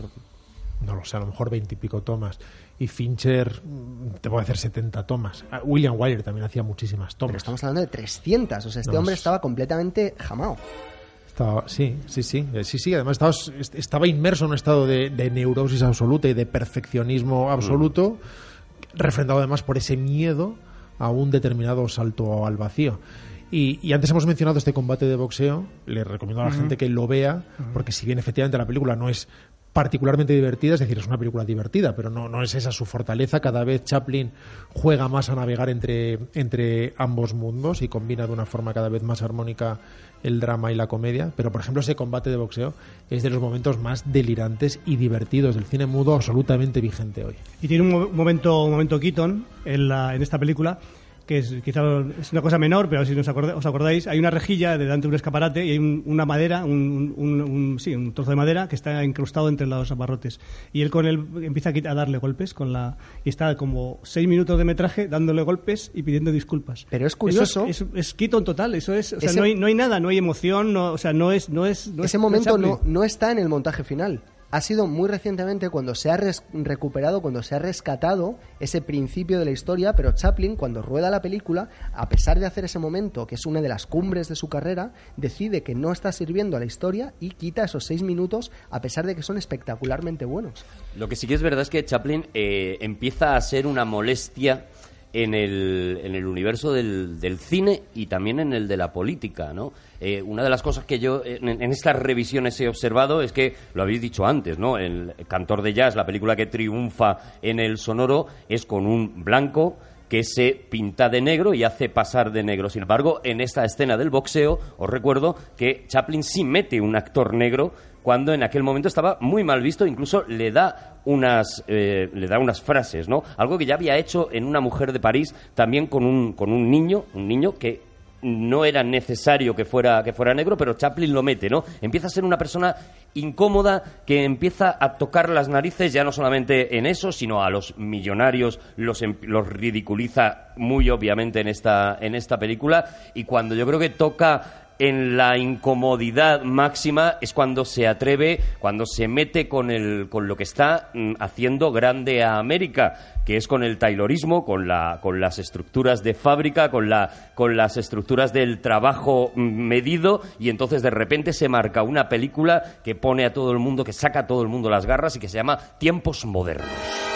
No lo sé, a lo mejor veintipico tomas. Y Fincher te puede hacer setenta tomas. William Wyler también hacía muchísimas tomas. Pero estamos hablando de trescientas. O sea, este no, hombre es... estaba completamente jamao. Estaba, sí, sí, sí, sí, sí. Además estaba, estaba inmerso en un estado de, de neurosis absoluta y de perfeccionismo absoluto, mm. refrendado además por ese miedo a un determinado salto al vacío. Y, y antes hemos mencionado este combate de boxeo. Le recomiendo a la uh-huh. gente que lo vea, uh-huh. porque si bien efectivamente la película no es particularmente divertida, es decir, es una película divertida, pero no, no es esa su fortaleza. Cada vez Chaplin juega más a navegar entre, entre ambos mundos y combina de una forma cada vez más armónica el drama y la comedia. Pero, por ejemplo, ese combate de boxeo es de los momentos más delirantes y divertidos del cine mudo, absolutamente vigente hoy. Y tiene un, mo- momento, un momento Keaton en, la, en esta película, que es quizá es una cosa menor, pero si os acordáis, os acordáis, hay una rejilla delante de un escaparate y hay un, una madera, un, un, un, sí, un trozo de madera que está incrustado entre los abarrotes. Y él con él empieza a darle golpes con la y está como seis minutos de metraje dándole golpes y pidiendo disculpas. Pero es curioso. Eso es, es, es Keaton total, eso es, o sea, ese, no hay no hay nada, no hay emoción, no, o sea, no es no es no ese es, momento no, no, no está en el montaje final. Ha sido muy recientemente cuando se ha res- recuperado, cuando se ha rescatado ese principio de la historia, pero Chaplin, cuando rueda la película, a pesar de hacer ese momento, que es una de las cumbres de su carrera, decide que no está sirviendo a la historia y quita esos seis minutos, a pesar de que son espectacularmente buenos. Lo que sí que es verdad es que Chaplin eh, empieza a ser una molestia en el, en el universo del, del cine y también en el de la política, ¿no? Eh, una de las cosas que yo en, en estas revisiones he observado es que, lo habéis dicho antes, ¿no? El Cantor de Jazz, la película que triunfa en el sonoro, es con un blanco que se pinta de negro y hace pasar de negro. Sin embargo, en esta escena del boxeo, os recuerdo que Chaplin sí mete un actor negro cuando en aquel momento estaba muy mal visto, incluso le da unas eh, le da unas frases, ¿no? Algo que ya había hecho en Una mujer de París, también con un con un niño, un niño que no era necesario que fuera que fuera negro, pero Chaplin lo mete, ¿no? Empieza a ser una persona incómoda que empieza a tocar las narices ya no solamente en eso, sino a los millonarios los los ridiculiza muy obviamente en esta en esta película, y cuando yo creo que toca en la incomodidad máxima es cuando se atreve, cuando se mete con el con lo que está mm, haciendo grande a América, que es con el taylorismo, con la con las estructuras de fábrica, con la con las estructuras del trabajo medido, y entonces de repente se marca una película que pone a todo el mundo, que saca a todo el mundo las garras y que se llama Tiempos Modernos.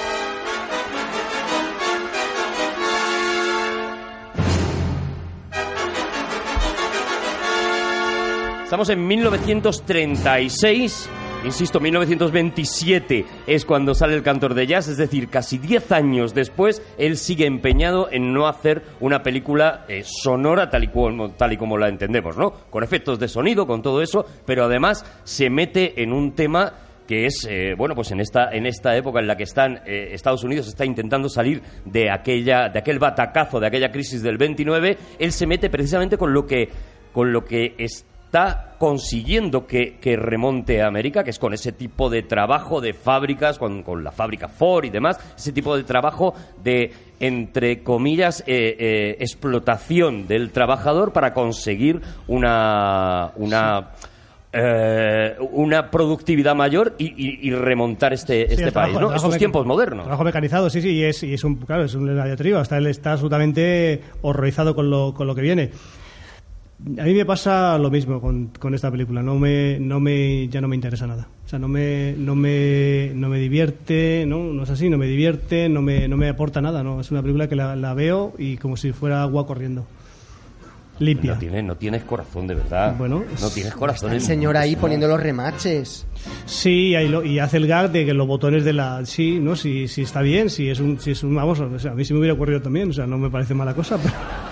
Estamos en mil novecientos treinta y seis, insisto, mil novecientos veintisiete es cuando sale El Cantor de Jazz, es decir, casi diez años después, él sigue empeñado en no hacer una película eh, sonora tal y, como, tal y como la entendemos, ¿no? Con efectos de sonido, con todo eso, pero además se mete en un tema que es, eh, bueno, pues en esta en esta época en la que están eh, Estados Unidos está intentando salir de aquella de aquel batacazo, de aquella crisis del veintinueve, él se mete precisamente con lo que con lo que es está consiguiendo que, que remonte a América, que es con ese tipo de trabajo de fábricas, con, con la fábrica Ford y demás, ese tipo de trabajo de, entre comillas, eh, eh, explotación del trabajador para conseguir una una sí. eh, una productividad mayor y, y, y remontar este, sí, este país, trabajo, ¿no? Estos tiempos modernos. Trabajo mecanizado, sí, sí, y es, y es un, claro, es una diatriba, hasta él está absolutamente horrorizado con lo, con lo que viene. A mí me pasa lo mismo con, con esta película. No me, no me, ya no me interesa nada. O sea, no me, no me, no me divierte, no, no es así, no me divierte, no me, no me aporta nada, no. Es una película que la, la veo y como si fuera agua corriendo. Limpia. No tienes, no tienes corazón, de verdad. Bueno, no tienes corazón. El señor ahí poniendo los remaches. Sí, ahí lo, y hace el gag de que los botones de la... Sí, ¿no? Si, si está bien, si es un... Si es un vamos, o sea, a mí sí me hubiera ocurrido también, o sea, no me parece mala cosa, pero...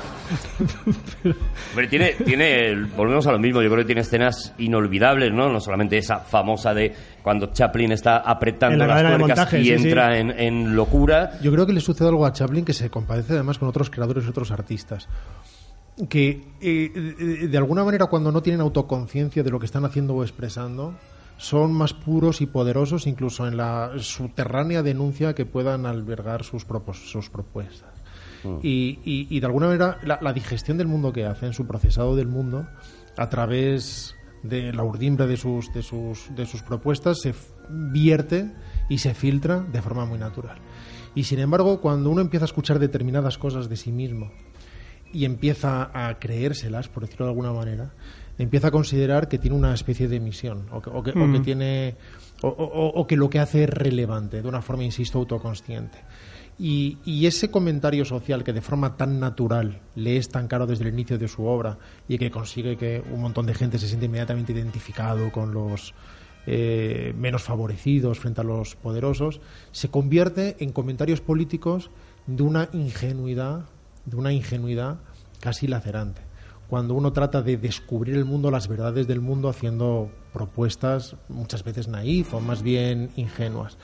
pero... Hombre, tiene, tiene... Volvemos a lo mismo, yo creo que tiene escenas inolvidables, ¿no? No solamente esa famosa de cuando Chaplin está apretando las tuercas montaje, y sí, entra sí. En, en locura. Yo creo que le sucede algo a Chaplin que se compadece además con otros creadores y otros artistas. Que eh, de alguna manera cuando no tienen autoconciencia de lo que están haciendo o expresando son más puros y poderosos incluso en la subterránea denuncia que puedan albergar sus, propos, sus propuestas mm. y, y, y de alguna manera la, la digestión del mundo que hacen, su procesado del mundo a través de la urdimbre de sus, de sus, de sus propuestas se vierte y se filtra de forma muy natural. Y sin embargo cuando uno empieza a escuchar determinadas cosas de sí mismo y empieza a creérselas, por decirlo de alguna manera, empieza a considerar que tiene una especie de misión o que, o que, mm. o que tiene o, o, o que lo que hace es relevante de una forma, insisto, autoconsciente. Y, y ese comentario social que de forma tan natural le es tan caro desde el inicio de su obra y que consigue que un montón de gente se siente inmediatamente identificado con los eh, menos favorecidos frente a los poderosos, se convierte en comentarios políticos de una ingenuidad de una ingenuidad casi lacerante. Cuando uno trata de descubrir el mundo, las verdades del mundo, haciendo propuestas muchas veces naif o más bien ingenuas.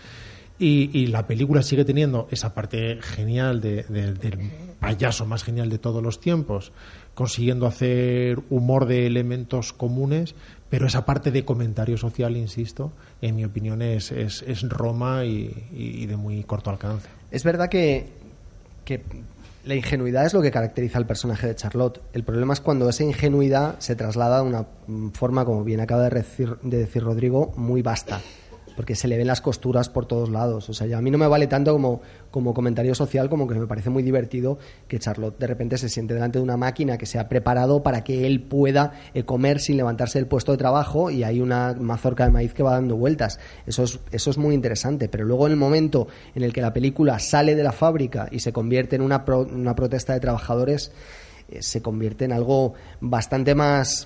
Y, y la película sigue teniendo esa parte genial de, de, del payaso más genial de todos los tiempos, consiguiendo hacer humor de elementos comunes, pero esa parte de comentario social, insisto, en mi opinión es, es, es Roma y, y de muy corto alcance. Es verdad que... que la ingenuidad es lo que caracteriza al personaje de Charlotte. El problema es cuando esa ingenuidad se traslada de una forma, como bien acaba de decir, de decir Rodrigo, muy vasta, porque se le ven las costuras por todos lados. O sea, ya a mí no me vale tanto como, como comentario social, como que me parece muy divertido que Charlotte de repente se siente delante de una máquina que se ha preparado para que él pueda eh, comer sin levantarse del puesto de trabajo y hay una mazorca de maíz que va dando vueltas. Eso es, eso es muy interesante, pero luego en el momento en el que la película sale de la fábrica y se convierte en una, pro, una protesta de trabajadores, eh, se convierte en algo bastante más...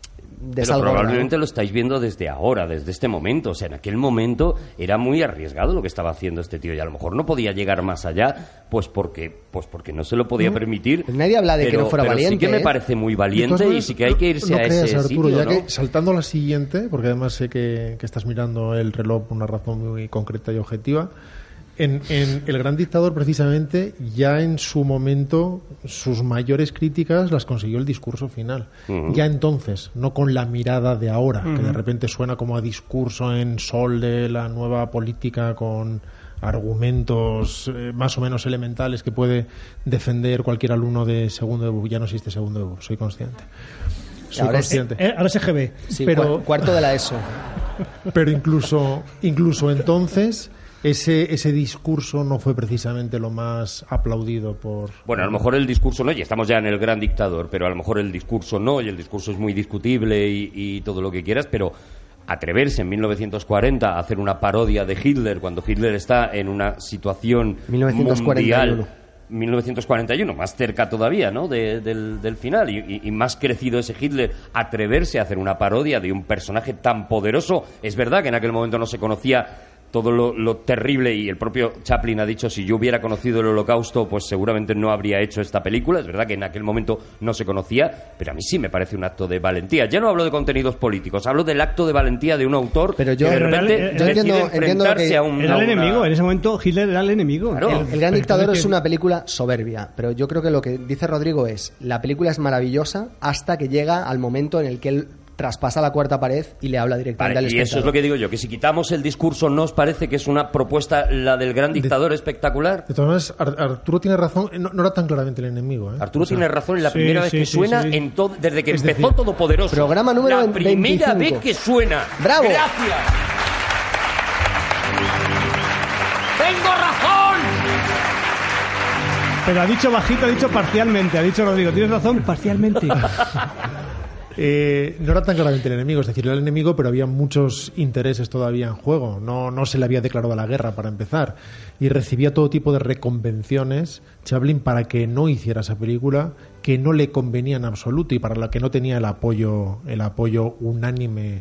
Pero probablemente lo estáis viendo desde ahora, desde este momento. O sea, en aquel momento era muy arriesgado lo que estaba haciendo este tío y a lo mejor no podía llegar más allá, pues porque, pues porque no se lo podía permitir. Pues nadie habla de pero, que no fuera pero valiente. Sí que ¿eh? me parece muy valiente y sí que hay que irse no a creas, ese Arturo, sitio, ya ¿no? que saltando a la siguiente, porque además sé que, que estás mirando el reloj por una razón muy concreta y objetiva. En, en El Gran Dictador, precisamente, ya en su momento, sus mayores críticas las consiguió el discurso final. Uh-huh. Ya entonces, no con la mirada de ahora, uh-huh. que de repente suena como a discurso en sol de la nueva política con argumentos eh, más o menos elementales que puede defender cualquier alumno de segundo de B U. Ya no existe segundo de B U, soy consciente. Soy ahora consciente. Es, eh, ahora es G B. Sí, pero, cuarto de la ESO. Pero incluso, incluso entonces... Ese, ese discurso no fue precisamente lo más aplaudido por... Bueno, a lo mejor el discurso no, y estamos ya en El Gran Dictador, pero a lo mejor el discurso no, y el discurso es muy discutible y, y todo lo que quieras, pero atreverse en mil novecientos cuarenta a hacer una parodia de Hitler cuando Hitler está en una situación mil novecientos cuarenta y uno. mundial... mil novecientos cuarenta y uno, más cerca todavía, ¿no?, de, del, del final, y, y, y más crecido ese Hitler, atreverse a hacer una parodia de un personaje tan poderoso. Es verdad que en aquel momento no se conocía todo lo, lo terrible, y el propio Chaplin ha dicho, si yo hubiera conocido el Holocausto, pues seguramente no habría hecho esta película. Es verdad que en aquel momento no se conocía, pero a mí sí me parece un acto de valentía. Ya no hablo de contenidos políticos, hablo del acto de valentía de un autor pero yo, que de repente era, era, decide entiendo, enfrentarse entiendo a un... Era a el una... enemigo, en ese momento Hitler era el enemigo. Claro. El, el Gran Pero Dictador es que... una película soberbia, pero yo creo que lo que dice Rodrigo es, la película es maravillosa hasta que llega al momento en el que él traspasa la cuarta pared y le habla directamente Vale, al espectador. y eso es lo que digo yo, que si quitamos el discurso, ¿no os parece que es una propuesta, la del Gran Dictador, de, espectacular? De todas maneras, Arturo tiene razón, no, no era tan claramente el enemigo, ¿eh? Arturo o sea, tiene razón, en la sí, primera vez sí, que sí, suena, sí, sí. en todo, desde que es empezó decir, Todopoderoso. Programa número La primera veinticinco. vez que suena. ¡Bravo! ¡Gracias! ¡Tengo razón! Pero ha dicho bajito, ha dicho parcialmente, ha dicho Rodrigo, tienes razón, parcialmente. Eh, no era tan claramente el enemigo, es decir, era el enemigo, pero había muchos intereses todavía en juego. No, no se le había declarado la guerra para empezar. Y recibía todo tipo de reconvenciones Chaplin para que no hiciera esa película, que no le convenía en absoluto y para la que no tenía el apoyo, el apoyo unánime.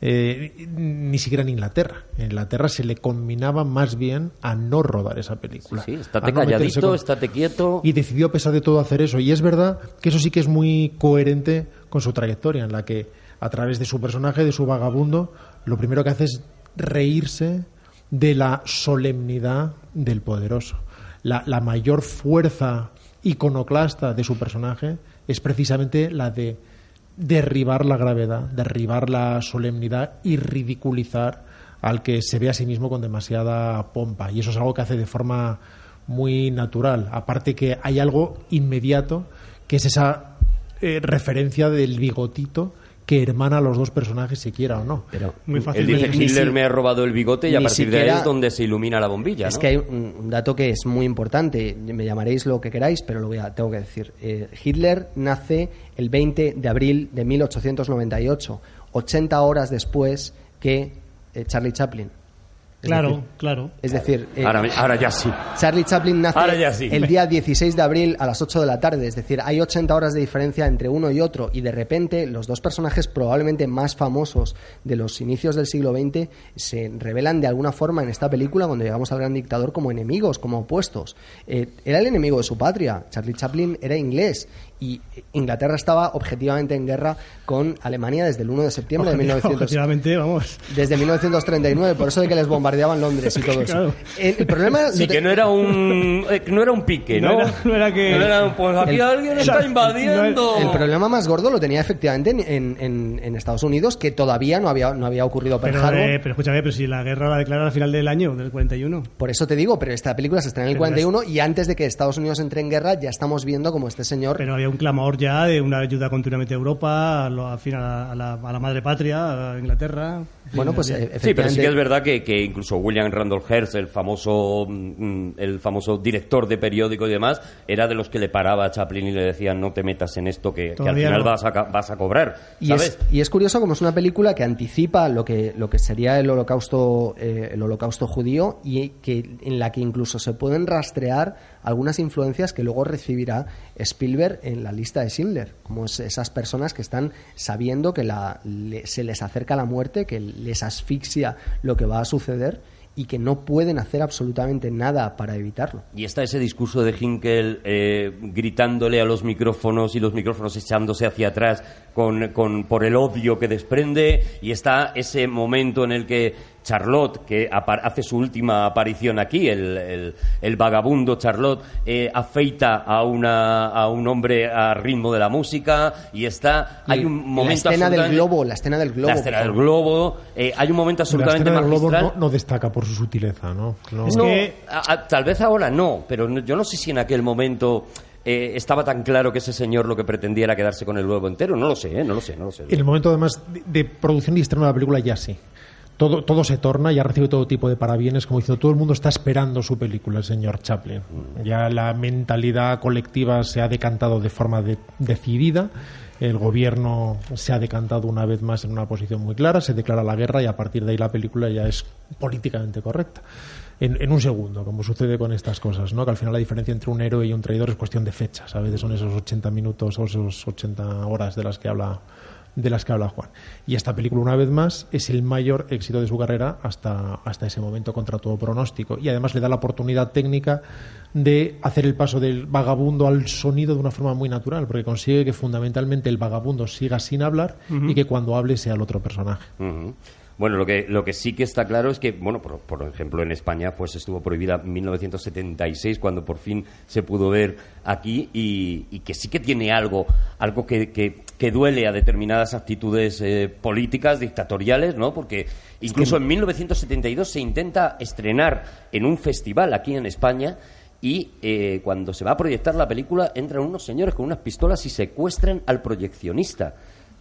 Eh, ni siquiera en Inglaterra. En Inglaterra se le combinaba más bien a no rodar esa película. Sí, sí, estate no calladito, con... estate quieto. Y decidió, a pesar de todo, hacer eso. Y es verdad que eso sí que es muy coherente con su trayectoria, en la que, a través de su personaje, de su vagabundo, lo primero que hace es reírse de la solemnidad del poderoso. La, la mayor fuerza iconoclasta de su personaje es precisamente la de derribar la gravedad, derribar la solemnidad y ridiculizar al que se ve a sí mismo con demasiada pompa. Y eso es algo que hace de forma muy natural. Aparte que hay algo inmediato, que es esa eh, referencia del bigotito que hermana a los dos personajes, si quiera o no. Pero muy fácil. Él dice, Ni- Hitler ni me ha robado el bigote y a ni partir de siquiera- ahí es donde se ilumina la bombilla, Es ¿no? que hay un, un dato que es muy importante. Me llamaréis lo que queráis, pero lo voy a, tengo que decir. Eh, Hitler nace el veinte de abril de mil ochocientos noventa y ocho, ochenta horas después que eh, Charlie Chaplin. Es Claro, decir, claro. Es decir, eh, Ahora, ahora ya sí. Charlie Chaplin nace Ahora ya sí. el día dieciséis de abril a las ocho de la tarde, es decir, hay ochenta horas de diferencia entre uno y otro, y de repente los dos personajes probablemente más famosos de los inicios del siglo veinte se revelan de alguna forma en esta película, cuando llegamos al gran dictador, como enemigos, como opuestos. Eh, era el enemigo de su patria. Charlie Chaplin era inglés y Inglaterra estaba objetivamente en guerra con Alemania desde el uno de septiembre de mil novecientos. Objetivamente, vamos. Desde mil novecientos treinta y nueve, por eso de que les bombardeaban Londres y todo eso. Claro. El, el problema Sí, no te- que no era un eh, que no era un pique, ¿no? No era- no era que- No era un, pues aquí El- alguien el- está invadiendo. El problema más gordo lo tenía efectivamente en, en- en- en Estados Unidos, que todavía no había, no había ocurrido Pearl Pero, Harbor. eh, pero escúchame, pero si la guerra la declaran al final del año, del cuarenta y uno. Por eso te digo, pero esta película se estrena en el Pero cuarenta y uno es- y antes de que Estados Unidos entre en guerra ya estamos viendo como este señor... Pero había un clamor ya de una ayuda continuamente a Europa, a, lo- al final a, la, a la madre patria, a Inglaterra. bueno, pues Eh, eh, Sí, pero sí que es efectivamente- verdad que, que incluso William Randolph Hearst, el famoso mm, el famoso director de periódico y demás, era de los que le paraba a Chaplin y le decía no te metas en esto que, que al Todavía final no. vas a, ca- vas a cobrar, Y ¿sabes? es, y es curioso como es una película que anticipa lo que, lo que sería el holocausto, eh, el holocausto judío y que, en la que incluso se pueden rastrear algunas influencias que luego recibirá Spielberg en la lista de Schindler, como es esas personas que están sabiendo que la, le- se les acerca la muerte, que les asfixia lo que va a suceder y que no pueden hacer absolutamente nada para evitarlo. Y está ese discurso de Hinkel eh, gritándole a los micrófonos y los micrófonos echándose hacia atrás con, con, por el odio que desprende. Y está ese momento en el que Charlotte, que apa- hace su última aparición aquí, el, el, el vagabundo Charlotte, eh, afeita a, una, a un hombre a ritmo de la música. Y está... Hay un momento la escena del absolutamente- globo, la escena del globo. La escena por del favor. globo. eh, hay un momento La absolutamente escena del globo magistral. no, no destaca por su sutileza, ¿no? No- Es No, que- a- a- tal vez ahora no, pero no- yo no sé si en aquel momento eh, estaba tan claro que ese señor lo que pretendía era quedarse con el globo entero. No lo sé, ¿eh? no lo sé, no lo sé. En el momento, además, de, de producción y estreno de la película, ya sí. Todo, todo se torna, ya recibe todo tipo de parabienes, como diciendo, todo el mundo está esperando su película, el señor Chaplin. Ya la mentalidad colectiva se ha decantado de forma de- decidida, el gobierno se ha decantado una vez más en una posición muy clara, se declara la guerra y a partir de ahí la película ya es políticamente correcta. En, en un segundo, como sucede con estas cosas, ¿no? Que al final la diferencia entre un héroe y un traidor es cuestión de fechas. A veces son esos ochenta minutos o esos ochenta horas de las que habla de las que habla Juan. Y esta película, una vez más, es el mayor éxito de su carrera hasta, hasta ese momento, contra todo pronóstico. Y además le da la oportunidad técnica de hacer el paso del vagabundo al sonido de una forma muy natural, porque consigue que fundamentalmente el vagabundo siga sin hablar y que cuando hable sea el otro personaje. Ujú. Bueno, lo que, lo que sí que está claro es que, bueno, por, por ejemplo, en España pues estuvo prohibida en mil novecientos setenta y seis, cuando por fin se pudo ver aquí, y, y que sí que tiene algo, algo que, que, que duele a determinadas actitudes eh, políticas, dictatoriales, ¿no? Porque incluso en mil novecientos setenta y dos se intenta estrenar en un festival aquí en España. Y eh, cuando se va a proyectar la película, entran unos señores con unas pistolas y secuestran al proyeccionista.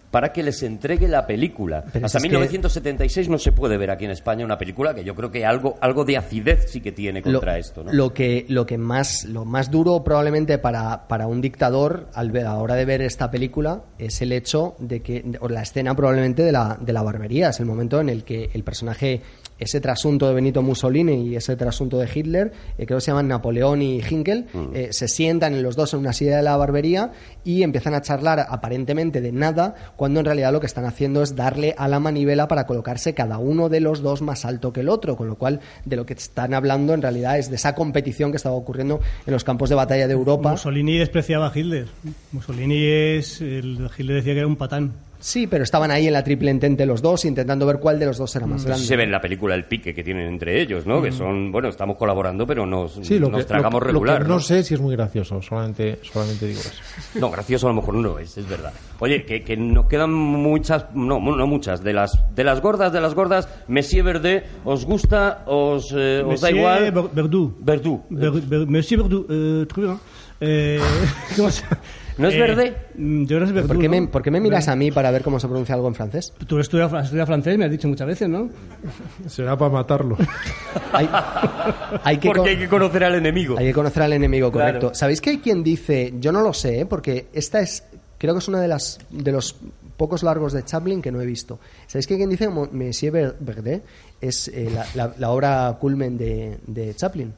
para que les entregue la película. Pero Hasta es mil novecientos setenta y seis que... no se puede ver aquí en España una película que yo creo que algo, algo de acidez sí que tiene contra lo, esto, ¿no? Lo que, lo que más, lo más duro probablemente para, para un dictador al ver, a la hora de ver esta película es el hecho de que, o la escena probablemente de la, de la barbería, es el momento en el que el personaje, ese trasunto de Benito Mussolini y ese trasunto de Hitler, eh, creo que se llaman Napoleón y Hinkel, mm. eh, se sientan los dos en una silla de la barbería y empiezan a charlar aparentemente de nada, cuando en realidad lo que están haciendo es darle a la manivela para colocarse cada uno de los dos más alto que el otro, con lo cual de lo que están hablando en realidad es de esa competición que estaba ocurriendo en los campos de batalla de Europa. Mussolini despreciaba a Hitler. Mussolini es... El, Hitler decía que era un patán. Sí, pero estaban ahí en la triple entente los dos, intentando ver cuál de los dos era más grande. Se ve en la película el pique que tienen entre ellos, ¿no? Mm. Que son, bueno, estamos colaborando, pero nos, sí, lo nos que, tragamos lo, regular. Lo que no, ¿no? sé si es muy gracioso, solamente, solamente digo eso. No, gracioso a lo mejor no es, es verdad. Oye, que, que nos quedan muchas, no, no muchas, de las de las gordas, de las gordas, Monsieur Verdú, ¿os gusta? ¿Os, eh, os da igual? Verdú. Verdú. Monsieur Verdú, eh, très bien. Eh, ¿Cómo se llama? ¿No es eh, verde? Yo no es verdú, ¿Por qué, me, ¿no? ¿Por qué me miras a mí para ver cómo se pronuncia algo en francés? Tú has estudiado, has estudiado francés, me has dicho muchas veces, ¿no? Será para matarlo. hay, hay que Porque hay que conocer al enemigo. Hay que conocer al enemigo, correcto. Claro. ¿Sabéis que hay quien dice, yo no lo sé, ¿eh? Porque esta es, creo que es una de las de los pocos largos de Chaplin que no he visto. ¿Sabéis que hay quien dice que Monsieur Verdú es eh, la, la, la obra culmen de, de Chaplin?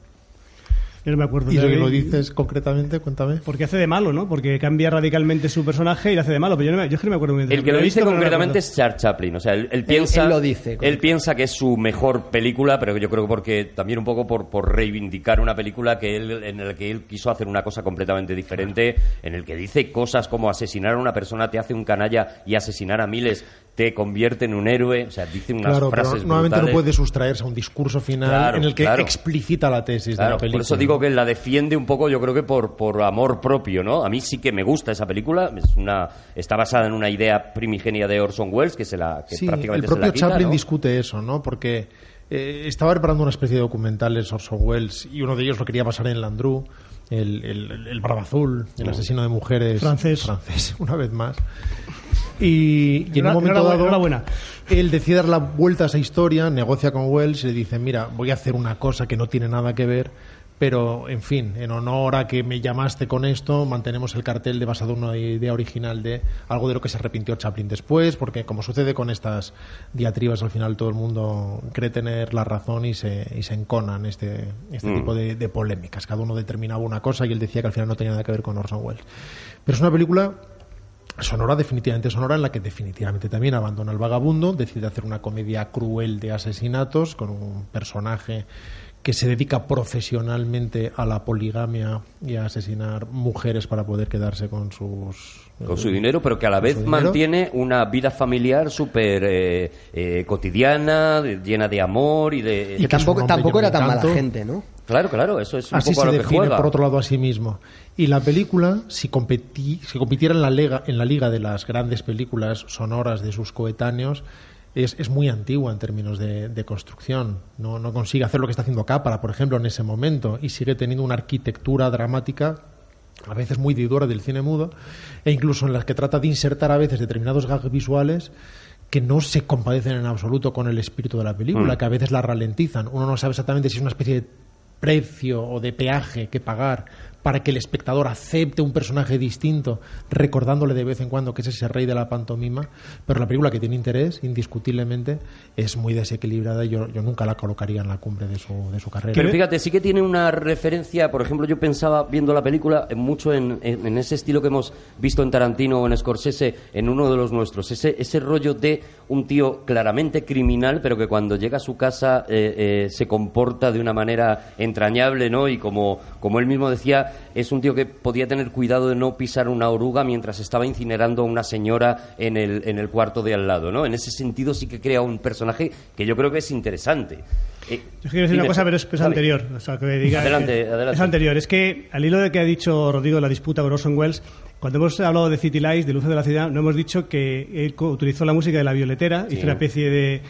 Yo no me acuerdo. ¿Y lo que lo dices concretamente? Cuéntame. Porque hace de malo, ¿no? Porque cambia radicalmente su personaje y lo hace de malo. Pero yo, no me, yo es que no me acuerdo muy bien. El que lo, lo dice visto, concretamente no es Charles Chaplin. O sea, él, él piensa... Él, él lo dice. Él piensa que es su mejor película, pero yo creo que porque también un poco por, por reivindicar una película que él, en la que él quiso hacer una cosa completamente diferente, en el que dice cosas como asesinar a una persona te hace un canalla y asesinar a miles te convierte en un héroe. O sea, dice unas claro, frases pero nuevamente brutales. No puede sustraerse a un discurso final claro, en el que claro. explicita la tesis claro, de la película. Por eso digo que la defiende un poco, yo creo que por, por amor propio, ¿no? A mí sí que me gusta esa película. Es una, está basada en una idea primigenia de Orson Welles que se la que sí, prácticamente el propio se la quita, Chaplin ¿no? discute eso, ¿no? Porque eh, estaba preparando una especie de documentales Orson Welles y uno de ellos lo quería basar en Landru, el, el, el Barba Azul, el asesino de mujeres francés, francés una vez más. Y, y en un momento enhorabuena, dado, enhorabuena. él decide dar la vuelta a esa historia, negocia con Wells y le dice, mira, voy a hacer una cosa que no tiene nada que ver, pero, en fin, en honor a que me llamaste con esto, mantenemos el cartel de basado en una idea original de algo de lo que se arrepintió Chaplin después, porque como sucede con estas diatribas, al final todo el mundo cree tener la razón y se, y se enconan este, este mm. tipo de, de polémicas. Cada uno determinaba una cosa y él decía que al final no tenía nada que ver con Orson Welles. Pero es una película sonora, definitivamente sonora, en la que definitivamente también abandona el vagabundo, decide hacer una comedia cruel de asesinatos con un personaje que se dedica profesionalmente a la poligamia y a asesinar mujeres para poder quedarse con sus con su dinero, pero que a la vez mantiene una vida familiar súper eh, eh, cotidiana, de, llena de amor y de... Y que tampoco, tampoco era tan mala gente, ¿no? Claro, claro, eso es un Así poco se a lo define, que juega. por otro lado, a sí mismo. Y la película, si, competi, si compitiera en la, liga, en la liga de las grandes películas sonoras de sus coetáneos, es, es muy antigua en términos de, de construcción. No, no consigue hacer lo que está haciendo Capra, por ejemplo, en ese momento, y sigue teniendo una arquitectura dramática a veces muy deudora del cine mudo, e incluso en las que trata de insertar a veces determinados gags visuales que no se compadecen en absoluto con el espíritu de la película, mm. que a veces la ralentizan. Uno no sabe exactamente si es una especie de precio o de peaje que pagar para que el espectador acepte un personaje distinto, recordándole de vez en cuando que es ese rey de la pantomima, pero la película, que tiene interés, indiscutiblemente, es muy desequilibrada y yo, yo nunca la colocaría en la cumbre de su, de su carrera. Pero fíjate, sí que tiene una referencia, por ejemplo, yo pensaba, viendo la película, mucho en, en, en ese estilo que hemos visto en Tarantino o en Scorsese, en uno de los nuestros, ese, ese rollo de un tío claramente criminal, pero que cuando llega a su casa eh, eh, se comporta de una manera entrañable, ¿no? Y como, como él mismo decía, es un tío que podía tener cuidado de no pisar una oruga mientras estaba incinerando a una señora en el, en el cuarto de al lado, ¿no? En ese sentido sí que crea un personaje que yo creo que es interesante. Eh, yo quiero decir una cosa, pero es, es anterior. O sea, que me diga adelante, que adelante. Es anterior. Es que, al hilo de que ha dicho Rodrigo de la disputa con Orson Welles, cuando hemos hablado de City Lights, de Luces de la Ciudad, no hemos dicho que él utilizó la música de La Violetera, sí. Hizo una especie de,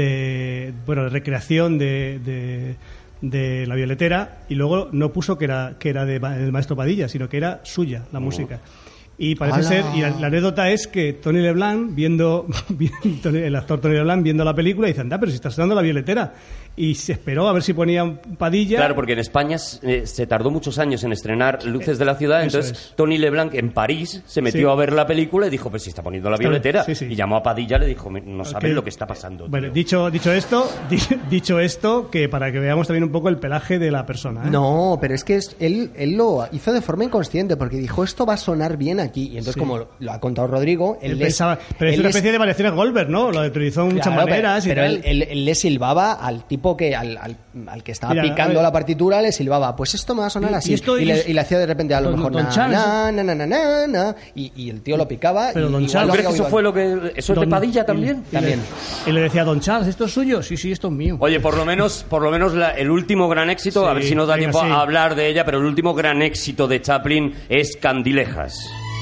de, bueno, de recreación de... de de La Violetera, y luego no puso que era que era de, del maestro Padilla, sino que era suya la oh. música. Y parece ¡Hala! ser, y la, la anécdota es que Tony LeBlanc, viendo, viendo el actor Tony LeBlanc viendo la película, dice, anda, pero si está sonando la violetera. Y se esperó a ver si ponían Padilla. Claro, porque en España eh, se tardó muchos años en estrenar Luces de la Ciudad, Eso entonces es. Tony LeBlanc en París se metió Sí. a ver la película y dijo, pues si está poniendo la Está bien, violetera. sí, sí. Y llamó a Padilla y le dijo, no sabes Que- lo que está pasando. Bueno, tío". dicho, dicho esto, di- dicho esto, que para que veamos también un poco el pelaje de la persona. ¿eh? No, pero es que es- él, él lo hizo de forma inconsciente porque dijo esto va a sonar bien aquí. Y entonces, Sí. como lo, lo ha contado Rodrigo, él, Él les- pensaba, pero es él una les- especie de variaciones Goldberg, ¿no? Lo utilizó en muchas Claro, maneras pero, y pero tal. él, él- él le silbaba al tipo que al, al, al que estaba Mira, a picando ver. la partitura, le silbaba, pues esto me va a sonar Y- así. y esto y, le, es- y le hacía de repente a lo Don- mejor Don na, Charles. na, na, na, na, na, na, y, y el tío lo picaba. Pero y, Don igual Charles- ¿Tú lo crees que hacía eso igual. fue lo que... ¿Eso es de Don- Padilla y- también? y le- También. Y le decía, Don Charles, ¿esto es suyo? Sí, sí, esto es mío. Oye, por lo menos, por lo menos la- el último gran éxito, Sí, a ver si nos da venga, tiempo sí. a hablar de ella, pero el último gran éxito de Chaplin es Candilejas.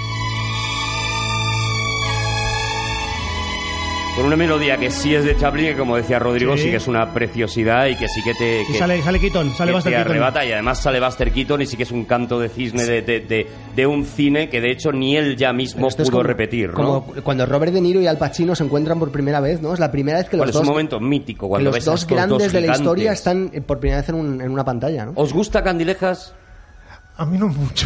Con una melodía que sí es de Chaplin, que como decía Rodrigo, sí, Sí. que es una preciosidad y que sí que te... Y que- sale, sale Keaton, sale que Buster te Keaton. arrebata, y además sale Buster Keaton y sí que es un canto de cisne de, de, de, de un cine que de hecho ni él ya mismo Esto es pudo como- repetir, ¿no? Como cuando Robert De Niro y Al Pacino se encuentran por primera vez, ¿no? Es la primera vez que los Bueno, es un dos, momento mítico que cuando los ves a dos estos grandes dos de la gigantes. historia están eh, por primera vez en, un- en una pantalla, ¿no? ¿Os gusta Candilejas? A mí no mucho.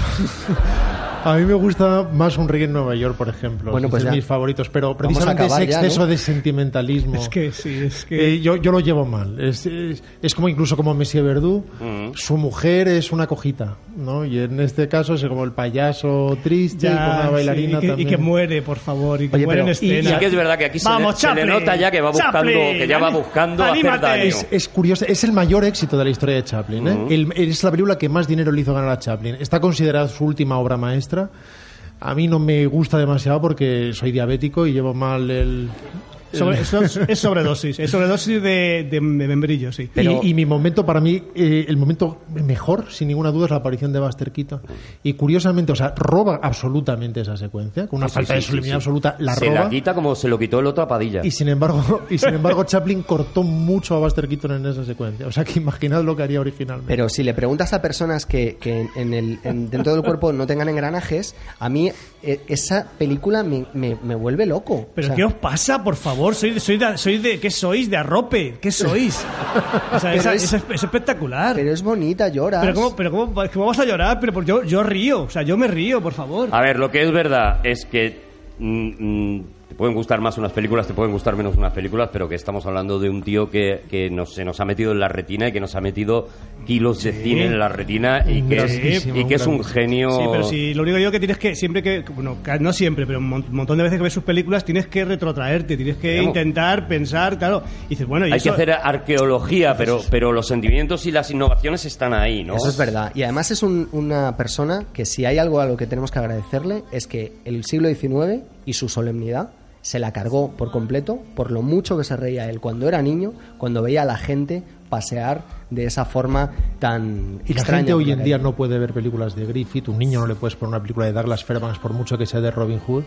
A mí me gusta más Un Rey en Nueva York, por ejemplo. Bueno, pues es de ya. mis favoritos. Pero Vamos a precisamente ese acabar ya, exceso ¿no? de sentimentalismo. Es que sí, es que... Eh, yo, yo lo llevo mal. Es, es, es como incluso como Monsieur Verdú. Mm. Su mujer es una cojita, ¿no? Y en este caso es como el payaso triste y con una sí, bailarina y, que, y también. que muere, por favor, y que Oye, muere en pero- y- escena. Sí que es verdad que aquí se, Vamos, le, se le Chaplin, nota ya que va buscando, Chaplin, que ya va ani- buscando hacer anímate. daño. Es, es curioso, es el mayor éxito de la historia de Chaplin. ¿eh? Ujú. El- es la película que más dinero le hizo ganar a Chaplin. Está considerada su última obra maestra. A mí no me gusta demasiado porque soy diabético y llevo mal el... Sobre- eso es, es sobredosis, es sobredosis de, de, de membrillo, sí. Pero- y, y mi momento, para mí, eh, el momento mejor, sin ninguna duda, es la aparición de Buster Keaton. Y curiosamente, o sea, roba absolutamente esa secuencia, con una Sí, falta sí, de sí, solemnidad sí. absoluta, la se roba. la quita como se lo quitó el otro a Padilla. Y sin embargo, y sin embargo, Chaplin cortó mucho a Buster Keaton en esa secuencia. O sea, que imaginad lo que haría originalmente. Pero si le preguntas a personas que, que en el, en- dentro del cuerpo no tengan engranajes, a mí eh, esa película me, me, me vuelve loco. ¿Pero O sea, qué os pasa, por favor? Soy, de- soy, de, soy de... ¿Qué sois? ¿De arrope? ¿Qué sois? O sea, Pero esa- es- esa es, es espectacular. Pero es bonita, lloras. Pero ¿cómo, pero cómo, cómo vas a llorar? Pero por- yo, yo río, o sea, yo me río, por favor. A ver, lo que es verdad es que mm, mm, te pueden gustar más unas películas, te pueden gustar menos unas películas, pero que estamos hablando de un tío que, que nos, se nos ha metido en la retina y que nos ha metido kilos de cine en la retina y que, es, Grandísimo, y que es un grandísimo. genio... Sí, pero sí, lo único que digo que tienes que, siempre que, bueno, ca- no siempre, pero un mon- montón de veces que ves sus películas tienes que retrotraerte, tienes que Claro. intentar pensar, claro, y dices, bueno, y Hay eso- que hacer arqueología, pero, pero los sentimientos y las innovaciones están ahí, ¿no? Eso es verdad. Y además es un- una persona que si hay algo a lo que tenemos que agradecerle es que el siglo diecinueve y su solemnidad se la cargó por completo por lo mucho que se reía él cuando era niño, cuando veía a la gente pasear de esa forma tan Y la extraña. gente hoy por la en calle. día no puede ver películas de Griffith. Un niño no le puedes poner una película de Douglas Fairbanks por mucho que sea de Robin Hood.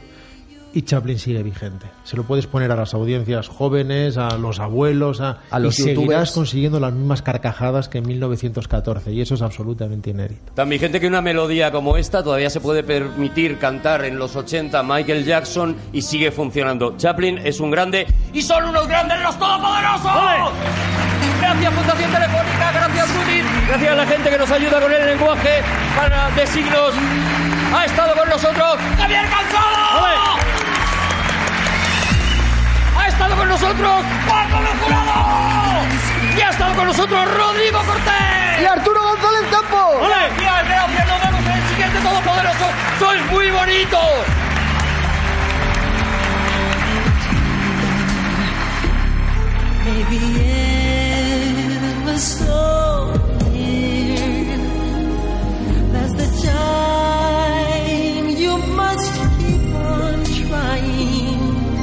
Y Chaplin sigue vigente. Se lo puedes poner a las audiencias jóvenes, a los abuelos, a, A los y seguirás youtubers. consiguiendo las mismas carcajadas que en mil novecientos catorce. Y eso es absolutamente inédito. Tan vigente que una melodía como esta todavía se puede permitir cantar en los ochenta Michael Jackson y sigue funcionando. Chaplin es un grande y son unos grandes los todopoderosos. Gracias Fundación Telefónica, gracias Judith, gracias a la gente que nos ayuda con el lenguaje para de signos. Ha estado con nosotros Javier Cansado. Ha estado con nosotros Paco Jurado. Y ha estado con nosotros Rodrigo Cortés. ¡Y Arturo González Campos! Gracias, gracias, nos vemos en el siguiente Todopoderoso. ¡Sois muy bonitos! Maybe ever so near. That's the time you must keep on trying.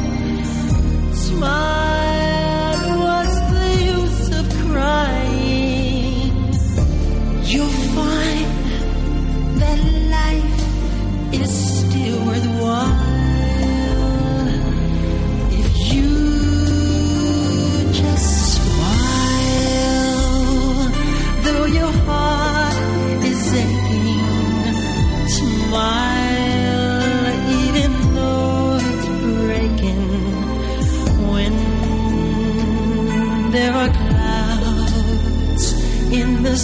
Smile, what's the use of crying? You'll find that life is still worthwhile. If you just smile. there are clouds in the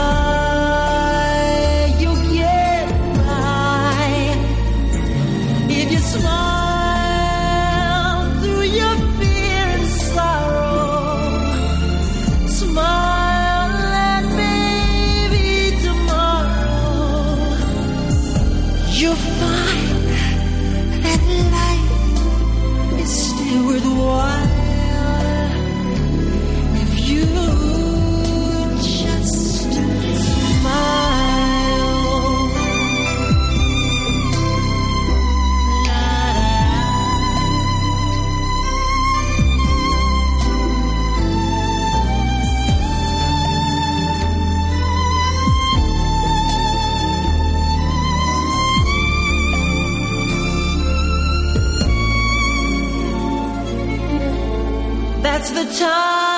sky, you'll get by if you smile through your fear and sorrow. Smile and maybe tomorrow you'll find that life is still worthwhile. That's the time